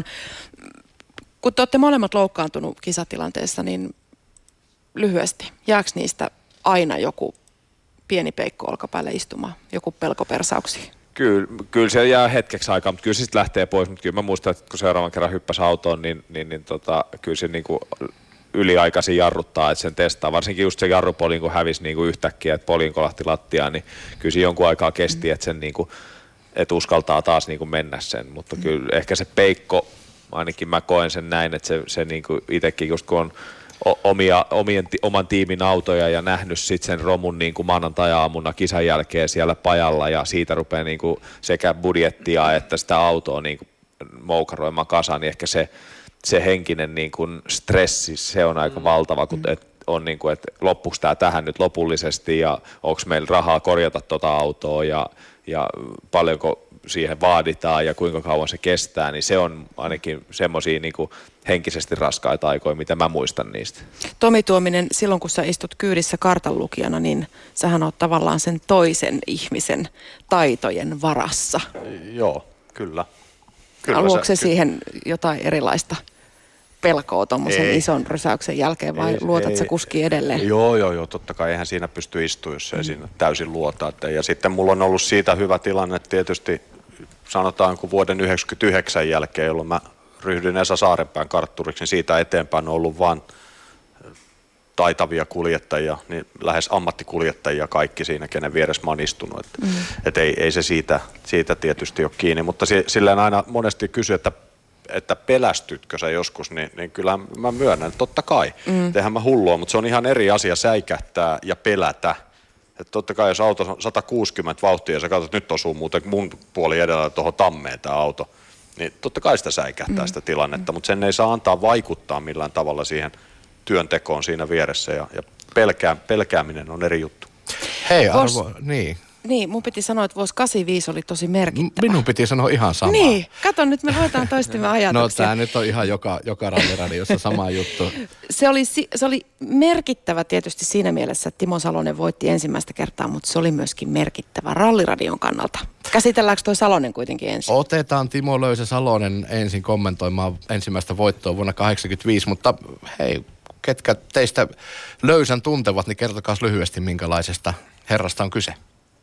Kun te olette molemmat loukkaantunut kisatilanteessa, niin lyhyesti, jääkö niistä aina joku pieni peikko olkapäälle istumaan, joku pelkopersauksi?
Kyllä, kyllä se jää hetkeksi aikaa, mutta kyllä se sitten lähtee pois, mutta kyllä mä muistan, että kun seuraavan kerran hyppäsi autoon, niin, niin, niin tota, kyllä se niinku yliaikaisin jarruttaa, että sen testaa. Varsinkin just se jarrupolin, kun hävisi niinku yhtäkkiä, että poliin kolahti lattiaan, niin kyllä se jonkun aikaa kesti, että sen niinku, että uskaltaa taas niinku mennä sen. Mutta kyllä ehkä se peikko, ainakin mä koen sen näin, että se, se niinku itsekin just kun on omia, omien, oman tiimin autoja ja nähnyt sitten sen romun niin kuin maanantai-aamuna kisan jälkeen siellä pajalla ja siitä rupeaa niin kuin sekä budjettia että sitä autoa niin kuin moukaroimaan kasaan, niin ehkä se, se henkinen niin kuin stressi, se on aika valtava, kun et on niin kuin, että loppuuko tämä tähän nyt lopullisesti ja onko meillä rahaa korjata tuota autoa ja, ja paljonko siihen vaaditaan ja kuinka kauan se kestää, niin se on ainakin semmoisia niin kuin henkisesti raskaita aikoja, mitä mä muistan niistä.
Tomi Tuominen, silloin kun sä istut kyydissä kartanlukijana, niin sähän oot tavallaan sen toisen ihmisen taitojen varassa.
Joo, kyllä. kyllä
Haluatko se
ky-
siihen jotain erilaista pelkoa tuommoisen ison rysäyksen jälkeen vai ei, luotat ei, sä kuski edelleen?
Joo, joo, joo, totta kai eihän siinä pysty istumaan, jos ei mm. siinä täysin luota. Ja sitten mulla on ollut siitä hyvä tilanne, tietysti sanotaanko vuoden yhdeksänkymmentäyhdeksän jälkeen, jolloin mä ryhdyin Esa Saarenpään kartturiksi, niin siitä eteenpäin on ollut vaan taitavia kuljettajia, niin lähes ammattikuljettajia kaikki siinä, kenen vieressä mä oon istunut. Et, mm. et ei, ei se siitä, siitä tietysti ole kiinni, mutta si, silleen aina monesti kysy, että että pelästytkö sä joskus, niin, niin kyllä mä myönnän, että totta kai. Mm. Eihän mä hullua, mutta se on ihan eri asia säikähtää ja pelätä. Että totta kai jos auto on sata kuusikymmentä vauhtia ja sä katsot, että nyt osuu muuten mun puoli edellä tuohon tammeen tämä auto, niin totta kai sitä säikähtää mm. sitä tilannetta, mutta sen ei saa antaa vaikuttaa millään tavalla siihen työntekoon siinä vieressä ja, ja pelkää, pelkääminen on eri juttu.
Hei Arvo, Vos... niin.
Niin, mun piti sanoa, että vuosi kahdeksankymmentäviisi oli tosi merkittävä.
Minun piti sanoa ihan samaa.
Niin, kato nyt me luetaan toistemme ajatuksia.
No tää nyt on ihan joka, joka ralliradiossa sama juttu.
Se oli, se oli merkittävä tietysti siinä mielessä, että Timo Salonen voitti ensimmäistä kertaa, mutta se oli myöskin merkittävä ralliradion kannalta. Käsitelläänkö toi Salonen kuitenkin ensin?
Otetaan Timo Löysä Salonen ensin kommentoimaan ensimmäistä voittoa vuonna kahdeksankymmentäviisi, mutta hei, ketkä teistä Löysän tuntevat, niin kertokaa lyhyesti, minkälaisesta herrasta on kyse.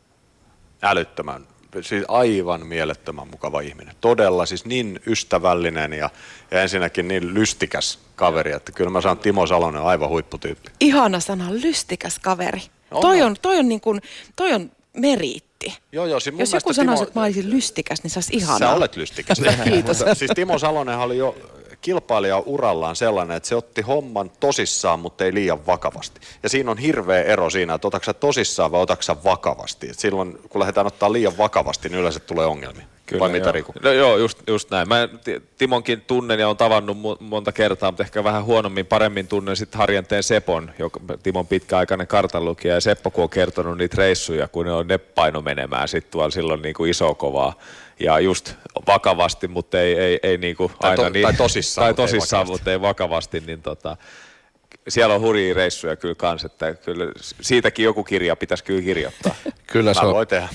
Älyttömän, siis aivan mielettömän mukava ihminen. Todella siis niin ystävällinen ja, ja ensinnäkin niin lystikäs kaveri, että kyllä mä sanon Timo Salonen on aivan huipputyyppi.
Ihana sana, lystikäs kaveri. No, toi, on, toi, on niin kuin, toi on meriitti.
Joo, joo, siis
jos joku sanoisi, Timo... että mä olisin lystikäs, niin se olisi ihanaa.
Sä olet lystikäs.
Kiitos.
Siis Timo Salonenhan oli jo kilpailija urallaan sellainen, että se otti homman tosissaan, mutta ei liian vakavasti. Ja siinä on hirveä ero siinä, että otatko sä tosissaan vai otatko sä vakavasti. Et silloin, kun lähdetään ottaa liian vakavasti, niin yleensä tulee ongelmia.
Kyllä,
vai mitä, Riku?
No joo, just, just näin. Mä Timonkin tunnen ja on tavannut monta kertaa, mutta ehkä vähän huonommin, paremmin tunnen sitten Harjanteen Sepon, joka Timon pitkäaikainen kartanlukija. Ja Seppo, kun on kertonut niitä reissuja, kun ne on ne paino menemään sitten tuolla silloin niin kuin iso kovaa. Ja just vakavasti, mutta ei, ei, ei niin kuin aina
to,
niin.
Tai tosissaan,
tai tosissaan mutta ei vakavasti, niin tota, siellä on hurjia reissuja kyllä kans, että kyllä siitäkin joku kirja pitäisi kyllä kirjoittaa.
Kyllä se
Mä
on.
voi tehdä.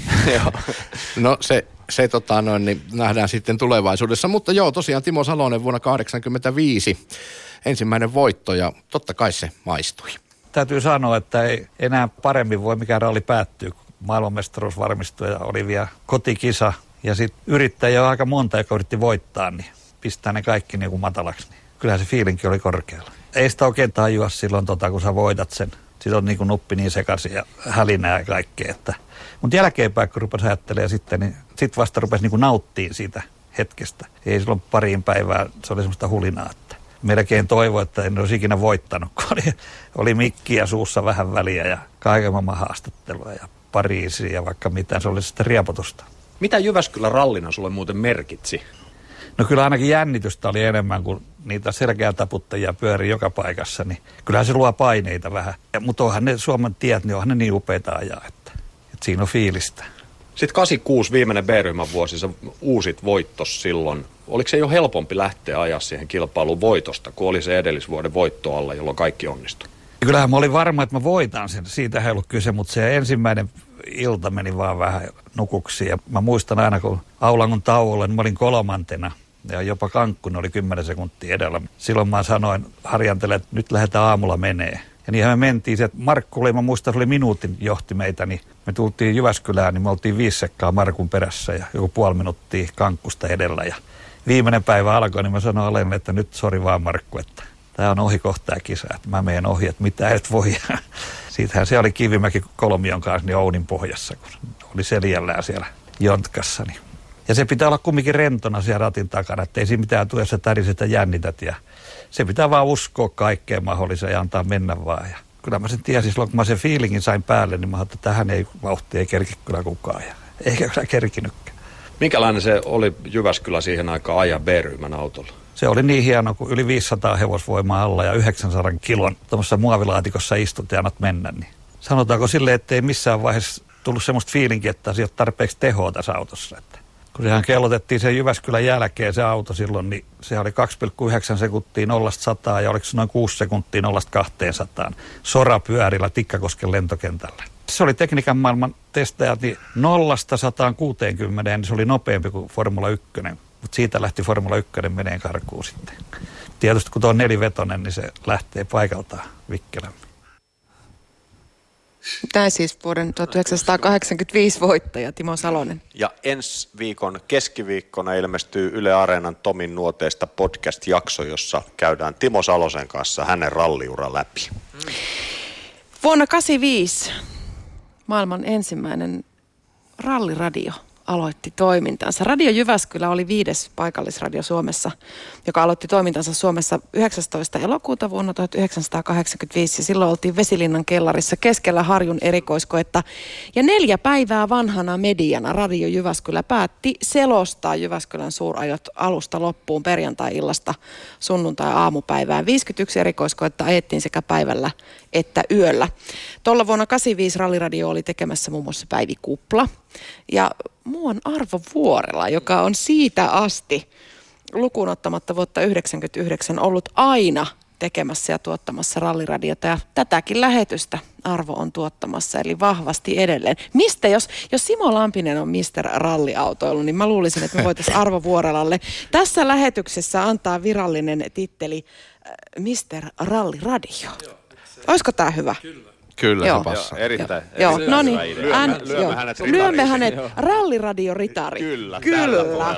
No se, se tota noin, niin nähdään sitten tulevaisuudessa, mutta joo, tosiaan Timo Salonen vuonna kahdeksankymmentäviisi ensimmäinen voitto ja totta kai se maistui.
Täytyy sanoa, että ei enää paremmin voi mikään ralli päättyy, kun maailmanmestaruus varmistui ja oli vielä kotikisa. Ja sitten yrittäjä on aika monta, joka yritti voittaa, niin pistää ne kaikki niin kuin matalaksi. Niin kyllähän se fiilinki oli korkealla. Ei sitä oikein tajua silloin, tota, kun sä voitat sen. Sitten on niin kuin nuppi niin sekaisin ja hälinää ja kaikkea. Että... Mutta jälkeenpäin, kun rupesi ajattelemaan sitten, niin sitten vasta rupesi niin kuin nauttimaan siitä hetkestä. Ei silloin pariin päivään, se oli semmoista hulinaa, että melkein toivoi, että en olisi ikinä voittanut, kun oli, oli mikkiä suussa vähän väliä ja kaiken maailman haastattelua ja Pariisia ja vaikka mitään. Se oli sitten riepotusta.
Mitä Jyväskylän rallina sulle muuten merkitsi?
No kyllä ainakin jännitystä oli enemmän, kuin niitä selkeätaputtajia pyöri joka paikassa, niin kyllähän se luo paineita vähän. Ja, mutta onhan ne Suomen tiet, niin onhan ne niin upeita ajaa, että, että siinä on fiilistä.
Sitten kahdeksankymmentäkuusi viimeinen B-ryhmän vuosi, sä uusit voittos silloin. Oliko se jo helpompi lähteä ajaa siihen kilpailuun voitosta, kun oli se edellisvuoden voitto alla, jolloin kaikki onnistui?
Kyllähän mä olin varma, että mä voitan sen. Siitä ei ollut kyse, mutta se ensimmäinen ilta meni vaan vähän nukuksi. Ja mä muistan aina, kun Aulangon tauolla, niin mä olin kolmantena ja jopa Kankkunen oli kymmenen sekuntia edellä. Silloin mä sanoin Harjantelle, että nyt lähdetään aamulla menee. Ja niinhän me mentiin. Se, Markku oli, mä muistan, se oli minuutin johti meitä, niin me tultiin Jyväskylään, niin me oltiin viisi sekkaa Markun perässä ja joku puoli minuuttia Kankkusta edellä. Ja viimeinen päivä alkoi, niin mä sanoin Alelle, että nyt sori vaan Markku, että tämä on ohi kohta tämä kisa, että mä menen ohi, että mitä et voi. Siitähän se oli Kivimäki kolmion kanssa niin Ounin pohjassa, kun oli seljällään siellä jontkassa. Niin. Ja se pitää olla kumminkin rentona siellä ratin takana, että ei siinä mitään tule, jos sä täriset ja jännität. Ja se pitää vaan uskoa kaikkeen mahdolliseen ja antaa mennä vaan. Ja kyllä mä sen tiesin, silloin kun mä sen fiilingin sain päälle, niin mä ajattelin, että tähän ei vauhti, ei kerki kyllä kukaan. Ja eikä kyllä kerkinytkään.
Minkälainen se oli Jyväskylä siihen aikaan ajaa B-ryhmän autolla?
Se oli niin hieno, kun yli viisisataa hevosvoimaa alla ja yhdeksänsadan kilon tuommoisessa muovilaatikossa istut ja annat mennä. Niin sanotaanko silleen, että ei missään vaiheessa tullut semmoista fiilinkiä, että se ei ole tarpeeksi tehoa tässä autossa. Että kun sehän kellotettiin sen Jyväskylän jälkeen se auto silloin, niin se oli kaksi pilkku yhdeksän sekuntia nollasta sataan ja oliko se noin kuusi sekuntia nollasta kahteensataan sorapyörillä Tikkakosken lentokentällä. Se oli tekniikan maailman testajat, niin nollasta sataan kuuteenkymmeneen, niin se oli nopeampi kuin Formula yksi. Mutta siitä lähti Formula yksi menee karkuun sitten. Tietysti kun tuo on nelivetonen, niin se lähtee paikaltaan vikkelämmin.
Tämä siis vuoden tuhatyhdeksänsataakahdeksankymmentäviisi voittaja Timo Salonen.
Ja ensi viikon keskiviikkona ilmestyy Yle Areenan Tomin nuoteista podcast-jakso, jossa käydään Timo Salosen kanssa hänen ralliura läpi.
Vuonna kahdeksankymmentäviisi maailman ensimmäinen ralliradio aloitti toimintansa. Radio Jyväskylä oli viides paikallisradio Suomessa, joka aloitti toimintansa Suomessa yhdeksästoista elokuuta vuonna tuhatyhdeksänsataakahdeksankymmentäviisi. Ja silloin oltiin Vesilinnan kellarissa keskellä Harjun erikoiskoetta. Ja neljä päivää vanhana mediana Radio Jyväskylä päätti selostaa Jyväskylän suurajot alusta loppuun perjantai-illasta sunnuntai-aamupäivään. viisikymmentäyksi erikoiskoetta ajettiin sekä päivällä että yöllä. Tuolla vuonna kahdeksankymmentäviisi ralliradio oli tekemässä muun muassa Päivi Kupla ja muuan Arvo Vuorela, joka on siitä asti lukuun ottamatta vuotta yhdeksänkymmentäyhdeksän ollut aina tekemässä ja tuottamassa ralliradiota. Ja tätäkin lähetystä Arvo on tuottamassa, eli vahvasti edelleen. Mistä, jos, jos Simo Lampinen on mister Ralliautoilu, niin mä luulisin, että me voitaisiin Arvo Vuorelalle tässä lähetyksessä antaa virallinen titteli äh, mister Ralliradio. Olisiko tämä hyvä?
Kyllä. Kyllä
Joo.
se passaa.
Joo, erittäin,
Joo,
erittäin
no niin.
hyvä idea.
Ään,
lyömme,
joo.
hänet
lyömme
ritariksi.
hänet ralliradio-ritari.
Kyllä,
Kyllä.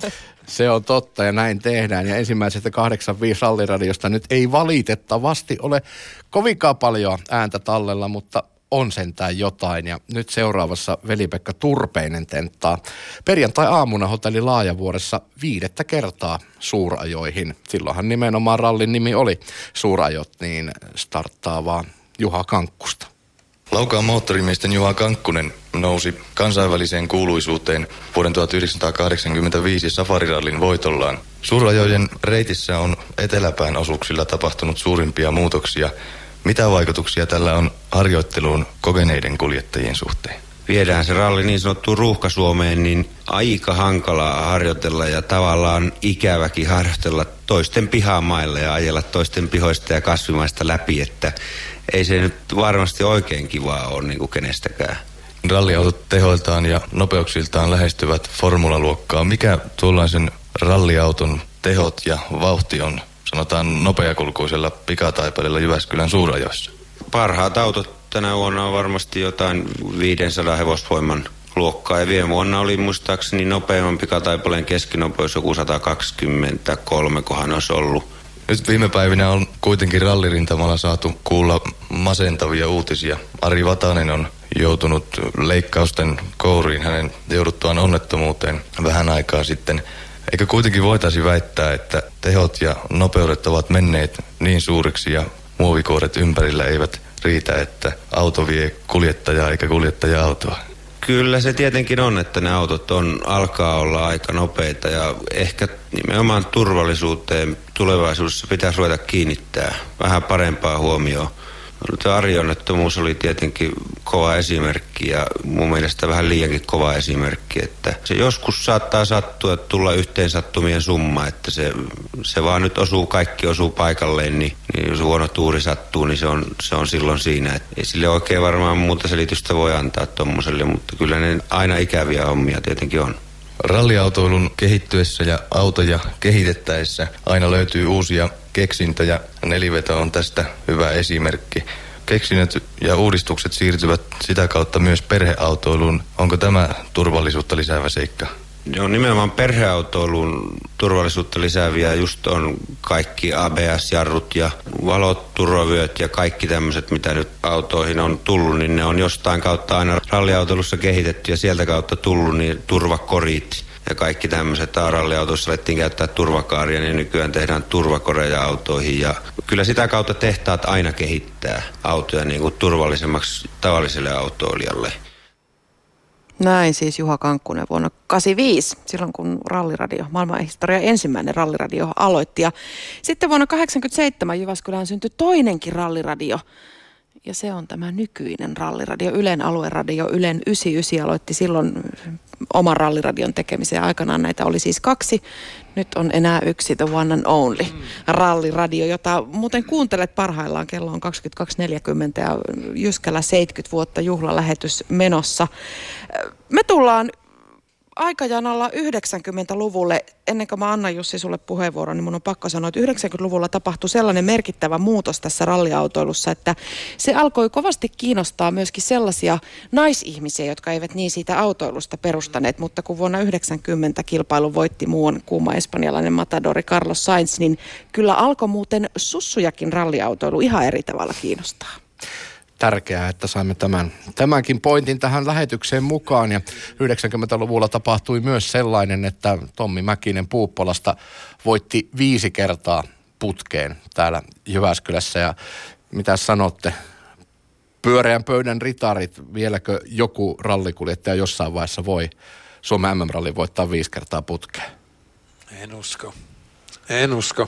Se on totta ja näin tehdään. Ja ensimmäisestä kahdeksankymmentäviisi ralliradiosta nyt ei valitettavasti ole kovinkaan paljon ääntä tallella, mutta on sentään jotain. Ja nyt seuraavassa Veli-Pekka Turpeinen tenttaa perjantai-aamuna hotelli Laajavuoressa viidettä kertaa suurajoihin. Silloinhan nimenomaan rallin nimi oli Suurajot, niin starttaa vaan Juha Kankkusta.
Laukaan moottorimiesten Juha Kankkunen nousi kansainväliseen kuuluisuuteen vuoden tuhatyhdeksänsataakahdeksankymmentäviisi safarirallin voitollaan. Suurajojen reitissä on eteläpään osuuksilla tapahtunut suurimpia muutoksia. Mitä vaikutuksia tällä on harjoitteluun kokeneiden kuljettajien suhteen?
Viedään se ralli niin sanottuun Ruuhka-Suomeen, niin aika hankalaa harjoitella ja tavallaan ikäväkin harjoitella toisten pihamaille ja ajella toisten pihoista ja kasvimaista läpi, että ei se nyt varmasti oikein kivaa ole niin kuin kenestäkään.
Ralliautot tehoiltaan ja nopeuksiltaan lähestyvät formulaluokkaa. Mikä tuollaisen ralliauton tehot ja vauhti on, sanotaan nopeakulkuisella pikataipaleella Jyväskylän suurajoissa?
Parhaat autot tänä vuonna on varmasti jotain viisisataa hevosvoiman luokkaa ja viime vuonna oli muistaakseni nopeamman pikataipaleen keskinopeus joku sata kaksikymmentäkolme, kohan olisi ollut.
Nyt viime päivinä on kuitenkin rallirintamalla saatu kuulla masentavia uutisia. Ari Vatanen on joutunut leikkausten kouriin hänen jouduttuaan onnettomuuteen vähän aikaa sitten. Eikö kuitenkin voitaisi väittää, että tehot ja nopeudet ovat menneet niin suuriksi ja muovikuoret ympärillä eivät riitä, että auto vie kuljettajaa eikä kuljettaja autoa?
Kyllä se tietenkin on, että ne autot on, alkaa olla aika nopeita ja ehkä nimenomaan turvallisuuteen tulevaisuudessa pitäisi ruveta kiinnittää vähän parempaa huomioon. Ari-onnettomuus oli tietenkin kova esimerkki ja mun mielestä vähän liiankin kova esimerkki, että se joskus saattaa sattua, tulla yhteen sattumien summa, että se, se vaan nyt osuu, kaikki osuu paikalleen, niin, niin jos huono tuuri sattuu, niin se on, se on silloin siinä. Et ei sille oikein varmaan muuta selitystä voi antaa tommoselle, mutta kyllä ne aina ikäviä hommia tietenkin on.
Ralliautoilun kehittyessä ja autoja kehitettäessä aina löytyy uusia keksintöjä. Neliveto on tästä hyvä esimerkki. Keksinnöt ja uudistukset siirtyvät sitä kautta myös perheautoiluun. Onko tämä turvallisuutta lisäävä seikka?
Joo, nimenomaan perheautoilun turvallisuutta lisääviä just on kaikki A B S-jarrut ja valot, turvavyöt ja kaikki tämmöiset, mitä nyt autoihin on tullut, niin ne on jostain kautta aina ralliautoilussa kehitetty ja sieltä kautta tullut, niin turvakorit ja kaikki tämmöiset. Ralliautoissa alettiin käyttää turvakaaria, niin nykyään tehdään turvakoreja autoihin ja kyllä sitä kautta tehtaat aina kehittää autoja niin kuin turvallisemmaksi tavalliselle autoilijalle.
Näin siis Juha Kankkunen vuonna kahdeksankymmentäviisi, silloin kun ralliradio, maailmanhistorian ensimmäinen ralliradio aloitti. Ja sitten vuonna kahdeksankymmentäseitsemän Jyväskylään syntyi toinenkin ralliradio. Ja se on tämä nykyinen ralliradio, Ylen alueradio, Ylen yhdeksänkymmentäyhdeksän aloitti silloin oman ralliradion tekemisen. Aikanaan näitä oli siis kaksi, nyt on enää yksi, the one and only ralliradio, jota muuten kuuntelet parhaillaan. Kello on kaksikymmentäkaksi neljäkymmentä ja Jyskällä seitsemänkymmentä vuotta juhlalähetys menossa. Me tullaan aikajanalla yhdeksänkymmentäluvulle. Ennen kuin mä annan Jussi sulle puheenvuoron, niin mun on pakko sanoa, että yhdeksänkymmentäluvulla tapahtui sellainen merkittävä muutos tässä ralliautoilussa, että se alkoi kovasti kiinnostaa myöskin sellaisia naisihmisiä, jotka eivät niin siitä autoilusta perustaneet, mutta kun vuonna yhdeksänkymmentä kilpailu voitti muun kuuma espanjalainen matadori Carlos Sainz, niin kyllä alkoi muuten sussujakin ralliautoilu ihan eri tavalla kiinnostaa.
Tärkeää, että saimme tämän, tämänkin pointin tähän lähetykseen mukaan. Ja yhdeksänkymmentäluvulla tapahtui myös sellainen, että Tommi Mäkinen Puuppolasta voitti viisi kertaa putkeen täällä Jyväskylässä. Ja mitä sanotte, pyöreän pöydän ritarit, vieläkö joku rallikuljettaja jossain vaiheessa voi Suomen M M-rallin voittaa viisi kertaa putkeen?
En usko. En usko.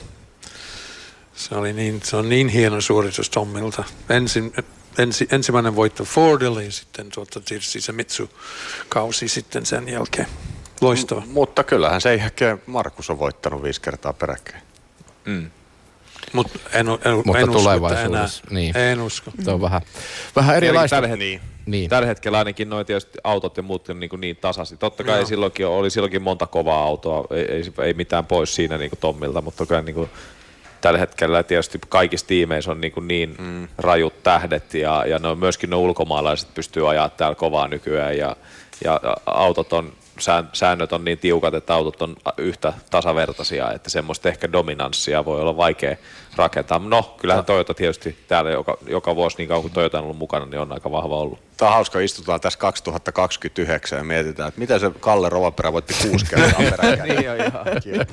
Se, oli niin, se on niin hieno suoritus Tommilta. Ensin... Ensi, ensimmäinen voitto Fordille ja sitten tuota, tietysti se Mitsu-kausi sitten sen jälkeen. Loistava.
M- mutta kyllähän sen jälkeen Markus on voittanut viisi kertaa peräkkäin.
Mm. Mut en, en,
mutta
en
tulevaisuudessa,
usko,
niin.
En usko.
Se on vähän, vähän erilaista.
Tällä, niin. Niin. Tällä hetkellä ainakin noin tietysti autot ja muut on niin, niin tasaisesti. Totta kai ei silloinkin, oli silloinkin monta kovaa autoa, ei, ei, ei mitään pois siinä niin kuin Tommilta, mutta kyllä niin kuin tällä hetkellä tietysti kaikissa tiimeissä on niin, niin mm. rajut tähdet ja, ja ne on myöskin ne ulkomaalaiset pystyy ajaa täällä kovaa nykyään ja, ja autot on, säännöt on niin tiukat, että autot on yhtä tasavertaisia, että semmoista ehkä dominanssia voi olla vaikea rakentaa. No, kyllähän Toyota tietysti täällä joka, joka vuosi niin kauan kuin Toyota on ollut mukana, niin on aika vahva ollut.
Tämä on hauska, istutaan tässä kaksituhattakaksikymmentäyhdeksän ja mietitään, että miten se Kalle Rovanperä voitti kuusi kertaa peräkkäin.
Niin on ihan.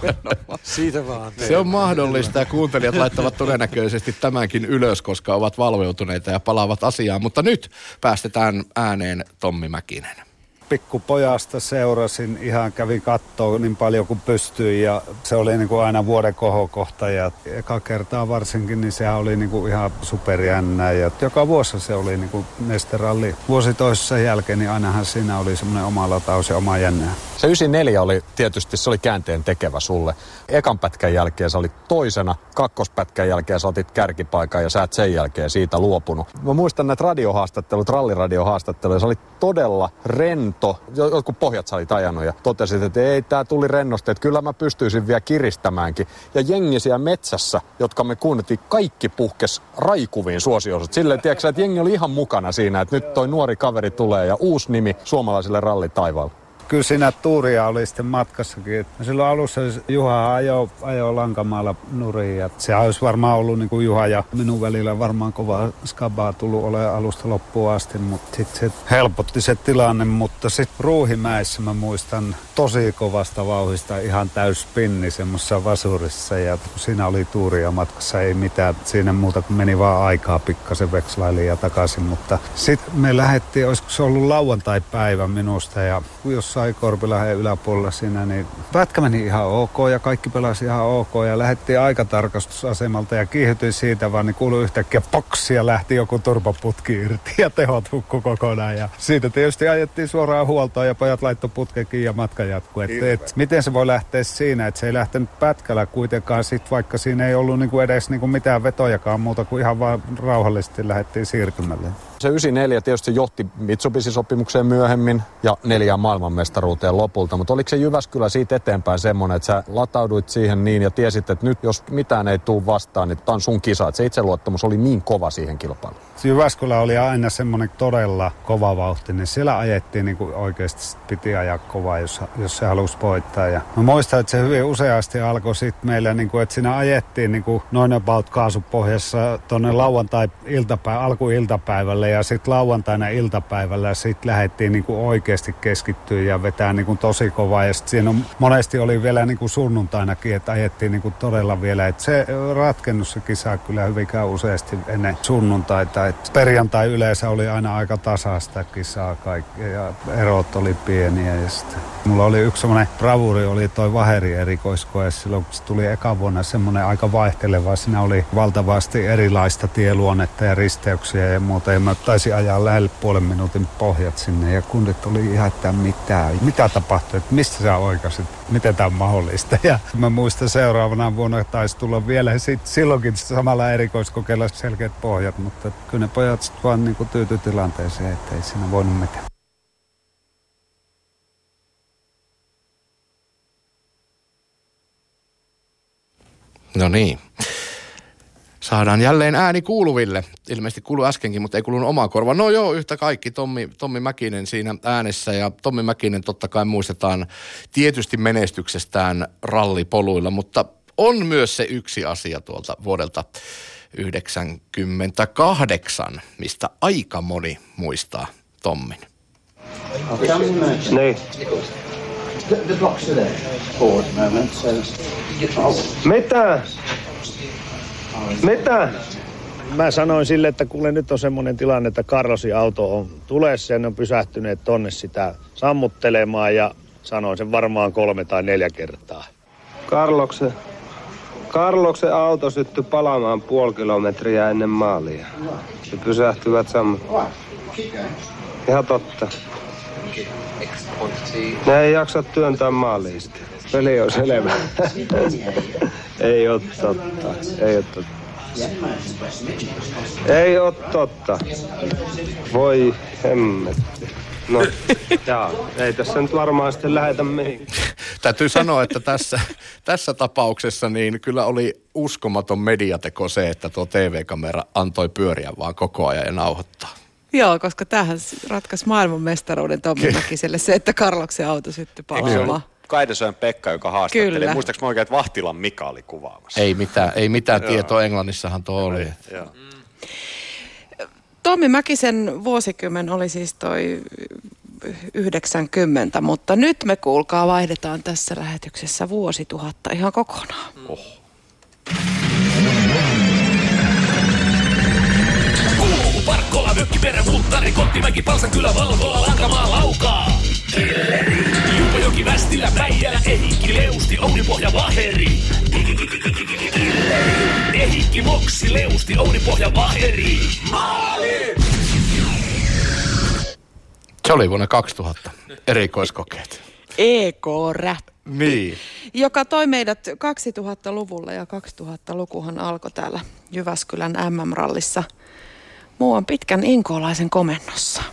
Siitä vaan.
Se on mahdollista ja kuuntelijat laittavat todennäköisesti tämänkin ylös, koska ovat valveutuneita ja palaavat asiaan. Mutta nyt päästetään ääneen Tommi Mäkinen.
Pikkupojasta seurasin, ihan kävin kattoo niin paljon kuin pystyin ja se oli niin kuin aina vuoden kohokohta ja eka kertaa varsinkin, niin sehän oli niin kuin ihan superjännää ja joka vuosi se oli niin kuin Neste-ralli. Vuosi toisessa jälkeen, niin ainahan siinä oli semmoinen oma lataus ja oma jännää.
Se yhdeksänkymmentäneljä oli tietysti, se oli käänteen tekevä sulle. Ekan pätkän jälkeen sä olit toisena, kakkospätkän jälkeen sä otit kärkipaikan ja sä et sen jälkeen siitä luopunut. Mä muistan näitä radiohaastattelut, ralliradiohaastatteluja, se oli todella rento. Jotkut pohjat sä olit ajanut ja totesit, että ei, tää tuli rennosti, että kyllä mä pystyisin vielä kiristämäänkin. Ja jengi siellä metsässä, jotka me kuunnettiin, kaikki puhkes raikuviin suosioosat. Silleen, tiedätkö, että jengi oli ihan mukana siinä, että nyt toi nuori kaveri tulee ja uusi nimi suomalaisille rallitaivaalla.
Kyllä siinä tuuria oli sitten matkassakin. Silloin alussa Juha ajoi, ajoi Lankamaalla nurin ja se olisi varmaan ollut niin kuin Juha ja minun välillä varmaan kova skabaa tullut ole alusta loppuun asti, mutta sitten se helpotti se tilanne, mutta sitten Ruuhimäessä mä muistan tosi kovasta vauhista ihan täys spinni semmoisessa vasurissa ja siinä oli tuuria matkassa, ei mitään siinä muuta kuin meni vaan aikaa pikkasen vekslailiin ja takaisin, mutta sitten me lähdettiin, olisiko se ollut lauantai-päivä minusta ja jossain Korpilahden yläpuolella siinä, niin pätkä meni ihan ok ja kaikki pelasi ihan ok ja lähdettiin aikatarkastusasemalta ja kiihytyin siitä vaan, niin kuului yhtäkkiä poks ja lähti joku turvaputki irti ja tehot hukku kokonaan ja siitä tietysti ajettiin suoraan huoltoon ja pojat laittoi putkekin ja matka jatkui. Et, et, miten se voi lähteä siinä, että se ei lähtenyt pätkällä kuitenkaan sit, vaikka siinä ei ollut niinku edes niinku mitään vetojakaan muuta kuin ihan vaan rauhallisesti lähdettiin siirtymälle.
Se yhdeksänkymmentäneljä tietysti johti Mitsubishi-sopimukseen myöhemmin ja neljään maailmanmestaruuteen lopulta, mutta oliko se Jyväskylä siitä eteenpäin semmoinen, että sä latauduit siihen niin ja tiesit, että nyt jos mitään ei tule vastaan, niin tämä on sun kisa, että se itseluottamus oli niin kova siihen kilpailuun?
Jyväskylä oli aina semmoinen todella kova vauhti, niin siellä ajettiin niin kuin oikeasti piti ajaa kovaa, jos, jos se halusi voittaa. Ja mä muistan, että se hyvin useasti alkoi sitten meillä, niin kuin, että siinä ajettiin niin kuin noin about kaasupohjassa tuonne lauantai-iltapäivä, alkuiltapäivälle ja sitten lauantaina iltapäivällä ja sitten lähdettiin niin kuin oikeasti keskittyä ja vetää niin kuin tosi kovaa. Ja sitten siinä on, monesti oli vielä niin kuin sunnuntainakin, että ajettiin niin kuin todella vielä. Että se ratkennut se kisa kyllä hyvinkään useasti ennen sunnuntaita. Et perjantai yleensä oli aina aika tasaista kisaa kaikkea ja erot oli pieniä. Ja sitten mulla oli yksi semmoinen bravuri, oli toi Vaheri erikoiskoe. Silloin kun se tuli eka vuonna semmoinen aika vaihteleva. Siinä oli valtavasti erilaista tieluonnetta ja risteyksiä ja muuta. Ja mä taisin ajaa lähelle puolen minuutin pohjat sinne ja kundit oli ihan, että mitä, mitä tapahtui, että mistä sä oikasit, miten tämä on mahdollista. Ja mä muistan seuraavana vuonna taisi tulla vielä sit, silloinkin samalla erikoiskokeilla selkeät pohjat, mutta kyllä ne pojat sitten vaan niin tyytyi tilanteeseen, että ei siinä voinut mitään.
No niin. Saadaan jälleen ääni kuuluville. Ilmeisesti kuului äskenkin, mutta ei kuulunut omaan korvaan. No joo, yhtä kaikki. Tommi, Tommi Mäkinen siinä äänessä. Ja Tommi Mäkinen totta kai muistetaan tietysti menestyksestään rallipoluilla, mutta on myös se yksi asia tuolta vuodelta yhdeksänkymmentäkahdeksan, mistä aika moni muistaa Tommin.
Niin. Mitä? Mitä? Mä sanoin sille, että kuule nyt on semmoinen tilanne, että Carlosin auto on tulessa ja ne on pysähtyneet tonne sitä sammuttelemaan ja sanoin sen varmaan kolme tai neljä kertaa. Carloksen, Carloksen auto syttyi palamaan puoli kilometriä ennen maalia. Se pysähtyvät sammuttamaan. Ihan totta. Ne ei jaksa työntää maaliin sitä. Peli on selvä. Ei oo totta. Ei oo totta. Ei oo totta. Voi hemmetti. No, jaa, ei tässä nyt varmaan sitten lähetä mihin.
Täytyy sanoa, että tässä, tässä tapauksessa niin kyllä oli uskomaton mediateko se, että tuo T V-kamera antoi pyöriä vaan koko ajan ja nauhoittaa.
Joo, koska tämähän ratkaisi maailmanmestaruuden Tommi Mäkiselle se, että Carloksen auto syttyi palaamaan.
Kaidesojan Pekka, joka haastatteli.
Kyllä.
Muistaaks mä oikein, että Vahtilan Mika oli kuvaamassa?
Ei mitään, ei mitään tietoa, Englannissahan tuo oli.
Joo.
Tommi Mäkisen vuosikymmen oli siis toi yhdeksänkymmentä, mutta nyt me kuulkaa vaihdetaan tässä lähetyksessä vuosituhatta ihan kokonaan.
Oh.
Parkkola, Mökkiperä, Muttari, Kottimäki, Palsankylä, Valvola, Lankamaa, Laukaa. Killeri, Juupajoki, Västilä, Päijälä, Ehikki, Leusti, Ounipohja, Vaheri. Killeri, Ehikki, Moksi, Leusti, Ounipohja, Vaheri. Maali!
Se oli vuonna kaksituhatta erikoiskokeet.
E K-räppi.
Niin.
Joka toi meidät kaksituhattaluvulle ja kaksituhattalukuhan alkoi täällä Jyväskylän M M-rallissa muuan pitkän inkoolaisen komennossa.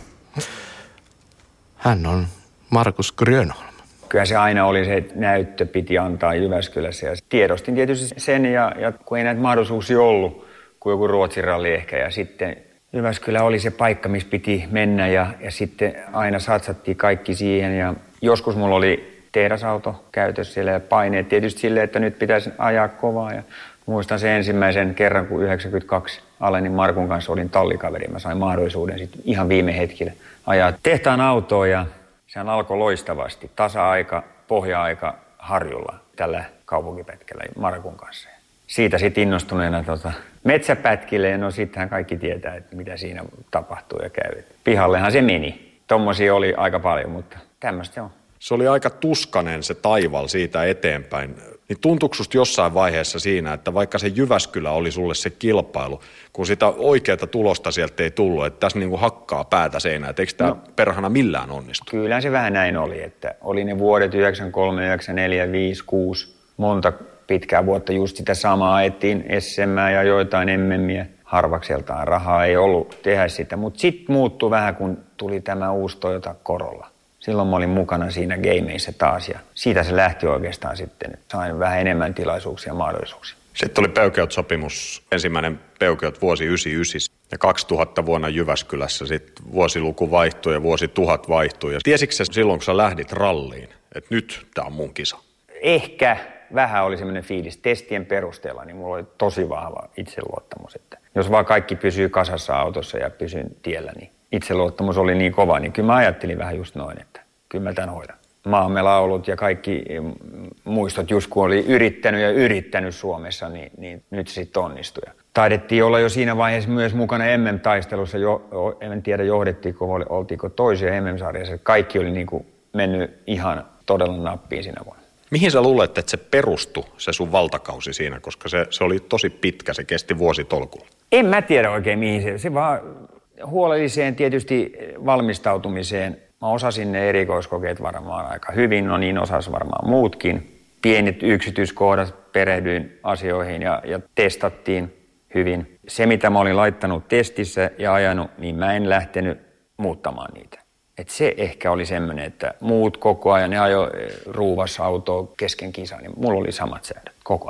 Hän on Markus Grönholm.
Kyllä se aina oli se, että näyttö piti antaa Jyväskylässä ja tiedostin tietysti sen ja, ja kun ei näitä mahdollisuuksia ollut, kuin joku Ruotsin ralli ehkä ja sitten Jyväskylä oli se paikka, missä piti mennä ja, ja sitten aina satsattiin kaikki siihen ja joskus mulla oli tehdasauto käytössä siellä ja paineet tietysti silleen, että nyt pitäisi ajaa kovaa ja muistan sen ensimmäisen kerran, kun yhdeksänkymmentäkaksi Alenin Markun kanssa olin tallikaveri. Mä sain mahdollisuuden sitten ihan viime hetkellä ajaa tehtaan autoa ja sehän alkoi loistavasti. Tasa-aika, pohja-aika Harjulla tällä kaupunkipätkällä Markun kanssa. Siitä sitten innostuneena tota, metsäpätkille ja no sittenhän kaikki tietää, että mitä siinä tapahtuu ja käy. Pihallehan se meni. Tommosia oli aika paljon, mutta tämmöistä se on.
Se oli aika tuskanen se taival siitä eteenpäin. Niin tuntuuko susta jossain vaiheessa siinä, että vaikka se Jyväskylä oli sulle se kilpailu, kun sitä oikeaa tulosta sieltä ei tullut, että tässä niinku hakkaa päätä seinään, että eikö tämä no, perhana millään onnistu?
Kyllä se vähän näin oli, että oli ne vuodet yhdeksänkymmentäkolme, yhdeksänkymmentäneljä, viisi, kuusi, monta pitkää vuotta just sitä samaa ajettiin S M ja joitain M M:iä. Harvakseltaan rahaa ei ollut tehdä sitä, mutta sitten muuttui vähän, kun tuli tämä uusi Toyota Corolla. Silloin mä olin mukana siinä gameissa taas ja siitä se lähti oikeastaan sitten. Sain vähän enemmän tilaisuuksia ja mahdollisuuksia.
Sitten oli Peugeot-sopimus, ensimmäinen Peugeot vuosi yhdeksänkymmentäyhdeksän ja kaksituhatta vuonna Jyväskylässä sitten vuosiluku vaihtui ja vuosi tuhat vaihtui. Ja tiesitkö sä silloin, kun sä lähdit ralliin, että nyt tää on mun kisa?
Ehkä vähän oli semmoinen fiilis. Testien perusteella niin mulla oli tosi vahva itseluottamus, että jos vaan kaikki pysyy kasassa autossa ja pysyn tiellä, niin itseluottamus oli niin kova, niin kyllä mä ajattelin vähän just noin, että kyllä mä tämän hoidan. Maamme laulut ja kaikki muistot, just kun oli yrittänyt ja yrittänyt Suomessa, niin, niin nyt se sitten onnistui. Taidettiin olla jo siinä vaiheessa myös mukana M M-taistelussa, jo, en tiedä johdettiinko, oltiinko toisia M M-sarjassa. Kaikki oli niin kuin mennyt ihan todella nappiin siinä vuonna.
Mihin sä luulet, että se perustui, se sun valtakausi siinä, koska se, se oli tosi pitkä, se kesti vuositolkulla?
En mä tiedä oikein mihin se, se vaan huolelliseen tietysti valmistautumiseen. Mä osasin ne erikoiskokeet varmaan aika hyvin, no niin osas varmaan muutkin. Pienet yksityiskohdat, perehdyin asioihin ja, ja testattiin hyvin. Se, mitä mä olin laittanut testissä ja ajanut, niin mä en lähtenyt muuttamaan niitä. Et se ehkä oli semmoinen, että muut koko ajan, ne ajoi ruuvassa autoa kesken kisaa, niin mulla oli samat säädöt koko ajan.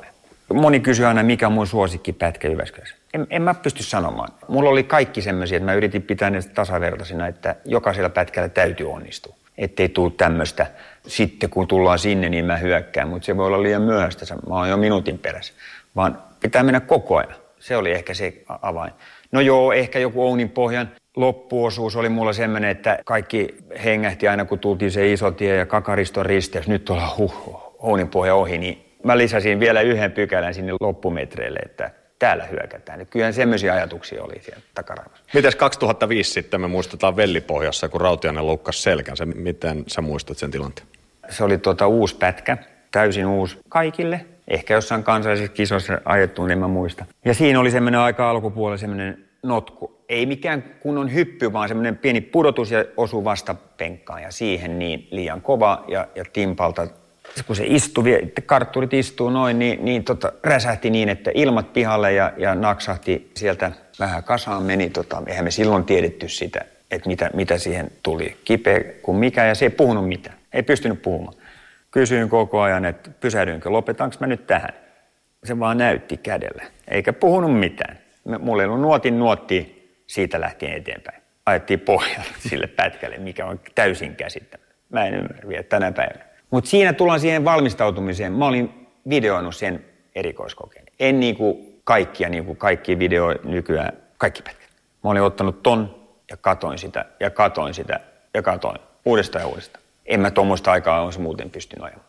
Moni kysyy aina, mikä on mun suosikkipätkä Jyväskylässä. En, en mä pysty sanomaan. Mulla oli kaikki semmoisia, että mä yritin pitää ne tasavertaisina, että jokaisella pätkällä täytyy onnistua. Ettei tule tämmöistä, sitten kun tullaan sinne, niin mä hyökkään, mutta se voi olla liian myöhäistä, mä oon jo minuutin perässä. Vaan pitää mennä koko ajan. Se oli ehkä se avain. No joo, ehkä joku Ouninpohjan loppuosuus oli mulla semmoinen, että kaikki hengähti aina, kun tultiin se iso tie ja Kakariston risteys. Nyt ollaan huh, Ouninpohja ohi, niin mä lisäsin vielä yhden pykälän sinne loppumetreille, että täällä hyökätään. Kyllähän semmoisia ajatuksia oli siellä takaraivossa.
Mites kaksituhattaviisi sitten me muistetaan Vellipohjassa, kun Rautiainen loukkasi selkänsä. Miten sä muistat sen tilanteen?
Se oli tuota uusi pätkä, täysin uusi kaikille. Ehkä jossain kansallisissa kisoissa ajettu, niin en mä muista. Ja siinä oli semmoinen aika alkupuolella semmoinen notku. Ei mikään kunnon hyppy, vaan semmoinen pieni pudotus ja osui vasta penkkaan. Ja siihen niin liian kova ja, ja timpalta. Kun se istui, kartturit istuu noin, niin, niin tota, räsähti niin, että ilmat pihalle ja, ja naksahti sieltä vähän kasaan meni. Tota, eihän me silloin tiedetty sitä, että mitä, mitä siihen tuli. Kipeä kuin mikä, ja se ei puhunut mitään. Ei pystynyt puhumaan. Kysyin koko ajan, että pysähdyinkö, lopetanko mä nyt tähän. Se vaan näytti kädellä, eikä puhunut mitään. Mulla ei ollut nuotin nuotti siitä lähtien eteenpäin. Ajettiin pohjalle sille pätkälle, mikä on täysin käsittämätöntä. Mä en ymmärrä vielä tänä päivänä. Mutta siinä tullaan siihen valmistautumiseen. Mä olin videoinut sen erikoiskokeen. En niinku kaikkia, niinku kaikki video nykyään, kaikki pätkät. Mä olin ottanut ton ja katoin sitä ja katoin sitä ja katoin uudestaan ja uudestaan. En mä tuommoista aikaa olisi muuten pystynyt ajamaan.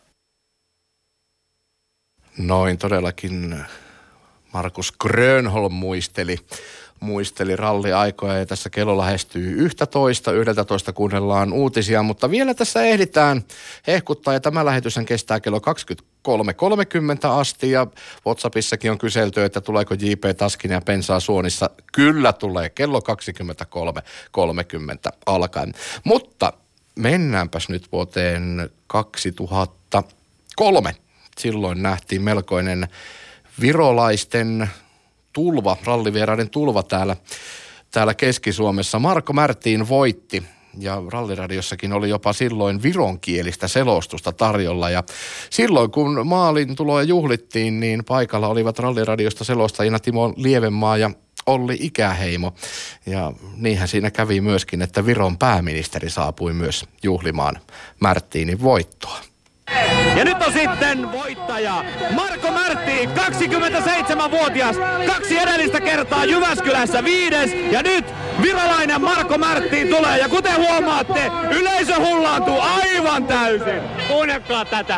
Noin todellakin Markus Grönholm muisteli, muisteli ralliaikoja ja tässä kello lähestyy yksitoista. yksitoista kuunnellaan uutisia, mutta vielä tässä ehditään hehkuttaa ja tämä lähetyshän kestää kello kaksikymmentäkolme kolmekymmentä asti ja WhatsAppissakin on kyselty, että tuleeko J P Taskin ja Pensaa Suonissa. Kyllä tulee kello kaksikymmentäkolme kolmekymmentä alkaen, mutta mennäänpäs nyt vuoteen kaksituhattakolme. Silloin nähtiin melkoinen virolaisten tulva, rallivieraiden tulva täällä, täällä Keski-Suomessa. Marko Märtin voitti ja ralliradiossakin oli jopa silloin vironkielistä selostusta tarjolla. Ja silloin kun maalin tuloa juhlittiin, niin paikalla olivat ralliradiosta selostajina Timo Lievenmaa ja Olli Ikäheimo. Ja niinhän siinä kävi myöskin, että Viron pääministeri saapui myös juhlimaan Märtinin voittoa.
Ja nyt on sitten voittaja Marko Märtin, kaksikymmentäseitsemänvuotias, kaksi edellistä kertaa Jyväskylässä viides ja nyt virolainen Marko Märtin tulee ja kuten huomaatte, yleisö hullaantuu aivan täysin. Kuunnelkaa tätä.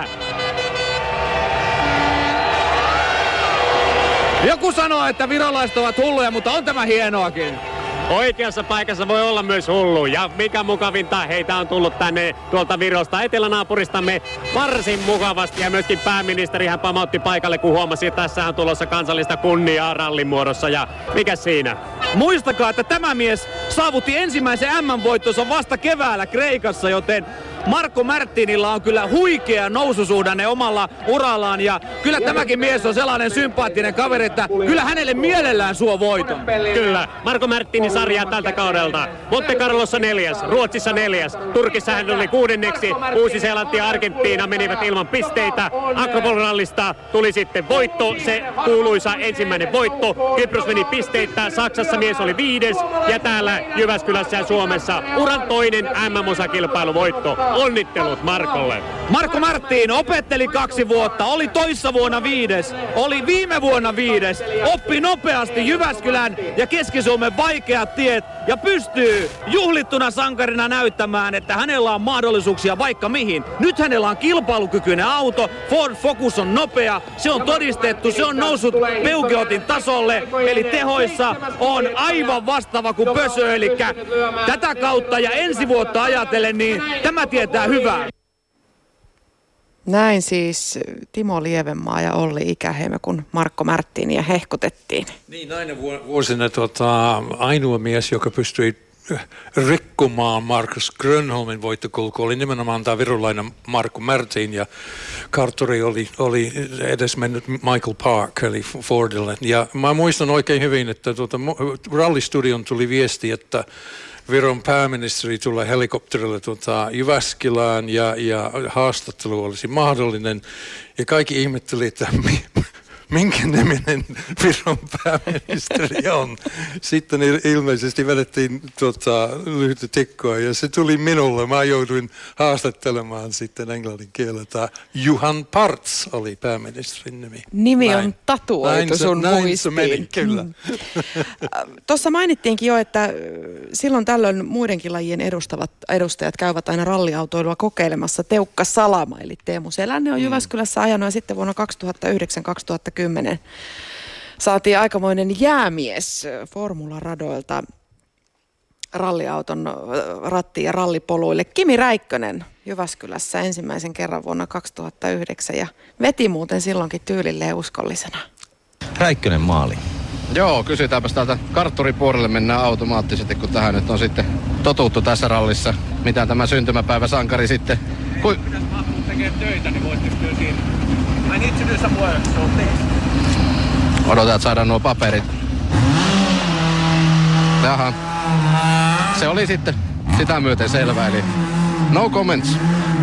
Joku sanoo, että virolaiset ovat hulluja, mutta on tämä hienoakin.
Oikeassa paikassa voi olla myös hullu ja mikä mukavinta, heitä on tullut tänne tuolta Virosta etelänaapuristamme varsin mukavasti ja myöskin pääministeri hän pamautti paikalle, kun huomasi, että tässä on tulossa kansallista kunniaa rallin muodossa ja mikä siinä?
Muistakaa, että tämä mies saavutti ensimmäisen M M-voittonsa vasta keväällä Kreikassa, joten Marko Märtinillä on kyllä huikea noususuhdanne omalla urallaan ja kyllä tämäkin mies on sellainen sympaattinen kaveri, että kyllä hänelle mielellään suo voiton.
Kyllä, Marko Märtinin sarjaa tältä kaudelta. Monte Carlossa neljäs, Ruotsissa neljäs, Turkissa hän oli kuudenneksi, Uusi-Seelanti ja Argentiina menivät ilman pisteitä. Akropol-rallista tuli sitten voitto, se kuuluisa ensimmäinen voitto. Kypros meni pisteitä, Saksassa mies oli viides ja täällä Jyväskylässä ja Suomessa uran toinen M M-osakilpailuvoitto. Onnittelut Markolle.
Marko Märtin opetteli kaksi vuotta, oli toissa vuonna viides, oli viime vuonna viides, oppi nopeasti Jyväskylän ja Keski-Suomen vaikeat tiet ja pystyy juhlittuna sankarina näyttämään, että hänellä on mahdollisuuksia vaikka mihin. Nyt hänellä on kilpailukykyinen auto, Ford Focus on nopea, se on todistettu, se on noussut Peugeotin tasolle, eli tehoissa on aivan vastaava kuin Pösö, eli tätä kautta ja ensi vuotta ajatellen, niin tämä tietää hyvää.
Näin siis Timo Lievenmaa ja Olli Ikäheimo, kun Marko Märtiniä hehkutettiin.
Niin, näinä vuosina tota, ainoa mies, joka pystyi rikkomaan Markus Grönholmin voittokulku, oli nimenomaan tämä virolainen Marko Märtin ja kartturi oli, oli edes mennyt Michael Park eli Fordille. Ja mä muistan oikein hyvin, että tuota, rallistudion tuli viesti, että Viron pääministeri tulee helikopterilla tuota Jyväskylään ja, ja haastattelu olisi mahdollinen. Ja kaikki ihmetteli, että mi, minkä niminen Viron pääministeri on. Sitten ilmeisesti vedettiin tota, lyhyttä tikkoa ja se tuli minulle. Mä jouduin haastattelemaan sitten englannin kielellä. Juhan Parts oli pääministerin nimi.
Nimi
näin.
on tatuoitu
näin
sun
se, näin
muistiin.
se meni, kyllä.
Tuossa mainittiinkin jo, että silloin tällöin muidenkin lajien edustavat, edustajat käyvät aina ralliautoilua kokeilemassa. Teukka Salama eli Teemu Selänne on Jyväskylässä ajanut ja sitten vuonna kaksituhattayhdeksän kaksituhattakymmenen saatiin aikamoinen jäämies formularadoilta ralliauton rattiin ja rallipoluille. Kimi Räikkönen Jyväskylässä ensimmäisen kerran vuonna kaksituhattayhdeksän ja veti muuten silloinkin tyylilleen uskollisena.
Räikkönen maali.
Joo, kysytäänpäs täältä kartturipuolelle mennään automaattisesti, kun tähän nyt on sitten totuttu tässä rallissa. Mitä tämä syntymäpäiväsankari sitten... Kui...
Jos mä haluan tekee töitä, niin voitteko työ siinä? I need to do some work, so please.
Odotaan, että saadaan nuo paperit. Jaha. Se oli sitten sitä myöten selvä, eli no comments.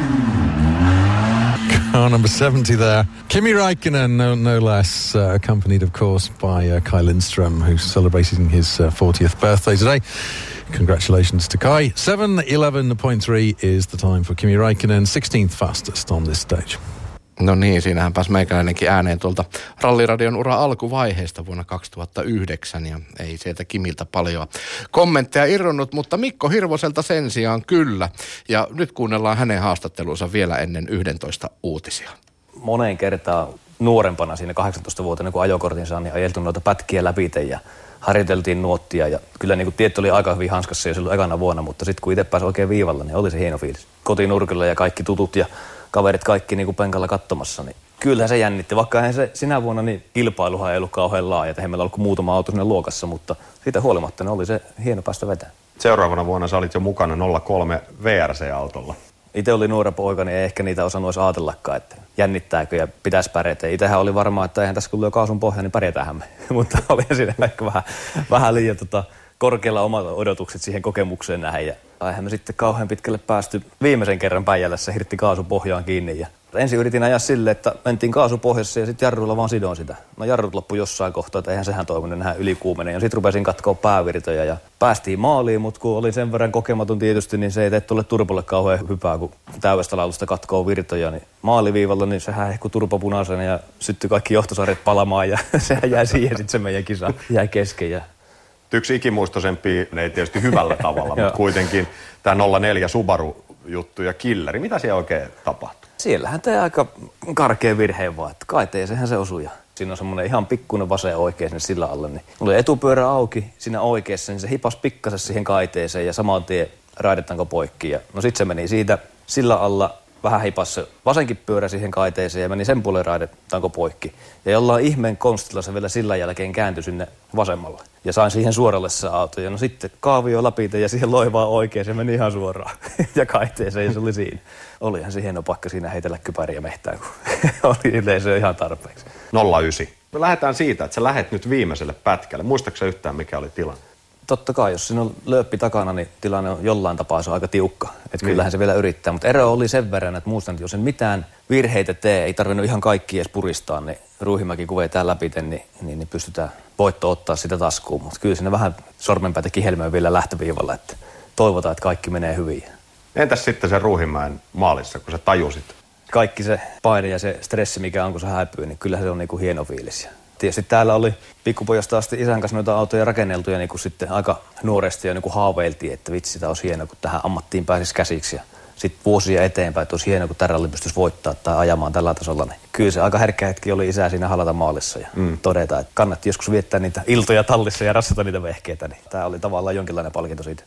Car number seventy there. Kimi Räikkönen, no, no less, uh, accompanied of course by uh, Kai Lindström, who's celebrating his uh, fortieth birthday today. Congratulations to Kai. seven eleven point three is the time for Kimi Räikkönen, sixteenth fastest on this stage.
No niin, siinähän pääsi meikäläinenkin ääneen tuolta Ralliradion ura alkuvaiheesta vuonna kaksituhattayhdeksän ja ei sieltä Kimiltä paljon kommentteja irronnut, mutta Mikko Hirvoselta sen sijaan kyllä. Ja nyt kuunnellaan hänen haastattelunsa vielä ennen yksitoista uutisia.
Moneen kertaan nuorempana siinä kahdeksantoistavuotiaana, kun ajokortin saan, niin ajeltu noita pätkiä läpi ja harjoiteltiin nuottia ja kyllä niin kuin tietty oli aika hyvin hanskassa jo silloin ekana vuonna, mutta sitten kun itse pääsi oikein viivalla, niin oli se hieno fiilis. Kotinurkilla ja kaikki tutut ja kaverit kaikki niin kuin penkalla katsomassa, niin kyllähän se jännitti. Vaikka eihän se sinä vuonna niin kilpailuhan ei ollut kauhean laaja, eihän meillä ollut muutama auto sinne luokassa, mutta siitä huolimatta niin oli se hieno päästä vetämään.
Seuraavana vuonna sä olit jo mukana nolla kolme V R C-autolla.
Itse oli nuora poika, niin ei ehkä niitä osannut edes ajatellakaan, että jännittääkö ja pitäisi pärjätä. Itsehän oli varmaan, että eihän tässä kun lyö kaasun pohjaan, niin pärjätäänhän me. Mutta oli siinä ehkä vähän, vähän liian tota, korkealla omat odotukset siihen kokemukseen nähdä. Ja eihän me sitten kauhean pitkälle päästy viimeisen kerran Päijälässä, hirtti kaasun pohjaan kiinni. Ja ensin yritin ajaa silleen, että mentiin kaasupohjassa ja sitten jarruilla vaan sidoin sitä. No jarrut loppu jossain kohtaa, että eihän sehän toiminut, nehän ylikuumeneen. Ja sitten rupesin katkoa päävirtoja ja päästiin maaliin, mutta kun oli sen verran kokematon tietysti, niin se ei tee tuolle turpolle kauhean hyvää, kun täydestä laulusta katkoo virtoja. Niin maaliviivalla, niin sehän ehkui turpo punaisena ja syttyi kaikki johtosarjat palamaan ja sehän jäi siihen sitten se meidän kisa jäi kesken. Ja
yksi ikimuistoisempi, ei tietysti hyvällä tavalla, mutta kuitenkin tämä nolla neljä Subaru-juttu ja killeri. Mitä siellä oikein tapahtui?
Siellähän tämä aika karkea virheen vaan, että kaiteeseenhän se osui. Siinä on semmoinen ihan pikkuinen vasen oikein sinne sillä alle. Niin mulla oli etupyörä auki siinä oikeassa, niin se hipas pikkasen siihen kaiteeseen ja saman tien raidetanko poikki. Ja no sit se meni siitä sillä alla vähän hipas se vasenkin pyörä siihen kaiteeseen ja meni sen puolen raidetanko poikki. Ja jollain ihmeen konstilla se vielä sillä jälkeen kääntyi sinne vasemmalle. Ja sain siihen suoralle se auto. Ja no sitten kaavio läpi ja siihen loi vaan oikein. Se meni ihan suoraan ja kaiteeseen ja se oli siinä. Olihan se hieno paikka siinä heitellä kypäriä mehtään, kun oli yleisö ihan tarpeeksi.
nolla yhdeksän. Me lähdetään siitä, että sä lähet nyt viimeiselle pätkälle. Muistatko yhtään, mikä oli tilanne?
Totta kai, jos siinä on lööppi takana, niin tilanne on jollain tapaa se on aika tiukka. Että kyllähän se vielä yrittää. Mutta ero oli sen verran, että muistan, että jos en mitään virheitä tee, ei tarvinnut ihan kaikki edes puristaa, niin Ruuhimäki kun vetää läpi, niin, niin, niin pystytään voitto ottaa sitä taskuun. Mutta kyllä siinä vähän sormenpäitä kihelmöi vielä lähtöviivalla, että toivotaan, että kaikki menee hyvin.
Entäs sitten se Ruuhimäen maalissa, kun sä tajusit?
Kaikki se paine ja se stressi, mikä on, kun se häipyy, niin kyllä se on niinku hieno fiilis. Tietysti täällä oli pikkupojasta asti isän kanssa noita autoja rakenneltu ja niin sitten aika nuoresti jo niin haaveiltiin, että vitsi, sitä olisi hienoa, kun tähän ammattiin pääsisi käsiksi. Ja sitten vuosia eteenpäin, että olisi hienoa, kun tämä ralli pystyisi voittaa tai ajamaan tällä tasolla. Niin kyllä se aika herkkä hetki oli isää siinä halata maalissa ja mm. todeta, että kannatti joskus viettää niitä iltoja tallissa ja rassata niitä vehkeitä. Niin tämä oli tavallaan jonkinlainen palkinto siitä.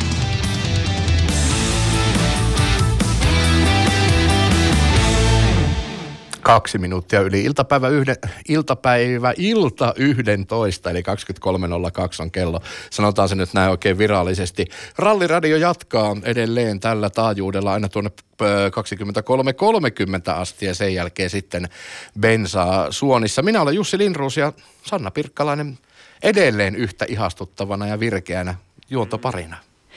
Kaksi minuuttia yli iltapäivä, yhden, iltapäivä ilta yhdentoista, eli kaksikymmentäkolme nolla kaksi on kello. Sanotaan se nyt näin oikein virallisesti. Ralliradio jatkaa edelleen tällä taajuudella aina tuonne kaksikymmentäkolme kolmekymmentä asti ja sen jälkeen sitten bensaa suonissa. Minä olen Jussi Lindroos ja Sanna Pirkkalainen edelleen yhtä ihastuttavana ja virkeänä juontoparina.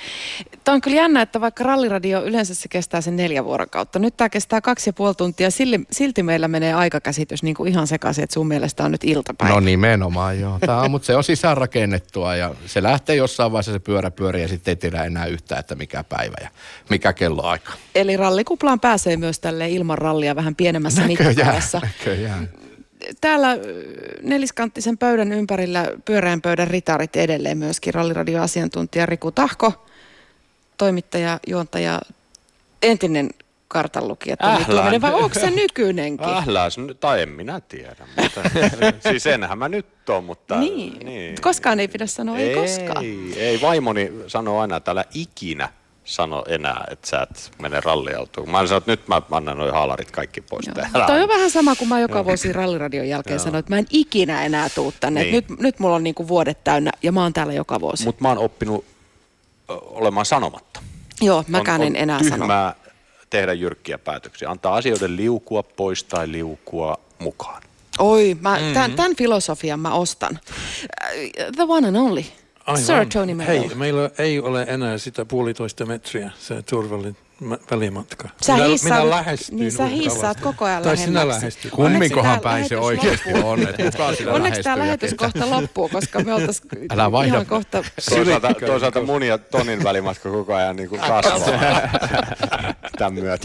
Tämä on kyllä jännä, että vaikka ralliradio yleensä se kestää sen neljä vuorokautta. Nyt tämä kestää kaksi ja puoli tuntia. Silti, silti meillä menee aikakäsitys niin kuin ihan sekaisin, että sun mielestä on nyt iltapäivä.
No nimenomaan joo. Tämä on, mutta se on sisäänrakennettua ja se lähtee jossain vaiheessa se pyörä pyörii ja sitten ei tiedä enää yhtään, että mikä päivä ja mikä kelloaika.
Eli rallikuplaan pääsee myös tälle ilman rallia vähän pienemmässä mittakaavassa.
Näköjään.
Täällä neliskanttisen pöydän ympärillä pyöreän pöydän ritarit edelleen myöskin ralliradioasiantuntija Riku Tahko, toimittaja, juontaja, entinen kartanlukija Tomi Tuominen, vai onko se nykyinenkin?
Ählääs, tai en minä tiedä. Mutta, siis enhän mä nyt ole, mutta...
Niin. niin. Koskaan ei pidä sanoa, ei, ei koskaan.
Ei, vaimoni sanoo aina, että älä ikinä sano enää, että sä et mene ralliautoon. Mä sanon, että nyt mä annan noi haalarit kaikki pois täällä.
Toi on vähän sama kuin mä joka vuosi ralliradion jälkeen sanoin, että mä en ikinä enää tuu tänne. Niin. Nyt, nyt mulla on niinku vuodet täynnä ja mä oon täällä joka vuosi.
Mutta mä oon oppinut ö, olemaan sanomatta.
Joo, mäkään
on,
en enää
sano.
sano.
On tyhmää tehdä jyrkkiä päätöksiä. Antaa asioiden liukua pois tai liukua mukaan.
Oi, mä, mm-hmm. tämän, tämän filosofian mä ostan. The one and only.
Aivan.
Sir Tony Meadow.
Hei, meillä ei ole enää sitä puolitoista metriä, se turvallinen välimatka.
Sä
minä,
hissaat,
minä lähestyn
niin sä hissaat koko ajan
tai
lähemmäksi.
Sinä lähestyt.
Kummikohan päin se oikeasti on, että kukaan sillä
onneksi tämä lähetys kohta loppuu, koska me oltaisiin ihan kohta...
Toisaalta, toisaalta mun ja Tonin välimatka koko ajan niin kuin kasvaa tämän myötä.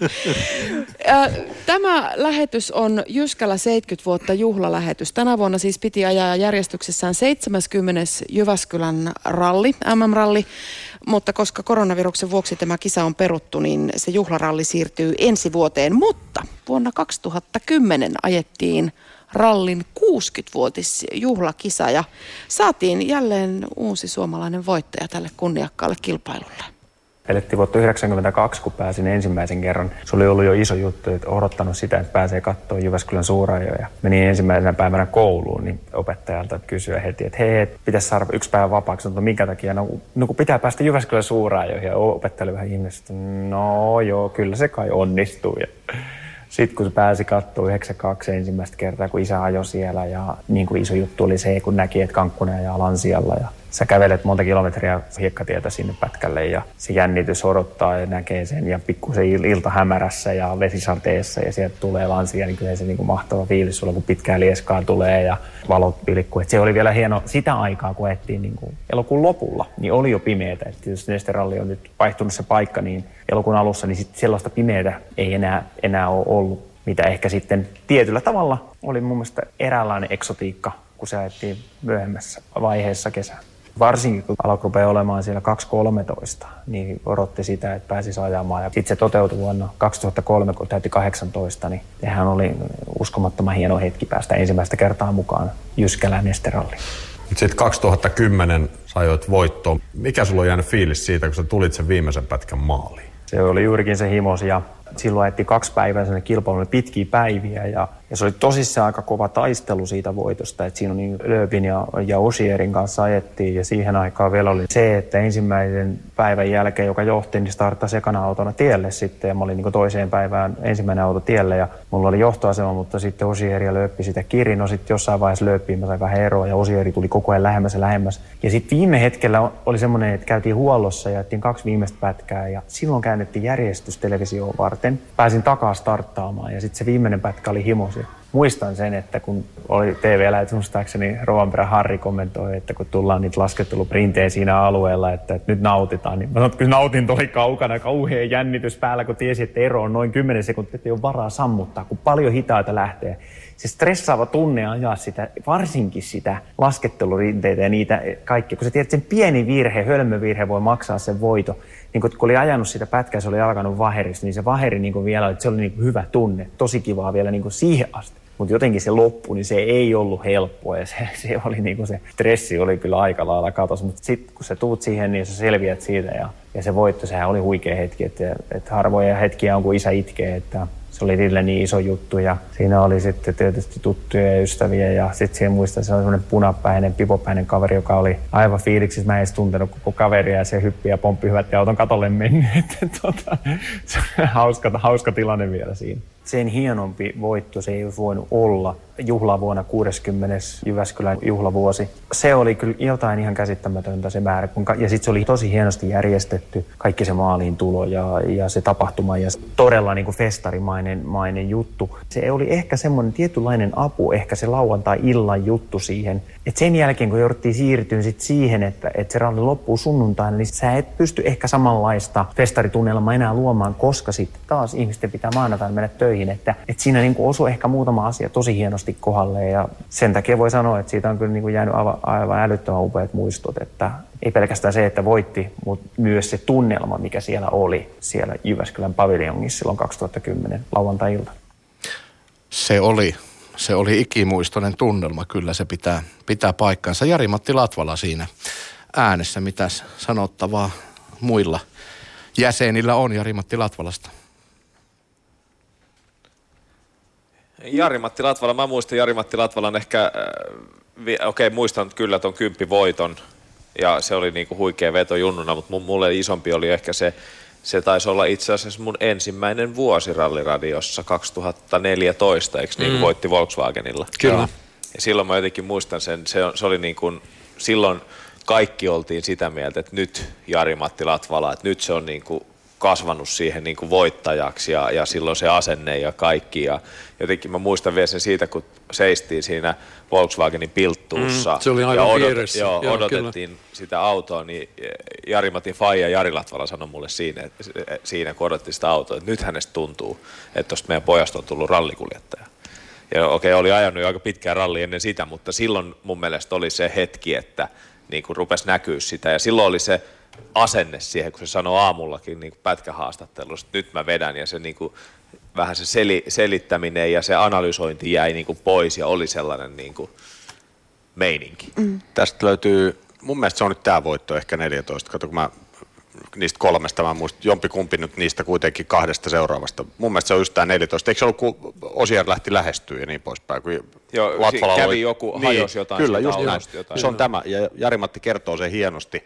Tämä lähetys on Jyskällä seitsemänkymmentä vuotta juhlalähetys. Tänä vuonna siis piti ajaa järjestyksessään seitsemäskymmenes Jyväskylän ralli, M M-ralli. Mutta koska koronaviruksen vuoksi tämä kisa on peruttu, niin se juhlaralli siirtyy ensi vuoteen. Mutta vuonna kaksituhattakymmenen ajettiin rallin kuusikymmenvuotisjuhlakisa ja saatiin jälleen uusi suomalainen voittaja tälle kunniakkaalle kilpailulle.
Elettiin vuotta yhdeksänkymmentäkaksi, kun pääsin ensimmäisen kerran. Se oli ollut jo iso juttu, että odottanut sitä, että pääsee katsoa Jyväskylän suurajoja. Menin ensimmäisenä päivänä kouluun, niin opettajalta kysyä heti, että hei, pitäisi saada yksi päivä vapaaksi. No minkä takia? No, no kun pitää päästä Jyväskylän suurajoihin. Ja opettaja oli vähän ihmeessä, no joo, kyllä se kai onnistuu. Sitten kun se pääsi katsoa yhdeksänkymmentäkaksi ensimmäistä kertaa, kun isä ajoi siellä ja niin kuin iso juttu oli se, kun näki, että Kankkunen ajaa Lansialla ja sä kävelet monta kilometriä hiekkatietä sinne pätkälle ja se jännitys odottaa ja näkee sen ja pikkusen ilta hämärässä ja vesisateessa ja sieltä tulee Lansia, niin kyllä se niin kuin mahtava fiilis sulla, kun pitkää lieskaa tulee ja valot pilkkuu. Se oli vielä hieno sitä aikaa, kun ajettiin niin kuin elokuun lopulla, niin oli jo pimeätä. Et jos Neste-ralli on nyt vaihtunut se paikka, niin elokuun alussa, niin sitten sellaista pimeätä ei enää, enää ole ollut, mitä ehkä sitten tietyllä tavalla oli mun mielestä eräänlainen eksotiikka, kun se ajettiin myöhemmässä vaiheessa kesää. Varsinkin kun alkoi rupeaa olemaan siellä kaksi kolmetoista, niin odotti sitä, että pääsisi ajamaan. Ja sitten se toteutui vuonna kaksituhattakolme, kun täytti kahdeksantoista, niin sehän oli uskomattoman hieno hetki päästä ensimmäistä kertaa mukaan Jyskälän Neste-ralliin.
Sitten kaksituhattakymmenen sä ajoit voittoon. Mikä sulla on jäänyt fiilis siitä, kun sä tulit sen viimeisen pätkän maaliin?
Se oli juurikin se himos ja silloin ajettiin kaksi päivää sellainen kilpailu, pitkiä päiviä ja, ja se oli tosissaan aika kova taistelu siitä voitosta, että siinä niin Lööpin ja, ja Osierin kanssa ajettiin ja siihen aikaan vielä oli se, että ensimmäisen päivän jälkeen, joka johti, niin starttasi ekana autona tielle sitten ja mä olin niin toiseen päivään ensimmäinen auto tielle ja mulla oli johtoasema, mutta sitten Osieri ja Lööppi sitä kiri, no sitten jossain vaiheessa Lööppiin mä sain vähän eroa ja Osieri tuli koko ajan lähemmäs ja lähemmäs ja sitten viime hetkellä oli semmoinen, että käytiin huollossa ja ajettiin kaksi viimeistä pätkää ja silloin käännettiin järjestys televisioon varten. Pääsin takaa starttaamaan ja sitten se viimeinen pätkä oli himosi. Muistan sen, että kun oli T V-lähetys, muistaakseni Rovanperän Harri kommentoi, että kun tullaan niitä lasketteluprintejä siinä alueella, että, että nyt nautitaan, niin mä sanoin, että kun nautin oli kaukana, kauhea jännitys päällä, kun tiesi, että ero on noin kymmenen sekuntia, että ei ole varaa sammuttaa, kun paljon hitaita lähtee. Se stressaava tunne ajaa sitä, varsinkin sitä laskettelurinteitä ja niitä kaikkia. Kun sä tiedät, sen pieni virhe, hölmövirhe voi maksaa sen voito. Niin kun oli ajanut sitä pätkää, se oli alkanut vaheriksi, niin se vaheri niin vielä, että se oli niin hyvä tunne. Tosi kivaa vielä niin siihen asti. Mutta jotenkin se loppu, niin se ei ollut helppoa ja se, se, oli niin se stressi oli kyllä aika lailla katos. Mutta sitten kun sä tuut siihen, niin sä selviät siitä ja, ja se voitto, sehän oli huikea hetki. Että et harvoja hetkiä on, kun isä itkee, että se oli niille niin iso juttu ja siinä oli sitten tietysti tuttuja ja ystäviä ja sitten siihen muistan, se oli semmoinen punapäinen, pipopäinen kaveri, joka oli aivan fiiliksissä. Mä en edes tuntenut koko kaveria ja se hyppi ja pomppi hyvät ja auton katolle mennyt. Tota, se on hauska, hauska tilanne vielä siinä.
Sen hienompi voitto se ei olisi voinut olla juhlavuonna kuudeskymmenes Jyväskylän juhlavuosi. Se oli kyllä jotain ihan käsittämätöntä se määrä. Ja sitten se oli tosi hienosti järjestetty, kaikki se maaliin tulo ja, ja se tapahtuma ja todella niin kuin festarimainen mainen juttu. Se oli ehkä semmoinen tietynlainen apu, ehkä se lauantai-illan juttu siihen. Että sen jälkeen kun jouduttiin siirtyä sit siihen, että, että se ralli loppuu sunnuntaina, niin sä et pysty ehkä samanlaista festaritunnelmaa enää luomaan, koska sitten taas ihmisten pitää maanantaina mennä töihin. Että, että siinä niin kuin osui ehkä muutama asia tosi hienosti kohdalleen ja sen takia voi sanoa, että siitä on kyllä niin kuin jäänyt aivan, aivan älyttömän upeat muistot, että ei pelkästään se, että voitti, mutta myös se tunnelma, mikä siellä oli siellä Jyväskylän paviljongissa silloin kaksituhattakymmenen lauantai-ilta.
Se oli, se oli ikimuistoinen tunnelma, kyllä se pitää, pitää paikkansa. Jari-Matti Latvala siinä äänessä, mitäs sanottavaa muilla jäsenillä on Jari-Matti Latvalasta?
Jari-Matti Latvala, mä muistan Jari-Matti Latvalan ehkä, äh, okei okay, muistan kyllä ton kymppivoiton ja se oli niinku huikea veto junnuna, mutta mulle isompi oli ehkä se, se taisi olla itse asiassa mun ensimmäinen vuosi ralliradiossa kaksituhattaneljätoista, eikö niin, mm. voitti Volkswagenilla.
Kyllä.
Ja silloin mä jotenkin muistan sen, se, se oli niin kuin, silloin kaikki oltiin sitä mieltä, että nyt Jari-Matti Latvala, että nyt se on niin kuin kasvanut siihen niin kuin voittajaksi ja, ja silloin se asenne ja kaikki. Ja jotenkin mä muistan vielä sen siitä, kun seistiin siinä Volkswagenin pilttuussa.
Mm, se oli aivan
ja odot,
vieressä.
joo,
joo,
odotettiin kyllä. sitä autoa, niin Jari-Matin faija Jari Latvala sanoi mulle siinä, että, siinä kun odotettiin sitä autoa, että nyt hänestä tuntuu, että tuosta meidän pojasta on tullut rallikuljettaja. Ja okei, okay, oli ajanut jo aika pitkään rallia ennen sitä, mutta silloin mun mielestä oli se hetki, että niin kuin rupesi näkyä sitä. Ja silloin oli se asenne siihen, kun se sanoi aamullakin niin kuin pätkähaastattelussa, että nyt mä vedän. Ja se niin kuin, vähän se seli, selittäminen ja se analysointi jäi niin kuin pois ja oli sellainen niin kuin meininki.
Mm. Tästä löytyy, mun mielestä se on nyt tää voitto ehkä neljätoista. Kato, kun mä niistä kolmesta, mä muistan, jompikumpi nyt niistä kuitenkin kahdesta seuraavasta. Mun mielestä se on just tää neljätoista. Eikö se ollut, kun Osier lähti lähestyä ja niin poispäin? Kun
joo, kävi oli, joku, niin, hajosi jotain.
Kyllä, just näin.
Jotain.
Se on tämä. Ja Jari-Matti kertoo sen hienosti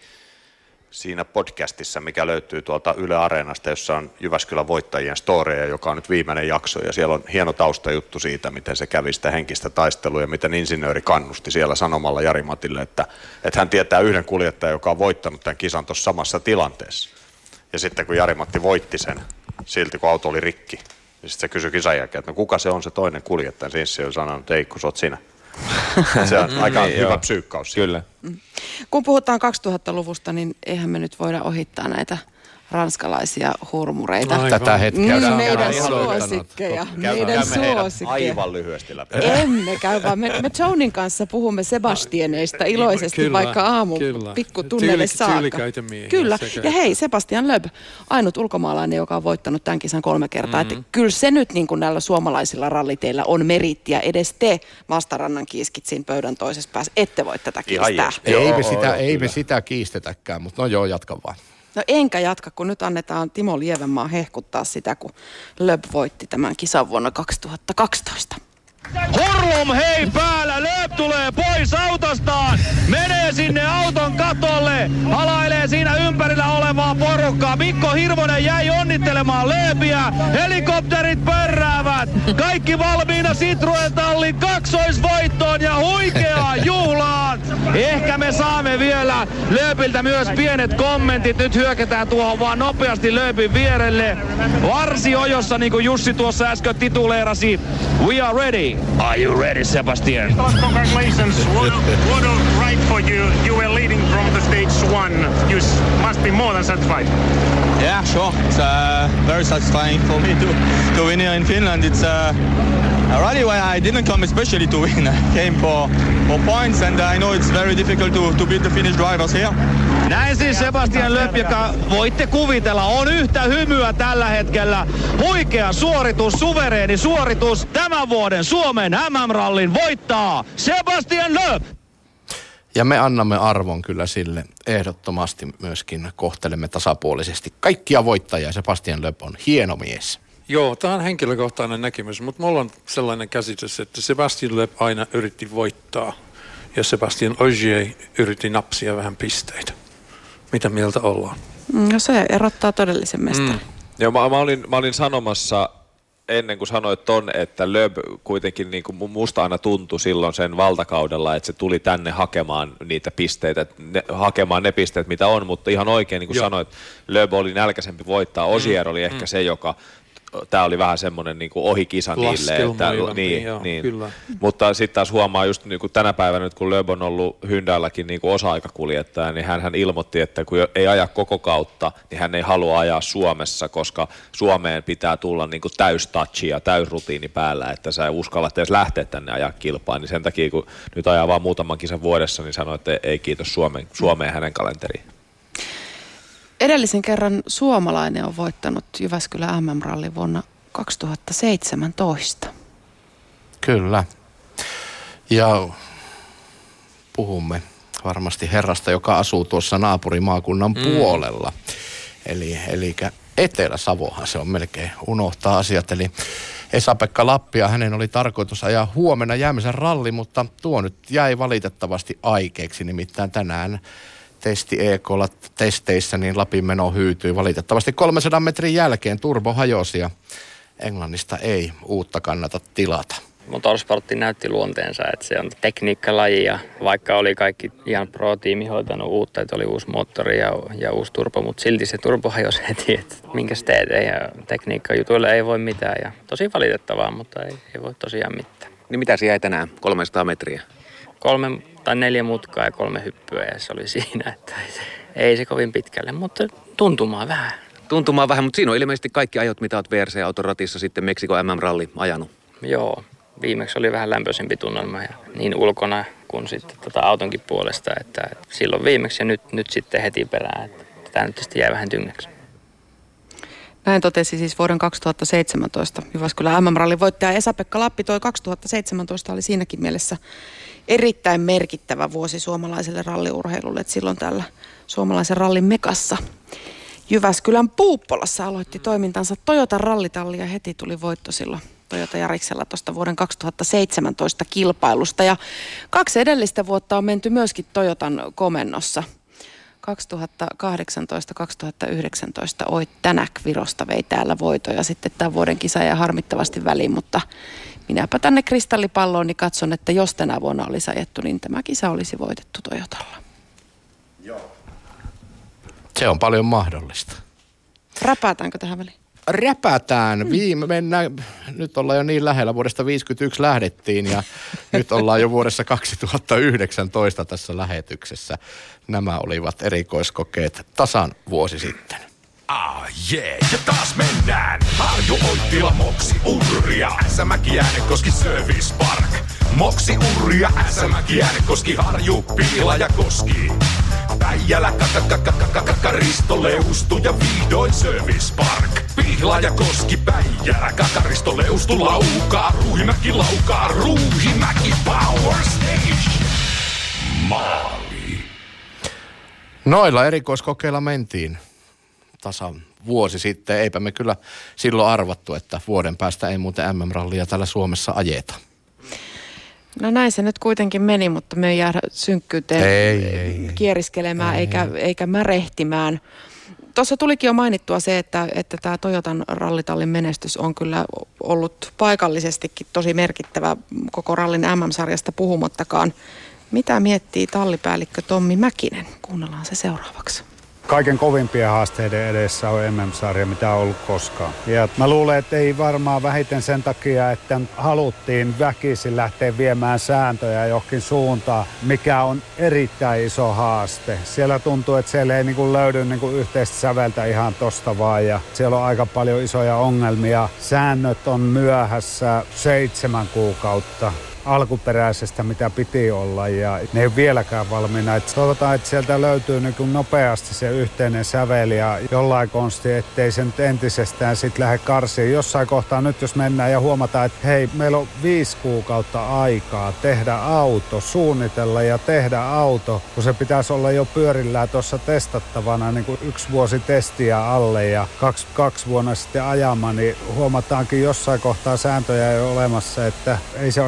siinä podcastissa, mikä löytyy tuolta Yle Areenasta, jossa on Jyväskylän voittajien storeja, joka on nyt viimeinen jakso. Ja siellä on hieno taustajuttu siitä, miten se kävi sitä henkistä taistelua ja miten insinööri kannusti siellä sanomalla Jari-Matille, että, että hän tietää yhden kuljettajan, joka on voittanut tämän kisan tuossa samassa tilanteessa. Ja sitten kun Jari-Matti voitti sen, silti kun auto oli rikki, niin sitten se kysyi kisan jälkeen, että no kuka se on se toinen kuljettaja. Siinä se on sanonut, että ei, kun sä oot sinä. Se on aika
niin,
hyvä
joo.
psyykkaus.
Kyllä.
Kun puhutaan kaksituhattaluvusta, niin eihän me nyt voida ohittaa näitä ranskalaisia hurmureita.
Aivan. Tätä hetkeä.
Mm, meidän suosikkeja. Meidän suosikkeja.
Aivan lyhyesti läpi.
Emme käy, vaan me, me Jonin kanssa puhumme Sebastianeista iloisesti, kyllä, vaikka aamu pikkutunnelle saakka.
Tyylikäitä miehiä.
Kyllä. Ja hei, Sebastian Loeb, ainut ulkomaalainen, joka on voittanut tämän kisan kolme kertaa. Mm-hmm. Että kyllä se nyt niin kuin näillä suomalaisilla ralliteillä on merittiä. Edes te vastarannan kiiskit siinä pöydän toisessa päässä. Ette voi tätä kiistää.
Ei me sitä, ei me sitä kiistetäkään, mutta no joo, jatka vaan.
No enkä jatka, kun nyt annetaan Timo Lievenmaa hehkuttaa sitä, kun Loeb voitti tämän kisan vuonna kaksituhattakaksitoista.
Hurlum hei päällä, Loeb tulee pois autostaan, menee sinne auton katolle, halailee siinä ympärillä olevaa porukkaa. Mikko Hirvonen jäi onnittelemaan Loebia, helikopterit pörräävät, kaikki valmiina Citroen tallin kaksoisvoittoon ja huikeaan juhlaan. Ehkä me saamme vielä Loebiltä myös pienet kommentit, nyt hyökätään tuohon vaan nopeasti Loebin vierelle. Varsi ojossa, niin kuin Jussi tuossa äsken tituleerasi, we are ready. Are you ready, Sebastian?
Congratulations. What, what a ride for you. You were leading from the stage one. You must be more than satisfied.
Yeah, sure. It's uh, very satisfying for me to, to win here in Finland. It's uh, a rally where I didn't come especially to win. I came for, for points and I know it's very difficult to, to beat the Finnish drivers here.
Näin siis Sebastian Loeb, joka voitte kuvitella, on yhtä hymyä tällä hetkellä. Huikea suoritus, suvereeni suoritus. Tämän vuoden Suomen M M-rallin voittaa Sebastian Loeb.
Ja me annamme arvon kyllä sille ehdottomasti myöskin, kohtelemme tasapuolisesti kaikkia voittajia. Sebastian Loeb on hieno mies.
Joo, tämä on henkilökohtainen näkemys, mutta mulla on sellainen käsitys, että Sebastian Loeb aina yritti voittaa ja Sebastian Ogier yritti napsia vähän pisteitä. Mitä mieltä ollaan?
No se erottaa todellisen mestarin. Mm.
Joo, mä, mä, olin, mä olin sanomassa ennen kuin sanoit ton, että Lööb kuitenkin niin kuin musta aina tuntui silloin sen valtakaudella, että se tuli tänne hakemaan niitä pisteitä, ne, hakemaan ne pisteet, mitä on, mutta ihan oikein, niin kuin Joo. sanoit, Lööb oli nälkäisempi voittaa, Osier oli ehkä mm. se, joka tämä oli vähän semmoinen niin kuin ohikisa niille. Että, niin,
joo,
niin.
Kyllä.
Mutta sitten taas huomaa just niin kuin tänä päivänä, nyt kun Lööb on ollut Hyndälläkin niin kuin osa-aikakuljettaja, niin hän, hän ilmoitti, että kun ei aja koko kautta, niin hän ei halua ajaa Suomessa, koska Suomeen pitää tulla niin kuin täys touchi ja täys rutiini päällä, että sä uskallat edes lähteä tänne ajaa kilpaa. Niin sen takia, kun nyt ajaa vaan muutaman kisan vuodessa, niin sanoi, että ei kiitos Suomeen, Suomeen hänen kalenteriin.
Edellisen kerran suomalainen on voittanut Jyväskylän M M-rallin vuonna kaksituhattaseitsemäntoista.
Kyllä. Ja puhumme varmasti herrasta, joka asuu tuossa naapurimaakunnan mm. puolella. Eli, eli Etelä-Savohan se on melkein unohtaa asiat. Eli Esa-Pekka Lappia, hänen oli tarkoitus ajaa huomenna Jämsän ralli, mutta tuo nyt jäi valitettavasti aikeeksi. Nimittäin tänään testi E K:lla testeissä, niin Lapin meno hyytyi valitettavasti kolmesadan metrin jälkeen. Turbo hajosi ja Englannista ei uutta kannata tilata.
Motorsportti näytti luonteensa, että se on tekniikkalaji ja vaikka oli kaikki ihan pro-tiimi hoitanut uutta, että oli uusi moottori ja, ja uusi turbo, mutta silti se turbo hajosi heti, että minkäs teet, ja tekniikkajutuilla ei voi mitään ja tosi valitettavaa, mutta ei, ei voi tosiaan mitään.
Niin mitä se jäi tänään, kolmesataa metriä?
Kolme tai neljä mutkaa ja kolme hyppyä ja se oli siinä, että ei se, ei se kovin pitkälle, mutta tuntumaa vähän.
Tuntumaa vähän, mutta siinä on ilmeisesti kaikki ajot, mitä olet V R C-auton ratissa sitten Meksikon M M-ralli ajanut.
Joo, viimeksi oli vähän lämpöisempi tunnelma ja niin ulkona kuin sitten tota autonkin puolesta, että silloin viimeksi ja nyt, nyt sitten heti perään, että tämä nyt tietysti jäi vähän tyngäksi.
Näin totesi siis vuoden kaksituhattaseitsemäntoista Jyväskylän M M-rallin voittaja Esa-Pekka Lappi. Toi kaksituhattaseitsemäntoista oli siinäkin mielessä erittäin merkittävä vuosi suomalaiselle ralliurheilulle, että silloin täällä suomalaisen rallin mekassa Jyväskylän Puuppolassa aloitti toimintansa Toyota rallitalli ja heti tuli voitto silloin Toyota Jariksella tuosta vuoden kaksituhattaseitsemäntoista kilpailusta. Ja kaksi edellistä vuotta on menty myöskin Toyotan komennossa. kaksituhattakahdeksantoista kaksituhattayhdeksäntoista Oit Tänäk Virosta vei täällä voitoja sitten tämän vuoden kisa ja harmittavasti väliin, mutta minäpä tänne kristallipalloon niin katson, että jos tänä vuonna olisi ajettu, niin tämä kisa olisi voitettu Toyotalla.
Joo. Se on paljon mahdollista.
Räpäätäänkö tähän väliin?
Räpätään. Viime mennään, nyt ollaan jo niin lähellä, vuodesta viisikymmentäyksi lähdettiin ja nyt ollaan jo vuodessa kaksituhattayhdeksäntoista tässä lähetyksessä. Nämä olivat erikoiskokeet tasan vuosi sitten.
Ah jee, yeah. Ja taas mennään. Harju, Oittila, Moksi, Urria, Äsämäki, Äänekoski, Service Park. Moksi, Urria, Äsämäki, Äänekoski, Harju, Piila ja Koski. Päijälä, kakakakakakaka, Risto, Leustu ja vihdoin Service Park. Pihla ja Koski, Päijälä, kakaristo, Leustu, Laukaa, Ruuhimäki, Laukaa, Ruuhimäki, Power Stage. Maali.
Noilla erikoiskokeilla mentiin tasan vuosi sitten. Eipä me kyllä silloin arvattu, että vuoden päästä ei muuten M M-rallia täällä Suomessa ajeta.
No näin se nyt kuitenkin meni, mutta me ei jäädä synkkyyteen
ei, ei,
kieriskelemään ei. Eikä, eikä märehtimään. Tuossa tulikin jo mainittua se, että, että tämä Toyotan rallitallin menestys on kyllä ollut paikallisestikin tosi merkittävä koko rallin M M-sarjasta puhumattakaan. Mitä miettii tallipäällikkö Tommi Mäkinen? Kuunnellaan se seuraavaksi.
Kaiken kovimpien haasteiden edessä on M M-sarja, mitä on ollut koskaan. Ja mä luulen, että ei varmaan vähiten sen takia, että haluttiin väkisin lähteä viemään sääntöjä johonkin suuntaan, mikä on erittäin iso haaste. Siellä tuntuu, että siellä ei niinku löydy niinku yhteistä säveltä ihan tosta vaan ja siellä on aika paljon isoja ongelmia. Säännöt on myöhässä seitsemän kuukautta alkuperäisestä, mitä piti olla, ja ne ei ole vieläkään valmiina. Et toivotaan, että sieltä löytyy niin nopeasti se yhteinen sävel ja jollain konsti, ettei sen entisestään sitten lähde karsiin. Jossain kohtaa nyt, jos mennään ja huomataan, että hei, meillä on viisi kuukautta aikaa tehdä auto, suunnitella ja tehdä auto, kun se pitäisi olla jo pyörillään tuossa testattavana niin kuin yksi vuosi testiä alle ja kaksi, kaksi vuonna sitten ajamaan, niin huomataankin jossain kohtaa sääntöjä ei ole olemassa, että ei se oikein on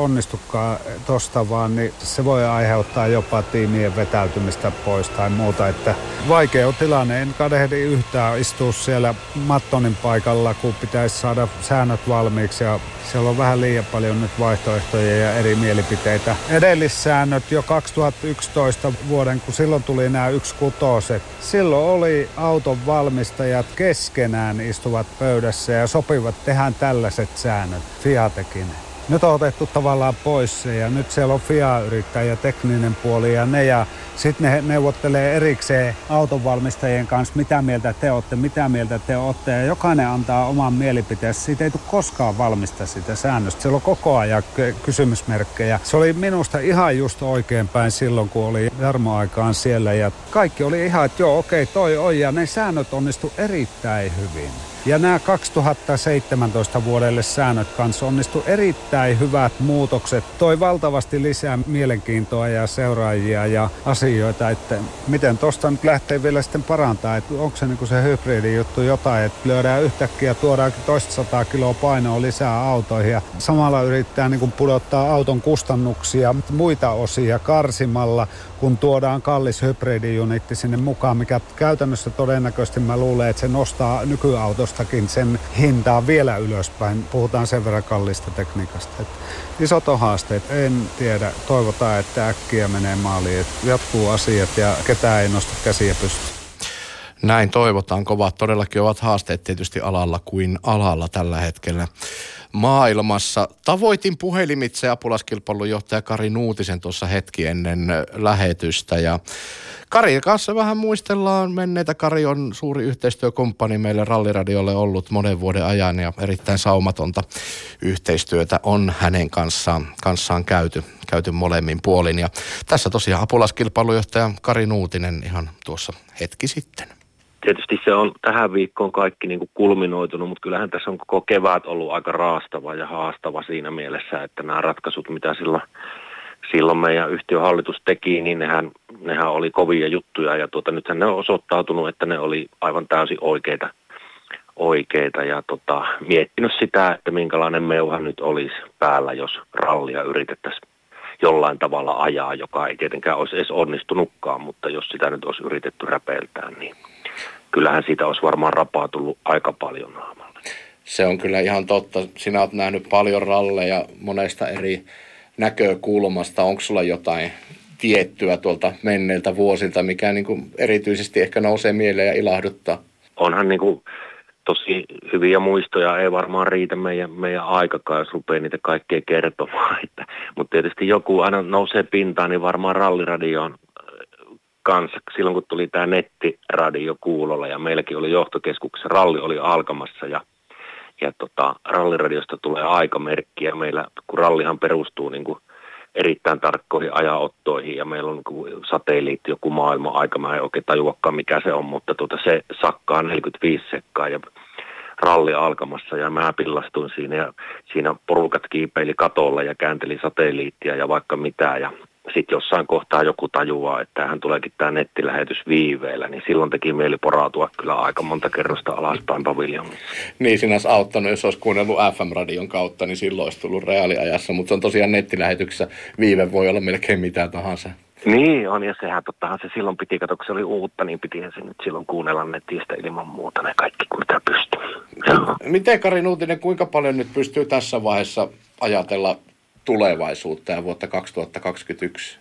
onnistukaan tosta vaan, niin se voi aiheuttaa jopa tiimien vetäytymistä pois tai muuta. Että vaikea on tilanne. En kadehdi yhtään istua siellä Mattonin paikalla, kun pitäisi saada säännöt valmiiksi ja siellä on vähän liian paljon nyt vaihtoehtoja ja eri mielipiteitä. Edellissäännöt jo kaksituhattayksitoista vuoden, kun silloin tuli nämä yksi kutoset. Silloin oli auton valmistajat keskenään istuvat pöydässä ja sopivat tehdä tällaiset säännöt. Fiatekin. Nyt on otettu tavallaan pois se ja nyt siellä on F I A-yrittäjä, tekninen puoli ja ne ja sitten ne neuvottelee erikseen autonvalmistajien kanssa, mitä mieltä te olette, mitä mieltä te olette ja jokainen antaa oman mielipiteensä. Siitä ei tule koskaan valmista sitä säännöstä. Siellä on koko ajan kysymysmerkkejä. Se oli minusta ihan just oikeinpäin silloin, kun oli Jarmo-aikaan siellä ja kaikki oli ihan, että joo okei toi on ja ne säännöt onnistu erittäin hyvin. Ja nämä kaksituhattaseitsemäntoista vuodelle säännöt kanssa onnistu erittäin hyvät muutokset. Toi valtavasti lisää mielenkiintoa ja seuraajia ja asioita, että miten tuosta nyt lähtee vielä sitten parantaa. Että onko se niin se hybridijuttu jotain, että lyödään yhtäkkiä, tuodaankin toista sataa kiloa painoa lisää autoihin ja samalla yrittää niin kuin pudottaa auton kustannuksia muita osia karsimalla, kun tuodaan kallis hybridijunitti sinne mukaan, mikä käytännössä todennäköisesti mä luulen, että se nostaa nykyautostakin sen hintaa vielä ylöspäin. Puhutaan sen verran kallista tekniikasta. Että isot on haasteet. En tiedä. Toivotaan, että äkkiä menee maaliin. Että jatkuu asiat ja ketään ei nosta käsiä pystyyn.
Näin toivotaan. Kovat todellakin ovat haasteet tietysti alalla kuin alalla tällä hetkellä maailmassa. Tavoitin puhelimitse apulaiskilpailujohtaja Kari Nuutisen tuossa hetki ennen lähetystä ja Karin kanssa vähän muistellaan menneitä. Kari on suuri yhteistyökumppani meille Ralliradiolle ollut monen vuoden ajan ja erittäin saumatonta yhteistyötä on hänen kanssaan, kanssaan käyty, käyty molemmin puolin. Ja tässä tosiaan apulaiskilpailujohtaja Kari Nuutinen ihan tuossa hetki sitten.
Tietysti se on tähän viikkoon kaikki niin kuin kulminoitunut, mutta kyllähän tässä on koko kevät ollut aika raastava ja haastava siinä mielessä, että nämä ratkaisut, mitä silloin, silloin meidän yhtiön hallitus teki, niin nehän, nehän oli kovia juttuja ja tuota, nythän ne on osoittautunut, että ne oli aivan täysin oikeita, oikeita ja tota, miettinyt sitä, että minkälainen meuha nyt olisi päällä, jos rallia yritettäisiin jollain tavalla ajaa, joka ei tietenkään olisi edes onnistunutkaan, mutta jos sitä nyt olisi yritetty räpeiltään, niin kyllähän siitä olisi varmaan rapaa tullut aika paljon naamalle.
Se on kyllä ihan totta. Sinä olet nähnyt paljon ralleja monesta eri näkökulmasta. Onko sulla jotain tiettyä tuolta menneiltä vuosilta, mikä niin kuin erityisesti ehkä nousee mieleen ja ilahduttaa?
Onhan niin kuin tosi hyviä muistoja, ei varmaan riitä meidän, meidän aikakaan, jos rupeaa niitä kaikkea kertomaan. Että, mutta tietysti joku aina nousee pintaan, niin varmaan Ralliradioon kanssa. Silloin kun tuli tämä nettiradio kuulolla ja meilläkin oli johtokeskuksessa, ralli oli alkamassa ja, ja tota, Ralliradiosta tulee aikamerkki ja meillä, kun rallihan perustuu niin kuin erittäin tarkkoihin ajanottoihin ja meillä on niin satelliitti, joku maailman aika, mä en oikein tajuakaan mikä se on, mutta tuota, se sakkaa neljäkymmentäviisi sekkaa ja ralli alkamassa ja mä pillastuin siinä ja siinä porukat kiipeili katolla ja käänteli satelliittia ja vaikka mitä ja sitten jossain kohtaa joku tajuaa, että hän tuleekin tämä nettilähetys viiveellä, niin silloin teki mieli porautua kyllä aika monta kerrosta alaspäin paviljonissa.
Niin, siinä olisi auttanut, jos olisi kuunnellut F M-radion kautta, niin silloin olisi tullut reaaliajassa, mutta se on tosiaan nettilähetyksessä, viive voi olla melkein mitä tahansa.
Niin on, ja sehän tottahan se silloin piti, kato, kun se oli uutta, niin pitihän se nyt silloin kuunnella netistä ilman muuta ne kaikki, mitä pystyy.
Miten Kari Nuutinen, kuinka paljon nyt pystyy tässä vaiheessa ajatella tulevaisuutta ja vuotta kaksituhattakaksikymmentäyksi?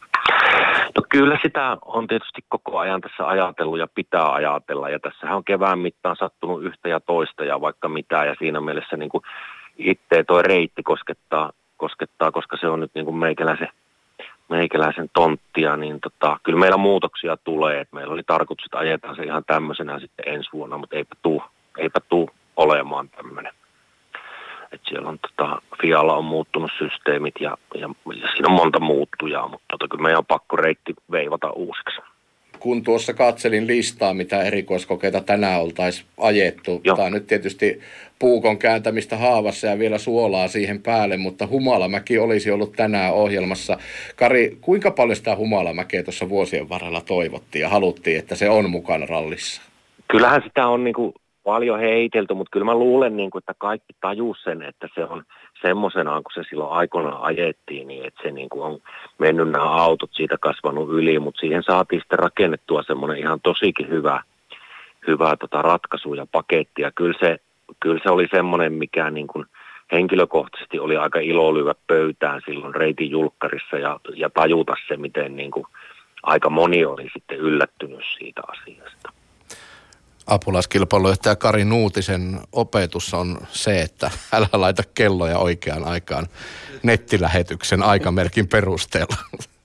No kyllä sitä on tietysti koko ajan tässä ajatellut ja pitää ajatella ja tässähän on kevään mittaan sattunut yhtä ja toista ja vaikka mitä ja siinä mielessä niin kuin itse toi reitti koskettaa, koskettaa, koska se on nyt niin kuin meikäläisen, meikäläisen tonttia, niin tota, kyllä meillä muutoksia tulee, että meillä oli tarkoitus, että ajetaan se ihan tämmöisenä sitten ensi vuonna, mutta eipä tuu, eipä tuu olemaan tämmöinen. Että siellä on tota, Fialla on muuttunut systeemit ja, ja, ja siinä on monta muuttujaa, mutta tota, kyllä meidän on pakko reitti veivata uusiksi.
Kun tuossa katselin listaa, mitä erikoiskokeita tänään oltaisiin ajettu, Joo. Tämä on nyt tietysti puukon kääntämistä haavassa ja vielä suolaa siihen päälle, mutta Humalamäki olisi ollut tänään ohjelmassa. Kari, kuinka paljon sitä Humalamäkeä tuossa vuosien varrella toivottiin ja haluttiin, että se on mukana rallissa?
Kyllähän sitä on niin kuin paljon heitelty, mutta kyllä mä luulen, niin kuin, että kaikki tajus sen, että se on semmoisenaan, kun se silloin aikoinaan ajettiin, niin että se niin kuin on mennyt nämä autot siitä kasvanut yli, mutta siihen saatiin sitten rakennettua semmoinen ihan tosikin hyvä, hyvä tota ratkaisu ja paketti. Ja kyllä se, kyllä se oli semmoinen, mikä niin kuin henkilökohtaisesti oli aika ilo lyödä pöytään silloin reitin julkkarissa ja, ja tajuta se, miten niin kuin aika moni oli sitten yllättynyt siitä asiasta.
Apulaiskilpailujohtaja Kari Nuutisen opetus on se, että älä laita kelloja oikeaan aikaan nettilähetyksen aikamerkin perusteella.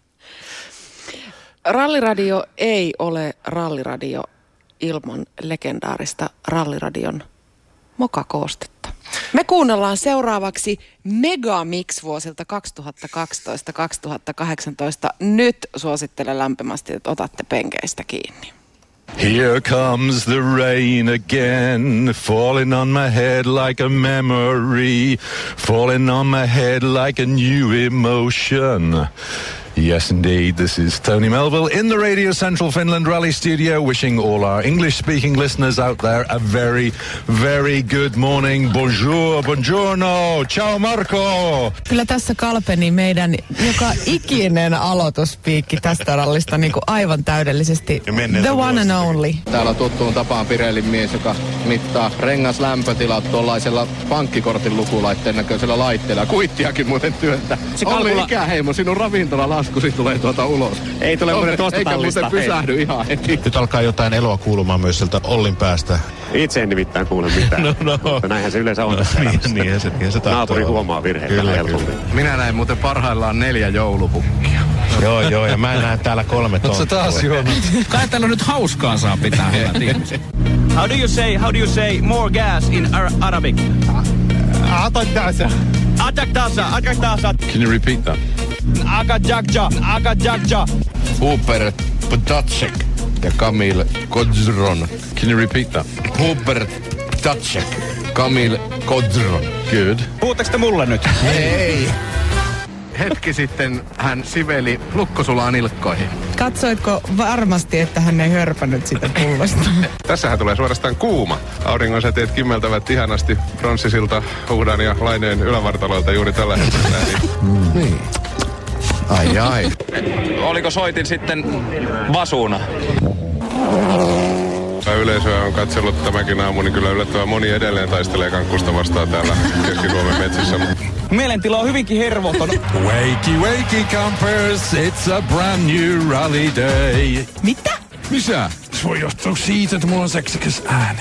Ralliradio ei ole ralliradio ilman legendaarista ralliradion mokakoostetta. Me kuunnellaan seuraavaksi Megamix vuosilta kaksituhattakaksitoista kaksituhattakahdeksantoista. Nyt suosittelen lämpimästi, että otatte penkeistä kiinni.
Here comes the rain again, falling on my head like a memory, falling on my head like a new emotion. Yes, indeed, this is Tony Melville in the Radio Central Finland Rally Studio, wishing all our English-speaking listeners out there a very, very good morning. Bonjour, buongiorno, ciao Marco!
Kyllä tässä kalpeni meidän joka ikinen aloituspiikki tästä rallista niin kuin aivan täydellisesti. The one and only.
Täällä tuttuun tapaan Pirellin mies, joka mittaa rengaslämpötilat tuollaisella pankkikortin lukulaitteen näköisellä laitteella. Kuittiakin muuten työntää. Olli kalkula... ikäheimo, sinun ravintola laskusi tulee tuota ulos.
Ei tule muuten tuosta
eikä
tallista.
Eikä muuten pysähdy ihan heti.
Nyt alkaa jotain eloa kuulumaan myös sieltä Ollin päästä.
Itse en nimittäin kuule mitään.
no, no.
Mutta näinhän se yleensä on
no,
tässä
niin, niinhän se, niinhän se
Naapuri huomaa virheitä helpommin.
Minä näin muuten parhaillaan neljä joulupukkia.
joo, joo, ja mä näen täällä kolme tontua.
Oletko taas juonut?
Kai täällä nyt hauskaa saa pitää, hyvät ihmiset.
How do you say, how do you say more gas in Ar- Arabic?
Ataktasa.
Ataktasa, ataktasa.
Can you repeat that?
Akajakja, akajakja.
Hubert Ptacek ja Kamil Kodzron.
Can you repeat that?
Hubert Ptacek, Kamil Kodzron.
Good.
Puhutteko te mulle nyt?
Ei. Hetki sitten hän siveli lukkosulaan nilkkoihin.
Katsoitko varmasti, että hän ei hörpännyt sitä pullosta?
Tässähän tulee suorastaan kuuma. Auringonsäteet kimmeltävät ihanasti pronssisilta Huhdan ja Laineen ylävartaloilta juuri tällä hetkellä.
Mm. Niin. Ai ai.
Oliko soitin sitten vasuuna?
Yleisöä on katsellut tämäkin aamu, niin kyllä yllättävän moni edelleen taistelee kankkusta vastaan täällä Keski-Suomen metsissä.
Mielentila on hyvinkin hervoton.
Wakey, wakey campers, it's a brand new rally day.
Mitä?
Missä? Se voi johtua siitä, että mulla on seksikäs ääni.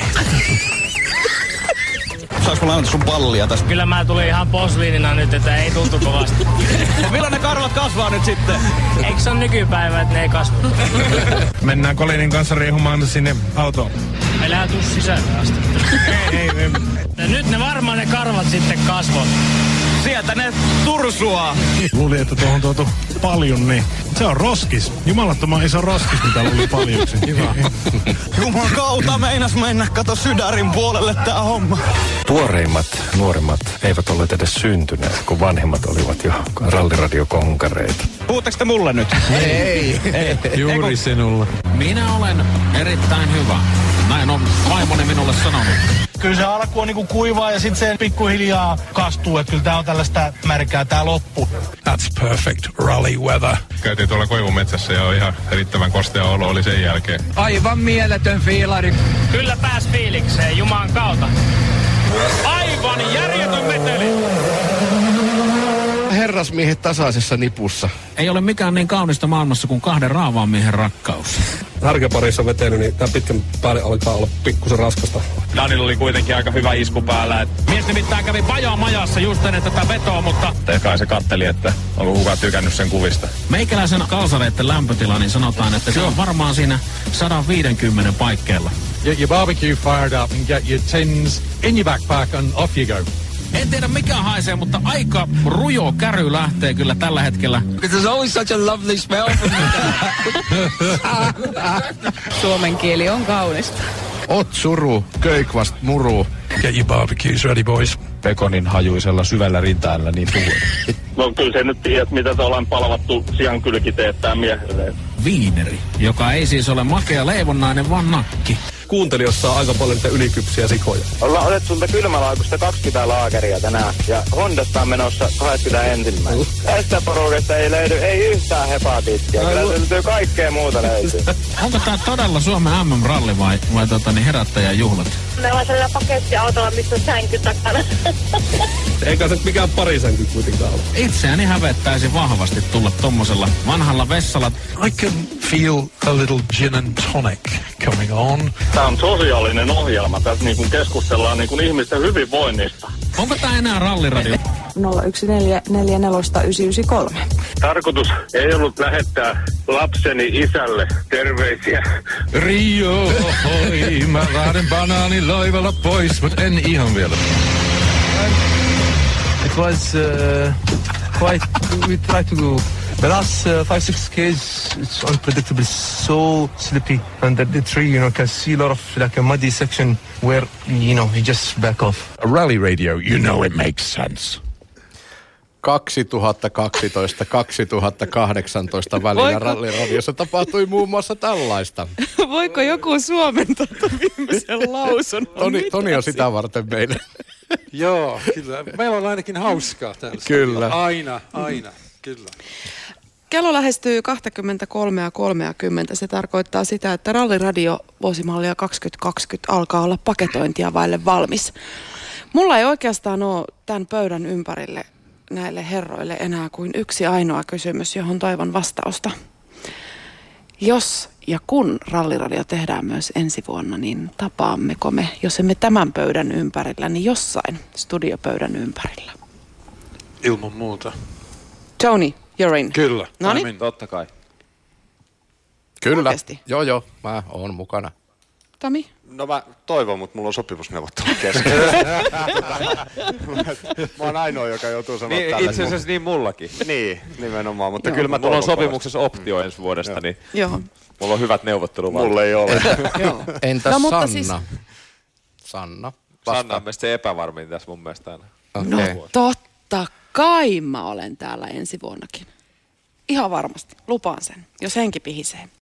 Saanko mulla antaa sun pallia tässä?
Kyllä mä tulin ihan posliinina nyt, että ei tuntu kovasti.
Milloin ne karvat kasvaa nyt sitten?
Eikö se ole nykypäivä, että ne ei kasva?
Mennään Kolinin kanssa riehumaan sinne autoon.
Elää tuu sisälle asti. ei, ei, ei. Ja nyt ne varmaan ne karvat sitten kasvot.
Sieltä ne tursuaa.
Luulin, että tuohon tuotu paljon, niin se on roskis. Jumalattoman iso roskis, mitä luuli paljuksi. Kiva.
Juman kautta meinas mennä, kato sydärin puolelle tää homma.
Tuoreimmat nuoremmat eivät olleet edes syntyneet, kun vanhemmat olivat jo ralliradiokonkareita.
Puhutteko te mulle nyt?
Ei.
ei.
Juuri
Eiku...
sinulla.
Minä olen erittäin hyvä. Näin on vaimoni minulle sanonut.
Kyllä se alku on niinku kuivaa ja sitten se pikkuhiljaa kastuu, että kyllä tää on tällaista märkää tää loppu.
That's perfect rally weather. Käytiin tuolla Koivumetsässä ja ihan erittävän kostea olo oli sen jälkeen.
Aivan mieletön fiilari. Kyllä pääs fiilikseen, Juman kautta. Aivan järjetön meteli.
Herrasmiehet tasaisessa nipussa.
Ei ole mikään niin kaunista maailmassa kuin kahden raavaan miehen rakkaus.
Harkeparissa vetely, niin tämän pitkän päälle alkaa olla pikkusen raskasta.
Danilla oli kuitenkin aika hyvä isku päällä. Et...
Mies nimittäin kävi vajaa majassa just ennen tätä vetoa, mutta...
Kai se katteli, että onko kukaan tykännyt sen kuvista.
Meikäläisen kalsareiden lämpötila, niin sanotaan, että se on varmaan siinä sata viisikymmentä paikkeilla.
Get your barbecue fired up and get your tins in your backpack and off you go.
En tiedä mikä haisee, mutta aika rujo käry lähtee kyllä tällä hetkellä.
There's always such a lovely smell from
Suomen kieli on kaunista.
Ot suru, köikvast muru.
Get your barbecues ready, boys.
Pekonin hajuisella syvällä rintaällä niin puhuu.
No kyllä se nyt tiedät, mitä tuolla on palvattu siankylki teettää miehelle.
Viineri, joka ei siis ole makea leivonnainen, vaan nakki.
kuuntelijoissa on aika paljon niitä ylikypsiä sikoja.
Ollaan otettu sulta kylmälaukusta kaksikymmentä laakeria tänään ja Hondasta on menossa kaksikymmentäensimmäinen. Tästä porukasta ei löydy ei yhtään hepatiittia. Kyllä löytyy kaikkea muuta löytyy.
Onko tää todella Suomen M M-ralli vai, vai tota, niin herättäjän juhlat?
Meillä on sellainen pakettiautolla, missä on sänky takana.
Eikä se mikään parisänky kuitenkaan ole.
Itseäni hävettäisi vahvasti tulla tommosella vanhalla vessalla.
I can feel a little gin and tonic coming on.
Tämä on sosiaalinen ohjelma. Tässä niin kuin keskustellaan niin kuin ihmisten hyvinvoinnista.
Onko tää enää ralliradio?
nolla yksi neljä neljä neljä yhdeksän yhdeksän kolme.
Tarkoitus ei ollut lähettää lapseni isälle terveisiä.
Rio, oi, mä lähden banaanilaivalla pois, mut en ihan vielä.
It was uh, quite, we tried to go. The last uh, five, six Ks, it's unpredictable, so slippy. And the, the tree, you know, can see a lot of like a muddy section where, you know, you just back off.
A rally radio, you know it makes sense.
kaksituhattakaksitoista kaksituhattakahdeksantoista välillä Voiko... ralliradiossa tapahtui muun muassa tällaista.
Voiko joku suomentaa viimeisen lausun?
Toni, Toni on sitä varten meille.
Joo, kyllä. Meillä on ainakin hauskaa täällä.
Kyllä.
Aina, aina, kyllä.
Kello lähestyy kaksikymmentäkolme ja kolmekymmentä. Se tarkoittaa sitä, että ralliradio vuosimallia kaksituhattakaksikymmentä alkaa olla paketointia vaille valmis. Mulla ei oikeastaan ole tämän pöydän ympärille näille herroille enää kuin yksi ainoa kysymys, johon toivon vastausta. Jos ja kun ralliradio tehdään myös ensi vuonna, niin tapaammeko me, jos emme tämän pöydän ympärillä, niin jossain studiopöydän ympärillä?
Ilman muuta.
Tony, you're in.
Kyllä.
Noniin.
Totta kai.
Kyllä.
Oikeasti?
Joo, joo. Mä oon mukana.
Tomi?
No mä toivon, mutta mulla on sopimusneuvottelu kesken. Mä oon ainoa, joka joutuu sanoa
niin,
tälle.
itse asiassa niin mullakin.
Niin, nimenomaan, mutta
Joo.
kyllä mä
mulla on
toivon
sopimuksessa optio ensi vuodesta,
Joo.
niin
Joo.
mulla on hyvät neuvotteluvalmiudet.
Mulla ei ole.
Entäs
No,
no,
mutta
Sanna?
siis-
Sanna?
Sanna on meistä se epävarmin tässä mun mielestä aina.
No
Okei.
totta kai mä olen täällä ensi vuonnakin. Ihan varmasti, lupaan sen, jos henki pihisee.